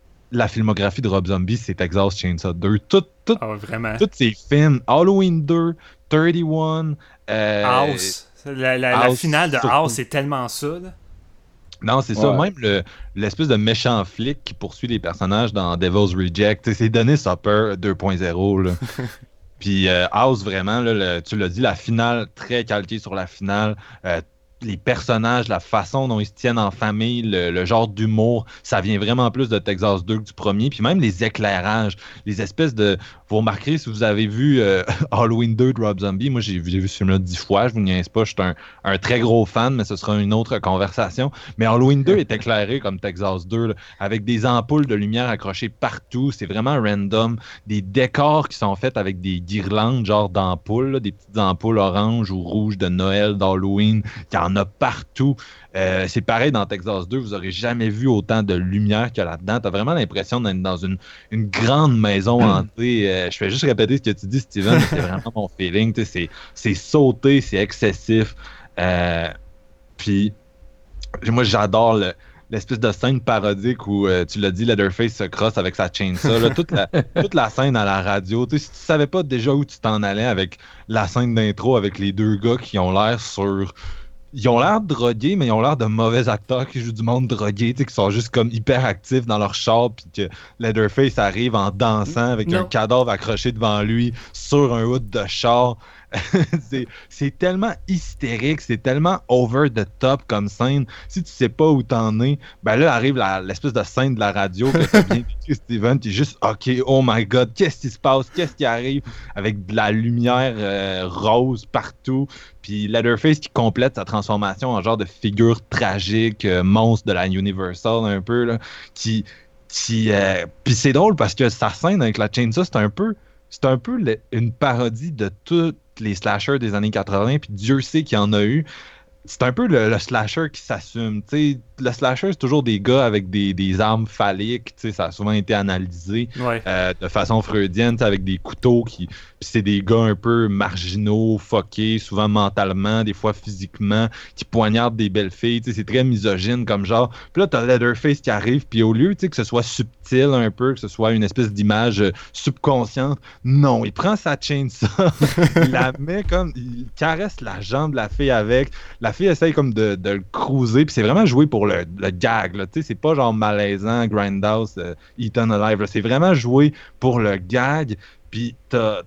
la filmographie de Rob Zombie, c'est Texas Chainsaw deux. Tout, tout, oh, vraiment. Tous ces films, Halloween deux, trente et un... Euh, House. La, la, House, la finale de surtout. House, c'est tellement ça, là. Non, c'est ouais. ça. Même le, l'espèce de méchant flic qui poursuit les personnages dans Devil's Reject, c'est Dennis Hopper deux point zéro, là. Puis euh, House, vraiment, là, le, tu l'as dit, la finale, très calquée sur la finale. Euh, les personnages, la façon dont ils se tiennent en famille, le, le genre d'humour, ça vient vraiment plus de Texas deux que du premier. Puis même les éclairages, les espèces de... Vous remarquerez, si vous avez vu euh, Halloween deux de Rob Zombie, moi j'ai, j'ai vu ce film-là dix fois, je vous niaise pas, je suis un, un très gros fan, mais ce sera une autre conversation. Mais Halloween deux est éclairé comme Texas deux, là, avec des ampoules de lumière accrochées partout, c'est vraiment random. Des décors qui sont faits avec des guirlandes, genre d'ampoules, là, des petites ampoules oranges ou rouges de Noël, d'Halloween, il y en a partout. Euh, c'est pareil dans Texas deux, vous n'aurez jamais vu autant de lumière qu'il y a là-dedans. Tu as vraiment l'impression d'être dans une, une grande maison hantée. Euh, je fais juste répéter ce que tu dis, Steven, c'est vraiment mon feeling. C'est, c'est sauté, c'est excessif. Euh, puis, moi, j'adore le, l'espèce de scène parodique où, euh, tu l'as dit, Leatherface se crosse avec sa chainsaw. Là, toute, la, toute la scène à la radio. Si tu savais pas déjà où tu t'en allais avec la scène d'intro avec les deux gars qui ont l'air sur... Ils ont l'air drogués, mais ils ont l'air de mauvais acteurs qui jouent du monde drogué, qui sont juste comme hyper actifs dans leur char, puis que Leatherface arrive en dansant avec non. un cadavre accroché devant lui sur un hood de char. c'est, c'est tellement hystérique, c'est tellement over the top comme scène. Si tu sais pas où t'en es, ben là arrive la, l'espèce de scène de la radio que t'as bien vécu, Steven, t'es juste ok, oh my god, qu'est-ce qui se passe, qu'est-ce qui arrive, avec de la lumière euh, rose partout, puis Leatherface qui complète sa transformation en genre de figure tragique, euh, monstre de la Universal un peu là, qui, qui euh... puis c'est drôle parce que sa scène avec la chainsaw, c'est un peu c'est un peu le, une parodie de toutes les slashers des années quatre-vingts, puis Dieu sait qu'il y en a eu. C'est un peu le, le slasher qui s'assume. T'sais, le slasher, c'est toujours des gars avec des, des armes phalliques. Ça a souvent été analysé ouais. euh, de façon freudienne, avec des couteaux qui. Puis c'est des gars un peu marginaux, fuckés, souvent mentalement, des fois physiquement, qui poignardent des belles filles. C'est très misogyne comme genre. Puis là, t'as Leatherface qui arrive, puis au lieu que ce soit subtil un peu, que ce soit une espèce d'image euh, subconsciente, non, il prend sa chainsaw, il la met comme. Il caresse la jambe de la fille avec. La fille essaye comme de, de le cruiser, puis c'est vraiment joué pour le, le gag, là, tu sais, c'est pas genre malaisant, Grindhouse, euh, Eaten Alive, là, c'est vraiment joué pour le gag, puis t'as,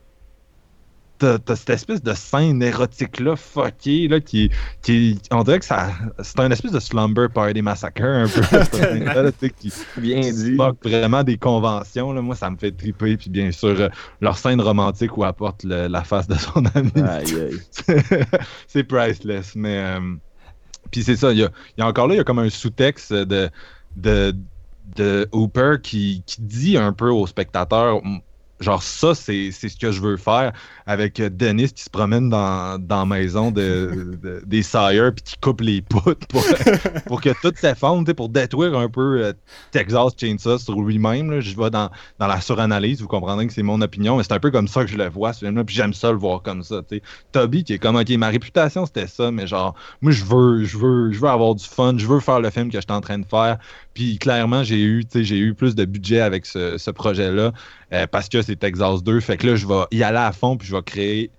t'as, t'as cette espèce de scène érotique-là, fuckée, là, qui, qui, on dirait que ça, c'est un espèce de slumber party massacre, un peu, là, qui, bien qui dit, moque vraiment des conventions, là, moi, ça me fait triper, puis bien sûr, euh, leur scène romantique où apporte le, la face de son ami, aïe, aïe. c'est priceless, mais... Euh, puis c'est ça, il y a, y a encore là, il y a comme un sous-texte de, de, de Hooper qui, qui dit un peu aux spectateurs, genre ça, c'est, c'est ce que je veux faire avec Dennis qui se promène dans, dans la maison de, de, des Sire puis qui coupe les poutres pour, pour que tout s'effondre, tu sais, pour détruire un peu euh, Texas Chainsaw sur lui-même. Là. Je vais dans, dans la suranalyse, vous comprendrez que c'est mon opinion, mais c'est un peu comme ça que je le vois, ce film-là, puis j'aime ça le voir comme ça. Tu sais. Toby qui est comme, ok, ma réputation c'était ça, mais genre, moi je veux, je veux, je veux avoir du fun, je veux faire le film que je suis en train de faire. Puis clairement, j'ai eu, tu sais, j'ai eu plus de budget avec ce, ce projet-là euh, parce que c'est Texas deux. Fait que là, je vais y aller à fond puis je vais créer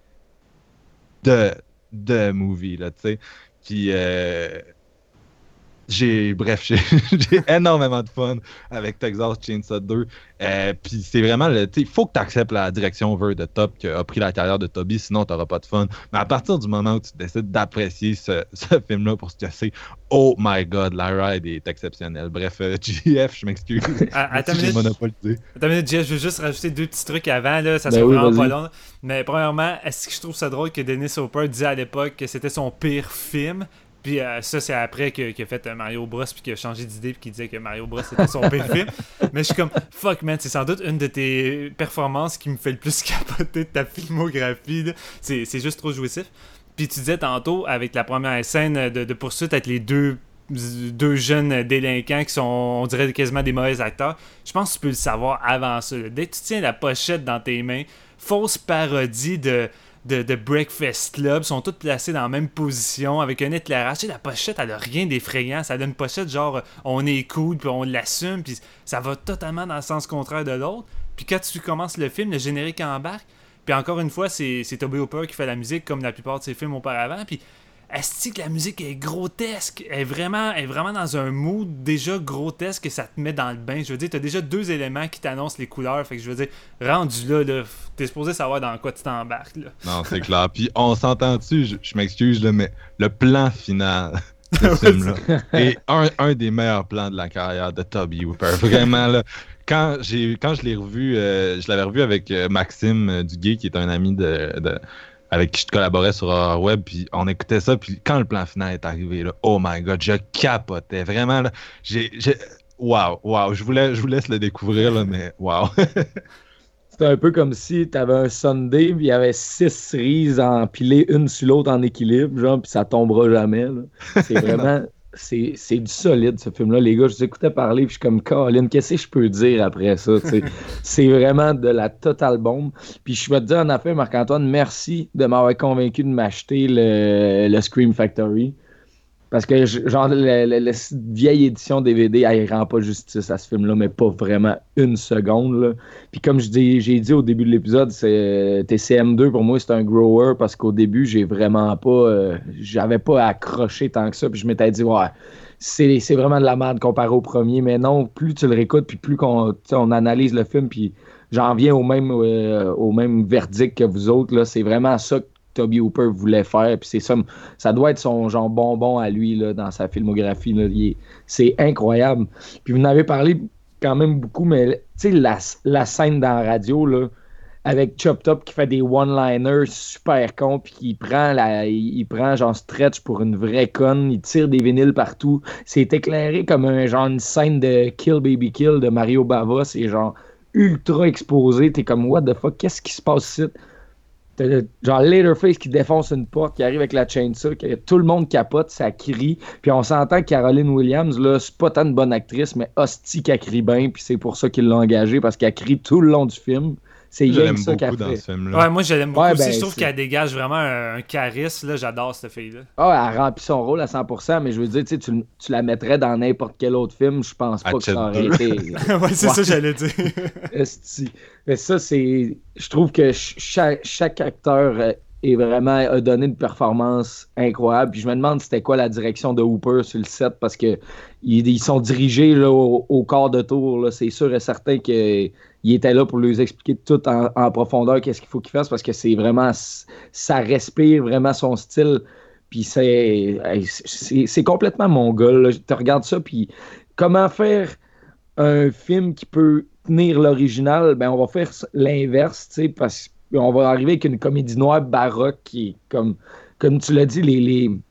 de, de movie, là, tu sais. Puis euh, j'ai, bref, j'ai, j'ai énormément de fun avec Texas Chainsaw deux. Euh, puis c'est vraiment le, tu sais, il faut que tu acceptes la direction over the top qui a pris la carrière de Toby, sinon tu n'auras pas de fun. Mais à partir du moment où tu décides d'apprécier ce, ce film-là pour ce que c'est, oh my god, la ride est exceptionnelle. Bref, euh, J F, je m'excuse. À, à ta si j'ai minute, monopolisé. Attends une minute, Jeff, je veux juste rajouter deux petits trucs avant, là, ça Ben sera oui, vraiment vas-y. pas long. Mais premièrement, est-ce que je trouve ça drôle que Dennis Hopper disait à l'époque que c'était son pire film? Puis euh, ça, c'est après que- qu'il a fait euh, Mario Bros. Puis qu'il a changé d'idée. Puis qu'il disait que Mario Bros. C'était son pire film. Mais je suis comme, fuck man, c'est sans doute une de tes performances qui me fait le plus capoter de ta filmographie. Là. C'est, c'est juste trop jouissif. Puis tu disais tantôt, avec la première scène de, de poursuite avec les deux, deux jeunes délinquants qui sont, on dirait quasiment des mauvais acteurs, je pense que tu peux le savoir avant ça. Là. Dès que tu tiens la pochette dans tes mains, fausse parodie de... De, de Breakfast Club, sont toutes placées dans la même position avec un éclairage. Tu sais, la pochette, elle a rien d'effrayant. Ça donne une pochette genre euh, on est cool, puis on l'assume, puis ça va totalement dans le sens contraire de l'autre. Puis quand tu commences le film, le générique embarque. Puis encore une fois, c'est, c'est Toby Hooper qui fait la musique comme la plupart de ses films auparavant. Puis est-ce que la musique est grotesque? Elle est vraiment, elle est vraiment dans un mood déjà grotesque que ça te met dans le bain. Je veux dire, t'as déjà deux éléments qui t'annoncent les couleurs. Fait que je veux dire, rendu là, là t'es supposé savoir dans quoi tu t'embarques. Là. Non, c'est clair. Puis on s'entend dessus, je, je m'excuse, là, mais le plan final de ce film-là est un, un des meilleurs plans de la carrière de Toby Hooper. Vraiment, là. Quand, j'ai, quand je l'ai revu, euh, je l'avais revu avec euh, Maxime euh, Duguay, qui est un ami de, de, avec qui je collaborais sur Horror Web, puis on écoutait ça, puis quand le plan final est arrivé, là, oh my god, je capotais. Vraiment, là, j'ai... j'ai... Wow, wow, je voulais, je vous laisse le découvrir, là, mais wow. C'est un peu comme si tu avais un Sunday, puis il y avait six cerises empilées une sur l'autre en équilibre, genre, puis ça tombera jamais. Là. C'est vraiment... c'est, c'est du solide, ce film-là. Les gars, je vous écoutais parler, puis je suis comme, Colin, qu'est-ce que je peux dire après ça? T'sais? C'est vraiment de la totale bombe. Puis je vais te dire en affaire, Marc-Antoine, merci de m'avoir convaincu de m'acheter le, le Scream Factory. Parce que, genre, la, la, la vieille édition D V D, elle rend pas justice à ce film-là, mais pas vraiment une seconde. Là. Puis comme je dis, j'ai dit au début de l'épisode, c'est T C M deux, pour moi, c'est un grower, parce qu'au début, j'ai vraiment pas... Euh, j'avais pas accroché tant que ça, puis je m'étais dit, ouais, c'est, c'est vraiment de la merde comparé au premier, mais non, plus tu le réécoutes, puis plus qu'on on analyse le film, puis j'en viens au même, euh, au même verdict que vous autres, là, c'est vraiment ça que Toby Hooper voulait faire, puis c'est ça, ça doit être son genre bonbon à lui là, dans sa filmographie. Là, il est, c'est incroyable. Puis vous en avez parlé quand même beaucoup, mais tu sais, la, la scène dans la radio, là, avec Chop Top qui fait des one-liners super cons, puis qui prend, la, il, il prend genre stretch pour une vraie conne, il tire des vinyles partout. C'est éclairé comme un genre une scène de Kill Baby Kill de Mario Bava, c'est genre ultra exposé. T'es comme, what the fuck, qu'est-ce qui se passe ici? Genre Leatherface qui défonce une porte, qui arrive avec la chainsaw, que tout le monde capote, ça crie. Puis on s'entend que Caroline Williams, là, c'est pas tant une bonne actrice, mais hostie qu'elle crie bien, puis c'est pour ça qu'ils l'ont engagée, parce qu'elle crie tout le long du film. C'est Je rien l'aime que ça beaucoup qu'elle dans fait. ce film-là. Ouais, moi je l'aime beaucoup Ouais, aussi. ben, Je trouve c'est- qu'elle dégage vraiment un, un charisme. Là. J'adore cette fille-là. Ah, elle remplit son rôle à cent pour cent, mais je veux dire, tu sais, tu, tu la mettrais dans n'importe quel autre film, je pense pas que ça aurait Hatchet été... ouais, c'est Ouais. ça que j'allais dire. Esti. Mais ça, c'est. Je trouve que ch- chaque, chaque acteur euh, est vraiment a donné une performance incroyable. Puis je me demande c'était quoi la direction de Hooper sur le set, parce que ils, ils sont dirigés là, au, au quart de tour. Là. C'est sûr et certain qu'il était là pour leur expliquer tout en, en profondeur qu'est-ce qu'il faut qu'ils fassent, parce que c'est vraiment. Ça respire vraiment son style. Puis c'est, c'est, c'est complètement mongol. Là. Tu regardes ça, puis comment faire un film qui peut tenir l'original, ben on va faire l'inverse, tu sais, parce qu'on va arriver avec une comédie noire baroque qui est comme, comme tu l'as dit, les, les,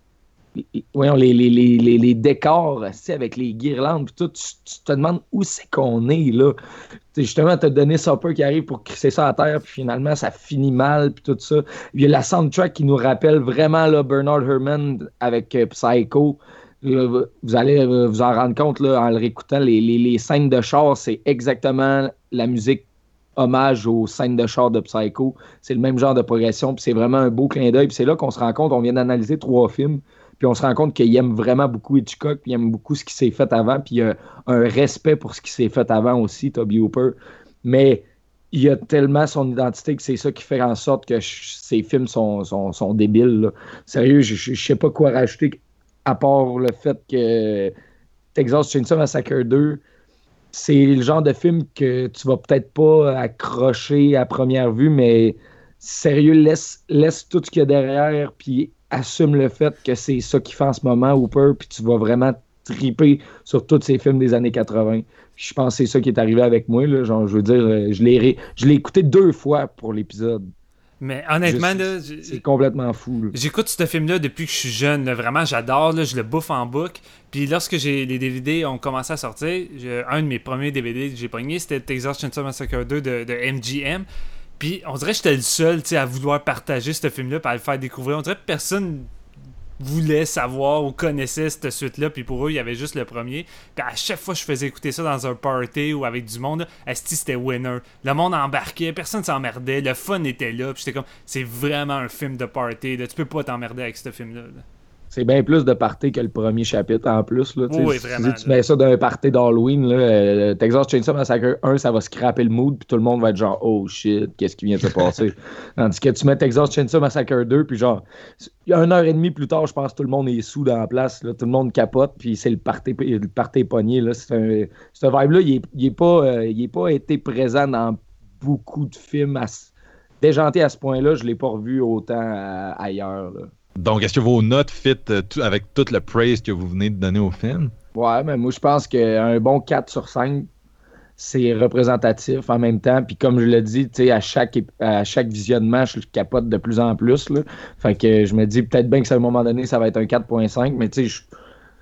voyons, les, les, les, les, les décors, avec les guirlandes, puis tout, tu, tu te demandes où c'est qu'on est, là. T'sais, justement, t'as donné Supper qui arrive pour crisser ça à terre, puis finalement, ça finit mal, puis tout ça. Il y a la soundtrack qui nous rappelle vraiment là, Bernard Herrmann avec euh, Psycho. Là, vous allez euh, vous en rendre compte là, en le réécoutant, les, les, les scènes de char, c'est exactement la musique hommage aux scènes de char de Psycho. C'est le même genre de progression, puis c'est vraiment un beau clin d'œil. Puis c'est là qu'on se rend compte, on vient d'analyser trois films, puis on se rend compte qu'il aime vraiment beaucoup Hitchcock, puis il aime beaucoup ce qui s'est fait avant, puis il y a un respect pour ce qui s'est fait avant aussi, Toby Hooper. Mais il a tellement son identité que c'est ça qui fait en sorte que je, ses films sont, sont, sont débiles. Là. Sérieux, je ne sais pas quoi rajouter à part le fait que Texas Chainsaw Massacre deux, c'est le genre de film que tu vas peut-être pas accrocher à première vue, mais sérieux, laisse, laisse tout ce qu'il y a derrière, puis assume le fait que c'est ça qu'il fait en ce moment, Hooper, puis tu vas vraiment triper sur tous ces films des années quatre-vingts. Puis je pense que c'est ça qui est arrivé avec moi. Là. Genre, je veux dire, je l'ai, ré... je l'ai écouté deux fois pour l'épisode. Mais honnêtement, je, là, c'est, c'est complètement fou. Là. J'écoute ce film-là depuis que je suis jeune. Là. Vraiment, j'adore. Là, je le bouffe en boucle. Puis lorsque j'ai, les D V D ont commencé à sortir, j'ai, un de mes premiers D V D que j'ai pogné, c'était Texas Chainsaw Massacre deux de, de M G M. Puis on dirait que j'étais le seul à vouloir partager ce film-là et à le faire découvrir. On dirait que personne voulait savoir ou connaissait cette suite-là, puis pour eux, il y avait juste le premier. Puis à chaque fois que je faisais écouter ça dans un party ou avec du monde, asti, c'était winner. Le monde embarquait, personne s'emmerdait, le fun était là, puis j'étais comme, c'est vraiment un film de party, là. Tu peux pas t'emmerder avec ce film-là. Là. C'est bien plus de party que le premier chapitre en plus. Là, oui, si, vraiment. Si tu mets ça d'un party d'Halloween, là, euh, Texas Chainsaw Massacre un, ça va scraper le mood, puis tout le monde va être genre « Oh shit, qu'est-ce qui vient de se passer? » Tandis que tu mets Texas Chainsaw Massacre deux, puis genre, une heure et demie plus tard, je pense que tout le monde est sous dans la place, là, tout le monde capote, puis c'est le party, le party pogné. Là, c'est un, ce vibe-là, il n'est il est pas, euh, il est pas été présent dans beaucoup de films. À, déjanté à ce point-là, je ne l'ai pas revu autant euh, ailleurs. Là. Donc, est-ce que vos notes fit euh, tout, avec tout le praise que vous venez de donner au film? Ouais, mais moi, je pense qu'un bon quatre sur cinq, c'est représentatif en même temps. Puis comme je l'ai dit, à chaque, à chaque visionnement, je capote de plus en plus. Là. Fait que je me dis peut-être bien que à un moment donné, ça va être un quatre virgule cinq, mais tu sais,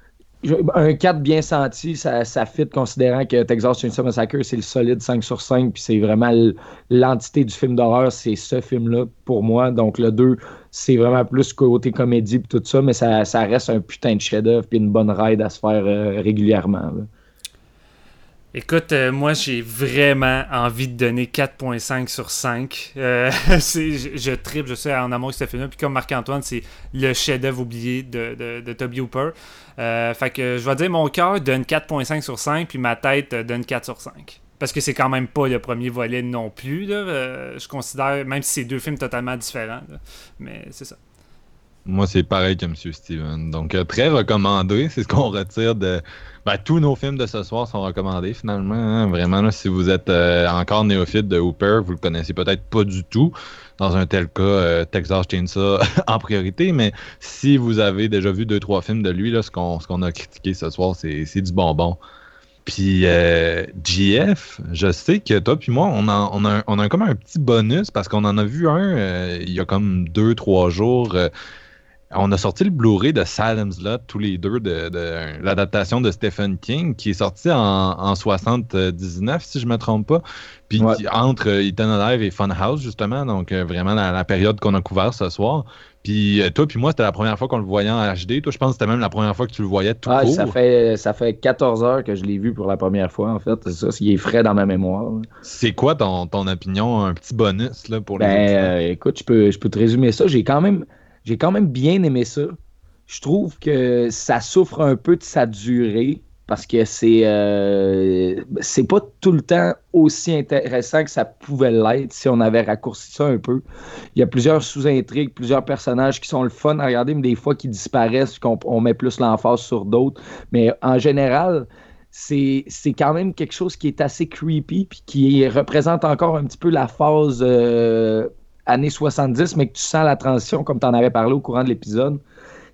un quatre bien senti, ça, ça fit considérant que Texas Chainsaw Massacre, c'est le solide cinq sur cinq, puis c'est vraiment l'entité du film d'horreur, c'est ce film-là pour moi. Donc le deux, c'est vraiment plus côté comédie puis tout ça, mais ça, ça reste un putain de chef-d'œuvre puis une bonne ride à se faire euh, régulièrement. Là. Écoute, euh, moi j'ai vraiment envie de donner quatre virgule cinq sur cinq. Euh, c'est, je, je tripe, je sais en amour avec ce film-là. Puis comme Marc-Antoine, c'est le chef-d'œuvre oublié de, de, de Toby Hooper. Euh, fait que je vais dire mon cœur donne quatre virgule cinq sur cinq, puis ma tête donne quatre sur cinq. Parce que c'est quand même pas le premier volet non plus. Là. Euh, je considère, même si c'est deux films totalement différents. Là. Mais c'est ça. Moi, c'est pareil que M. Steven. Donc, euh, très recommandé. C'est ce qu'on retire de... Ben, tous nos films de ce soir sont recommandés, finalement. Hein. Vraiment, là, si vous êtes euh, encore néophyte de Hooper, vous le connaissez peut-être pas du tout. Dans un tel cas, euh, Texas Chainsaw en priorité. Mais si vous avez déjà vu deux, trois films de lui, là, ce qu'on, ce qu'on a critiqué ce soir, c'est, c'est du bonbon. Puis, euh, J F, je sais que toi puis moi, on a, on a, on a comme un petit bonus parce qu'on en a vu un euh, il y a comme deux, trois jours. Euh, on a sorti le Blu-ray de Salem's Lot, tous les deux, de, de l'adaptation de Stephen King, qui est sorti en, en soixante-dix-neuf, si je ne me trompe pas. Puis ouais. Entre Ethan Alive et Funhouse, justement, donc euh, vraiment la, la période qu'on a couvert ce soir. Puis euh, toi puis moi, c'était la première fois qu'on le voyait en H D. Toi, je pense que c'était même la première fois que tu le voyais tout ah, court. Ça fait, ça fait quatorze heures que je l'ai vu pour la première fois, en fait. C'est ça, il est frais dans ma mémoire. C'est quoi ton, ton opinion, un petit bonus là, pour les ben, euh, écoute, je peux, je peux te résumer ça. J'ai quand même... J'ai quand même bien aimé ça. Je trouve que ça souffre un peu de sa durée parce que c'est euh, c'est pas tout le temps aussi intéressant que ça pouvait l'être si on avait raccourci ça un peu. Il y a plusieurs sous-intrigues, plusieurs personnages qui sont le fun à regarder, mais des fois qui disparaissent, qu'on on met plus l'emphase sur d'autres. Mais en général, c'est, c'est quand même quelque chose qui est assez creepy puis qui représente encore un petit peu la phase... Euh, années soixante-dix, mais que tu sens la transition, comme tu en avais parlé au courant de l'épisode.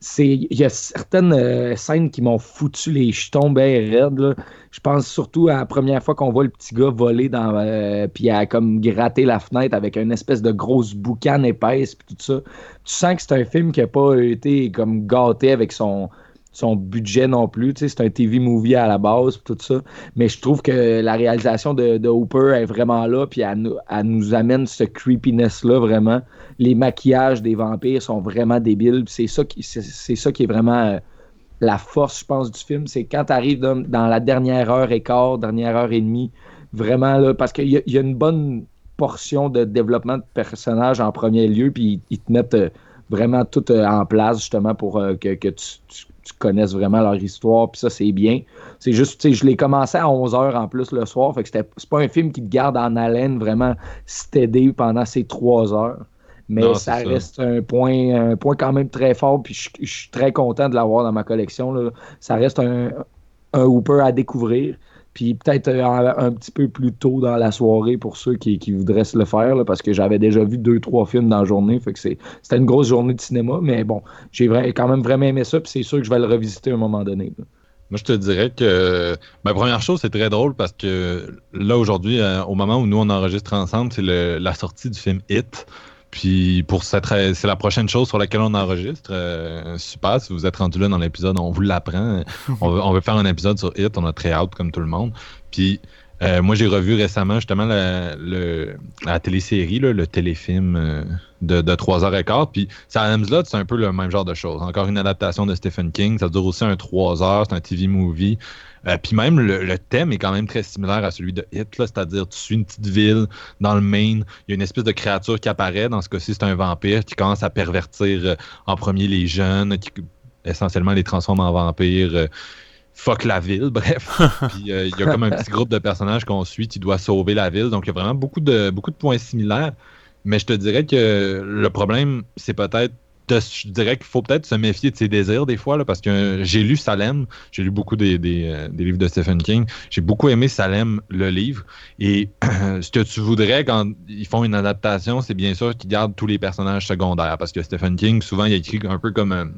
c'est, il y a certaines euh, scènes qui m'ont foutu les jetons bien raides, là. Je pense surtout à la première fois qu'on voit le petit gars voler dans, euh, puis à comme gratter la fenêtre avec une espèce de grosse boucane épaisse puis tout ça. Tu sens que c'est un film qui n'a pas été comme gâté avec son, son budget non plus. Tu sais, c'est un T V movie à la base tout ça. Mais je trouve que la réalisation de, de Hooper est vraiment là, puis elle, nous- elle nous amène ce creepiness-là vraiment. Les maquillages des vampires sont vraiment débiles. Puis c'est ça qui, c'est, c'est ça qui est vraiment euh, la force, je pense, du film. C'est quand tu arrives dans, dans la dernière heure et quart, dernière heure et demie, vraiment là, parce qu'il y, a- il y a une bonne portion de développement de personnages en premier lieu, puis ils, ils te mettent euh, vraiment tout euh, en place justement pour euh, que, que tu, tu- tu connaisses vraiment leur histoire, puis ça c'est bien. C'est juste, tu sais, je l'ai commencé à onze heures en plus le soir, fait que c'était, c'est pas un film qui te garde en haleine vraiment stédé pendant ces trois heures. Mais Non, ça c'est ça. reste un point, un point quand même très fort, puis je, je suis très content de l'avoir dans ma collection, là. Ça reste un, un Hooper à découvrir. Puis peut-être euh, un, un petit peu plus tôt dans la soirée pour ceux qui, qui voudraient se le faire, là, parce que j'avais déjà vu deux, trois films dans la journée. Fait que c'est, c'était une grosse journée de cinéma, mais bon, j'ai vra- quand même vraiment aimé ça, puis c'est sûr que je vais le revisiter à un moment donné, là. Moi, je te dirais que ma première chose, c'est très drôle parce que là, aujourd'hui, euh, au moment où nous, on enregistre ensemble, c'est le- la sortie du film Hit. Puis pour cette, ra- c'est la prochaine chose sur laquelle on enregistre. Euh, super, si vous êtes rendu là dans l'épisode, on vous l'apprend. On veut, on veut faire un épisode sur Hit, on a très hâte comme tout le monde. Puis euh, moi, j'ai revu récemment justement la, le, la télésérie, là, le téléfilm euh, de, de trois heures quinze. Puis Salem's Lot, c'est un peu le même genre de choses. Encore une adaptation de Stephen King. Ça dure aussi un trois heures, c'est un T V movie. Euh, puis même, le, le thème est quand même très similaire à celui de Hit, là, c'est-à-dire tu suis une petite ville dans le Maine, il y a une espèce de créature qui apparaît, dans ce cas-ci, c'est un vampire qui commence à pervertir euh, en premier les jeunes, qui essentiellement les transforme en vampires, euh, fuck la ville, bref. Puis euh, il y a comme un petit groupe de personnages qu'on suit qui doit sauver la ville, donc il y a vraiment beaucoup de, beaucoup de points similaires, mais je te dirais que le problème, c'est peut-être de- je dirais qu'il faut peut-être se méfier de ses désirs des fois, là, parce que euh, j'ai lu Salem, j'ai lu beaucoup des, des, euh, des livres de Stephen King, j'ai beaucoup aimé Salem, le livre, et ce que tu voudrais quand ils font une adaptation, c'est bien sûr qu'ils gardent tous les personnages secondaires, parce que Stephen King, souvent, il écrit un peu comme... euh,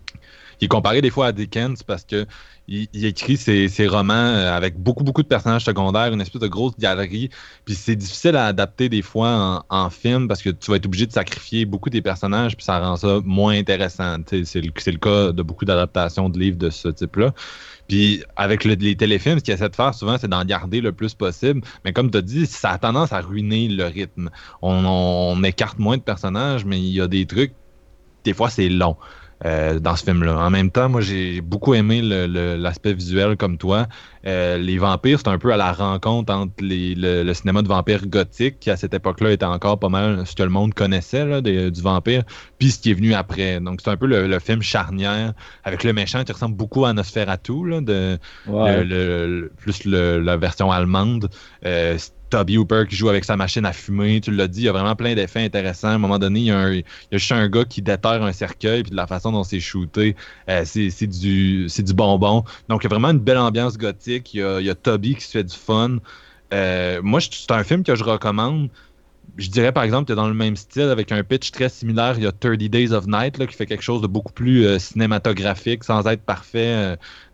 il est comparé des fois à Dickens parce que il, il écrit ses, ses romans euh, avec beaucoup, beaucoup de personnages secondaires, une espèce de grosse galerie. Puis c'est difficile à adapter des fois en, en film parce que tu vas être obligé de sacrifier beaucoup des personnages, puis ça rend ça moins intéressant. Tu sais, C'est le, c'est le cas de beaucoup d'adaptations de livres de ce type-là. Puis avec le- les téléfilms, ce qu'ils essaient de faire souvent, c'est d'en garder le plus possible. Mais comme tu as dit, ça a tendance à ruiner le rythme. On, on, on écarte moins de personnages, mais il y a des trucs, des fois c'est long. Euh, dans ce film-là. En même temps, moi, j'ai beaucoup aimé le- le- l'aspect visuel comme toi. Euh, les vampires, c'est un peu à la rencontre entre les- le, le cinéma de vampires gothique, qui à cette époque-là était encore pas mal ce que le monde connaissait là, des- du vampire, puis ce qui est venu après. Donc, c'est un peu le, le film charnière, avec le méchant qui ressemble beaucoup à Nosferatu, là, de, Ouais. le- le- le- plus le- la version allemande. Euh, Toby Hooper qui joue avec sa machine à fumer, tu l'as dit, il y a vraiment plein d'effets intéressants. À un moment donné, il y a, un, il y a juste un gars qui déterre un cercueil, puis de la façon dont c'est shooté, euh, c'est, c'est, du, c'est du bonbon. Donc, il y a vraiment une belle ambiance gothique. Il y a, il y a Toby qui se fait du fun. Euh, moi, je- c'est un film que je recommande. Je dirais, par exemple, que dans le même style, avec un pitch très similaire, il y a thirty Days of Night, là, qui fait quelque chose de beaucoup plus euh, cinématographique, sans être parfait. Euh,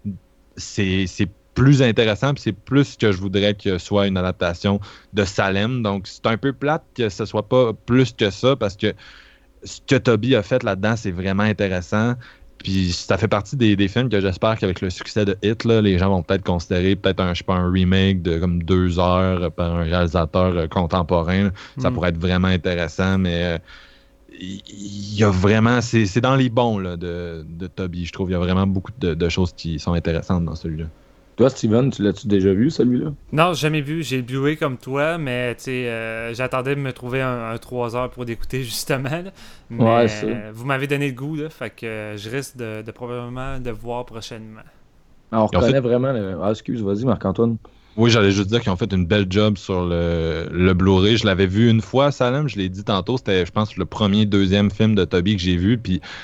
c'est, c'est plus intéressant, puis c'est plus ce que je voudrais que soit une adaptation de Salem. Donc, c'est un peu plate que ce soit pas plus que ça, parce que ce que Toby a fait là-dedans, c'est vraiment intéressant. Puis ça fait partie des, des films que j'espère qu'avec le succès de Hit, là, les gens vont peut-être considérer peut-être un, je sais pas, un remake de comme deux heures par un réalisateur euh, contemporain. là. Ça Mm. pourrait être vraiment intéressant, mais euh, il il y a vraiment... C'est, c'est dans les bons là, de, de Toby, je trouve. Il y a vraiment beaucoup de, de choses qui sont intéressantes dans celui-là. Toi, Steven, tu l'as-tu déjà vu, celui-là? Non, j'ai jamais vu. J'ai le Blu-ray comme toi, mais tu sais, euh, j'attendais de me trouver un, un trois heures pour l'écouter, justement. là. Mais Ouais, ça. euh, vous m'avez donné le goût, là, fait que euh, je risque de, de probablement de voir prochainement. Alors, on Ils ont reconnaît fait- vraiment... Le... Ah, excuse, vas-y, Marc-Antoine. Oui, j'allais juste dire qu'ils ont fait une belle job sur le, le Blu-ray. Je l'avais vu une fois, Salem, je l'ai dit tantôt, c'était, je pense, le premier, deuxième film de Toby que j'ai vu, puis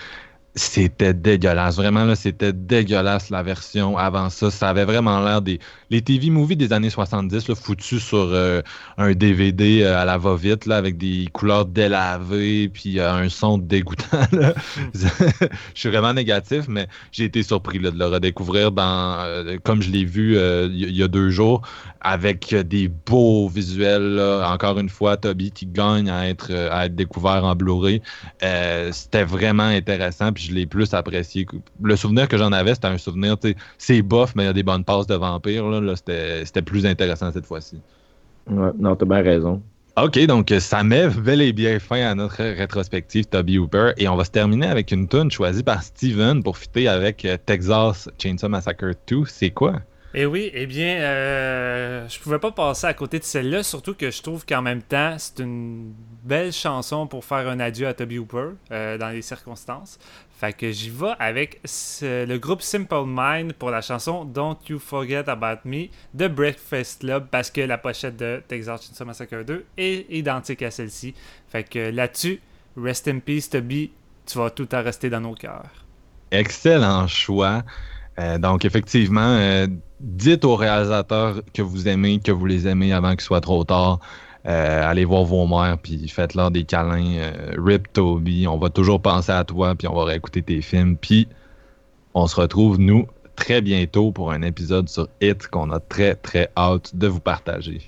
C'était dégueulasse. Vraiment, là, c'était dégueulasse la version avant ça. Ça avait vraiment l'air des les T V movies des années soixante-dix, là, foutus sur euh, un D V D euh, à la va-vite, là, avec des couleurs délavées, puis euh, un son dégoûtant. Là. Je suis vraiment négatif, mais j'ai été surpris là, de le redécouvrir dans, euh, comme je l'ai vu euh, il y a deux jours, avec des beaux visuels. Là. Encore une fois, Toby qui gagne à être, à être découvert en Blu-ray. Euh, c'était vraiment intéressant, puis je l'ai plus apprécié. Le souvenir que j'en avais, c'était un souvenir, tu sais, c'est bof, mais il y a des bonnes passes de vampires. Là, là, c'était, c'était plus intéressant cette fois-ci. Ouais, non, t'as bien raison. OK, donc ça met bel et bien fin à notre rétrospective Toby Hooper, et on va se terminer avec une tune choisie par Steven pour fitter avec Texas Chainsaw Massacre deux. C'est quoi? Eh oui, eh bien, euh, je pouvais pas passer à côté de celle-là, surtout que je trouve qu'en même temps, c'est une belle chanson pour faire un adieu à Toby Hooper euh, dans les circonstances. Fait que j'y vais avec ce, le groupe Simple Mind pour la chanson Don't You Forget About Me de Breakfast Club, parce que la pochette de Texas Chainsaw Massacre deux est identique à celle-ci. Fait que là-dessus, rest in peace Toby, tu vas tout en rester dans nos cœurs. Excellent choix. Euh, donc, effectivement, euh, dites aux réalisateurs que vous aimez, que vous les aimez avant qu'il soit trop tard. Euh, allez voir vos mères, puis faites-leur des câlins. Euh, Rip Toby, on va toujours penser à toi, puis on va réécouter tes films. Puis, on se retrouve, nous, très bientôt pour un épisode sur It qu'on a très, très hâte de vous partager.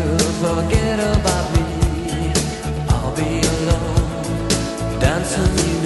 Forget about me, I'll be alone, dancing you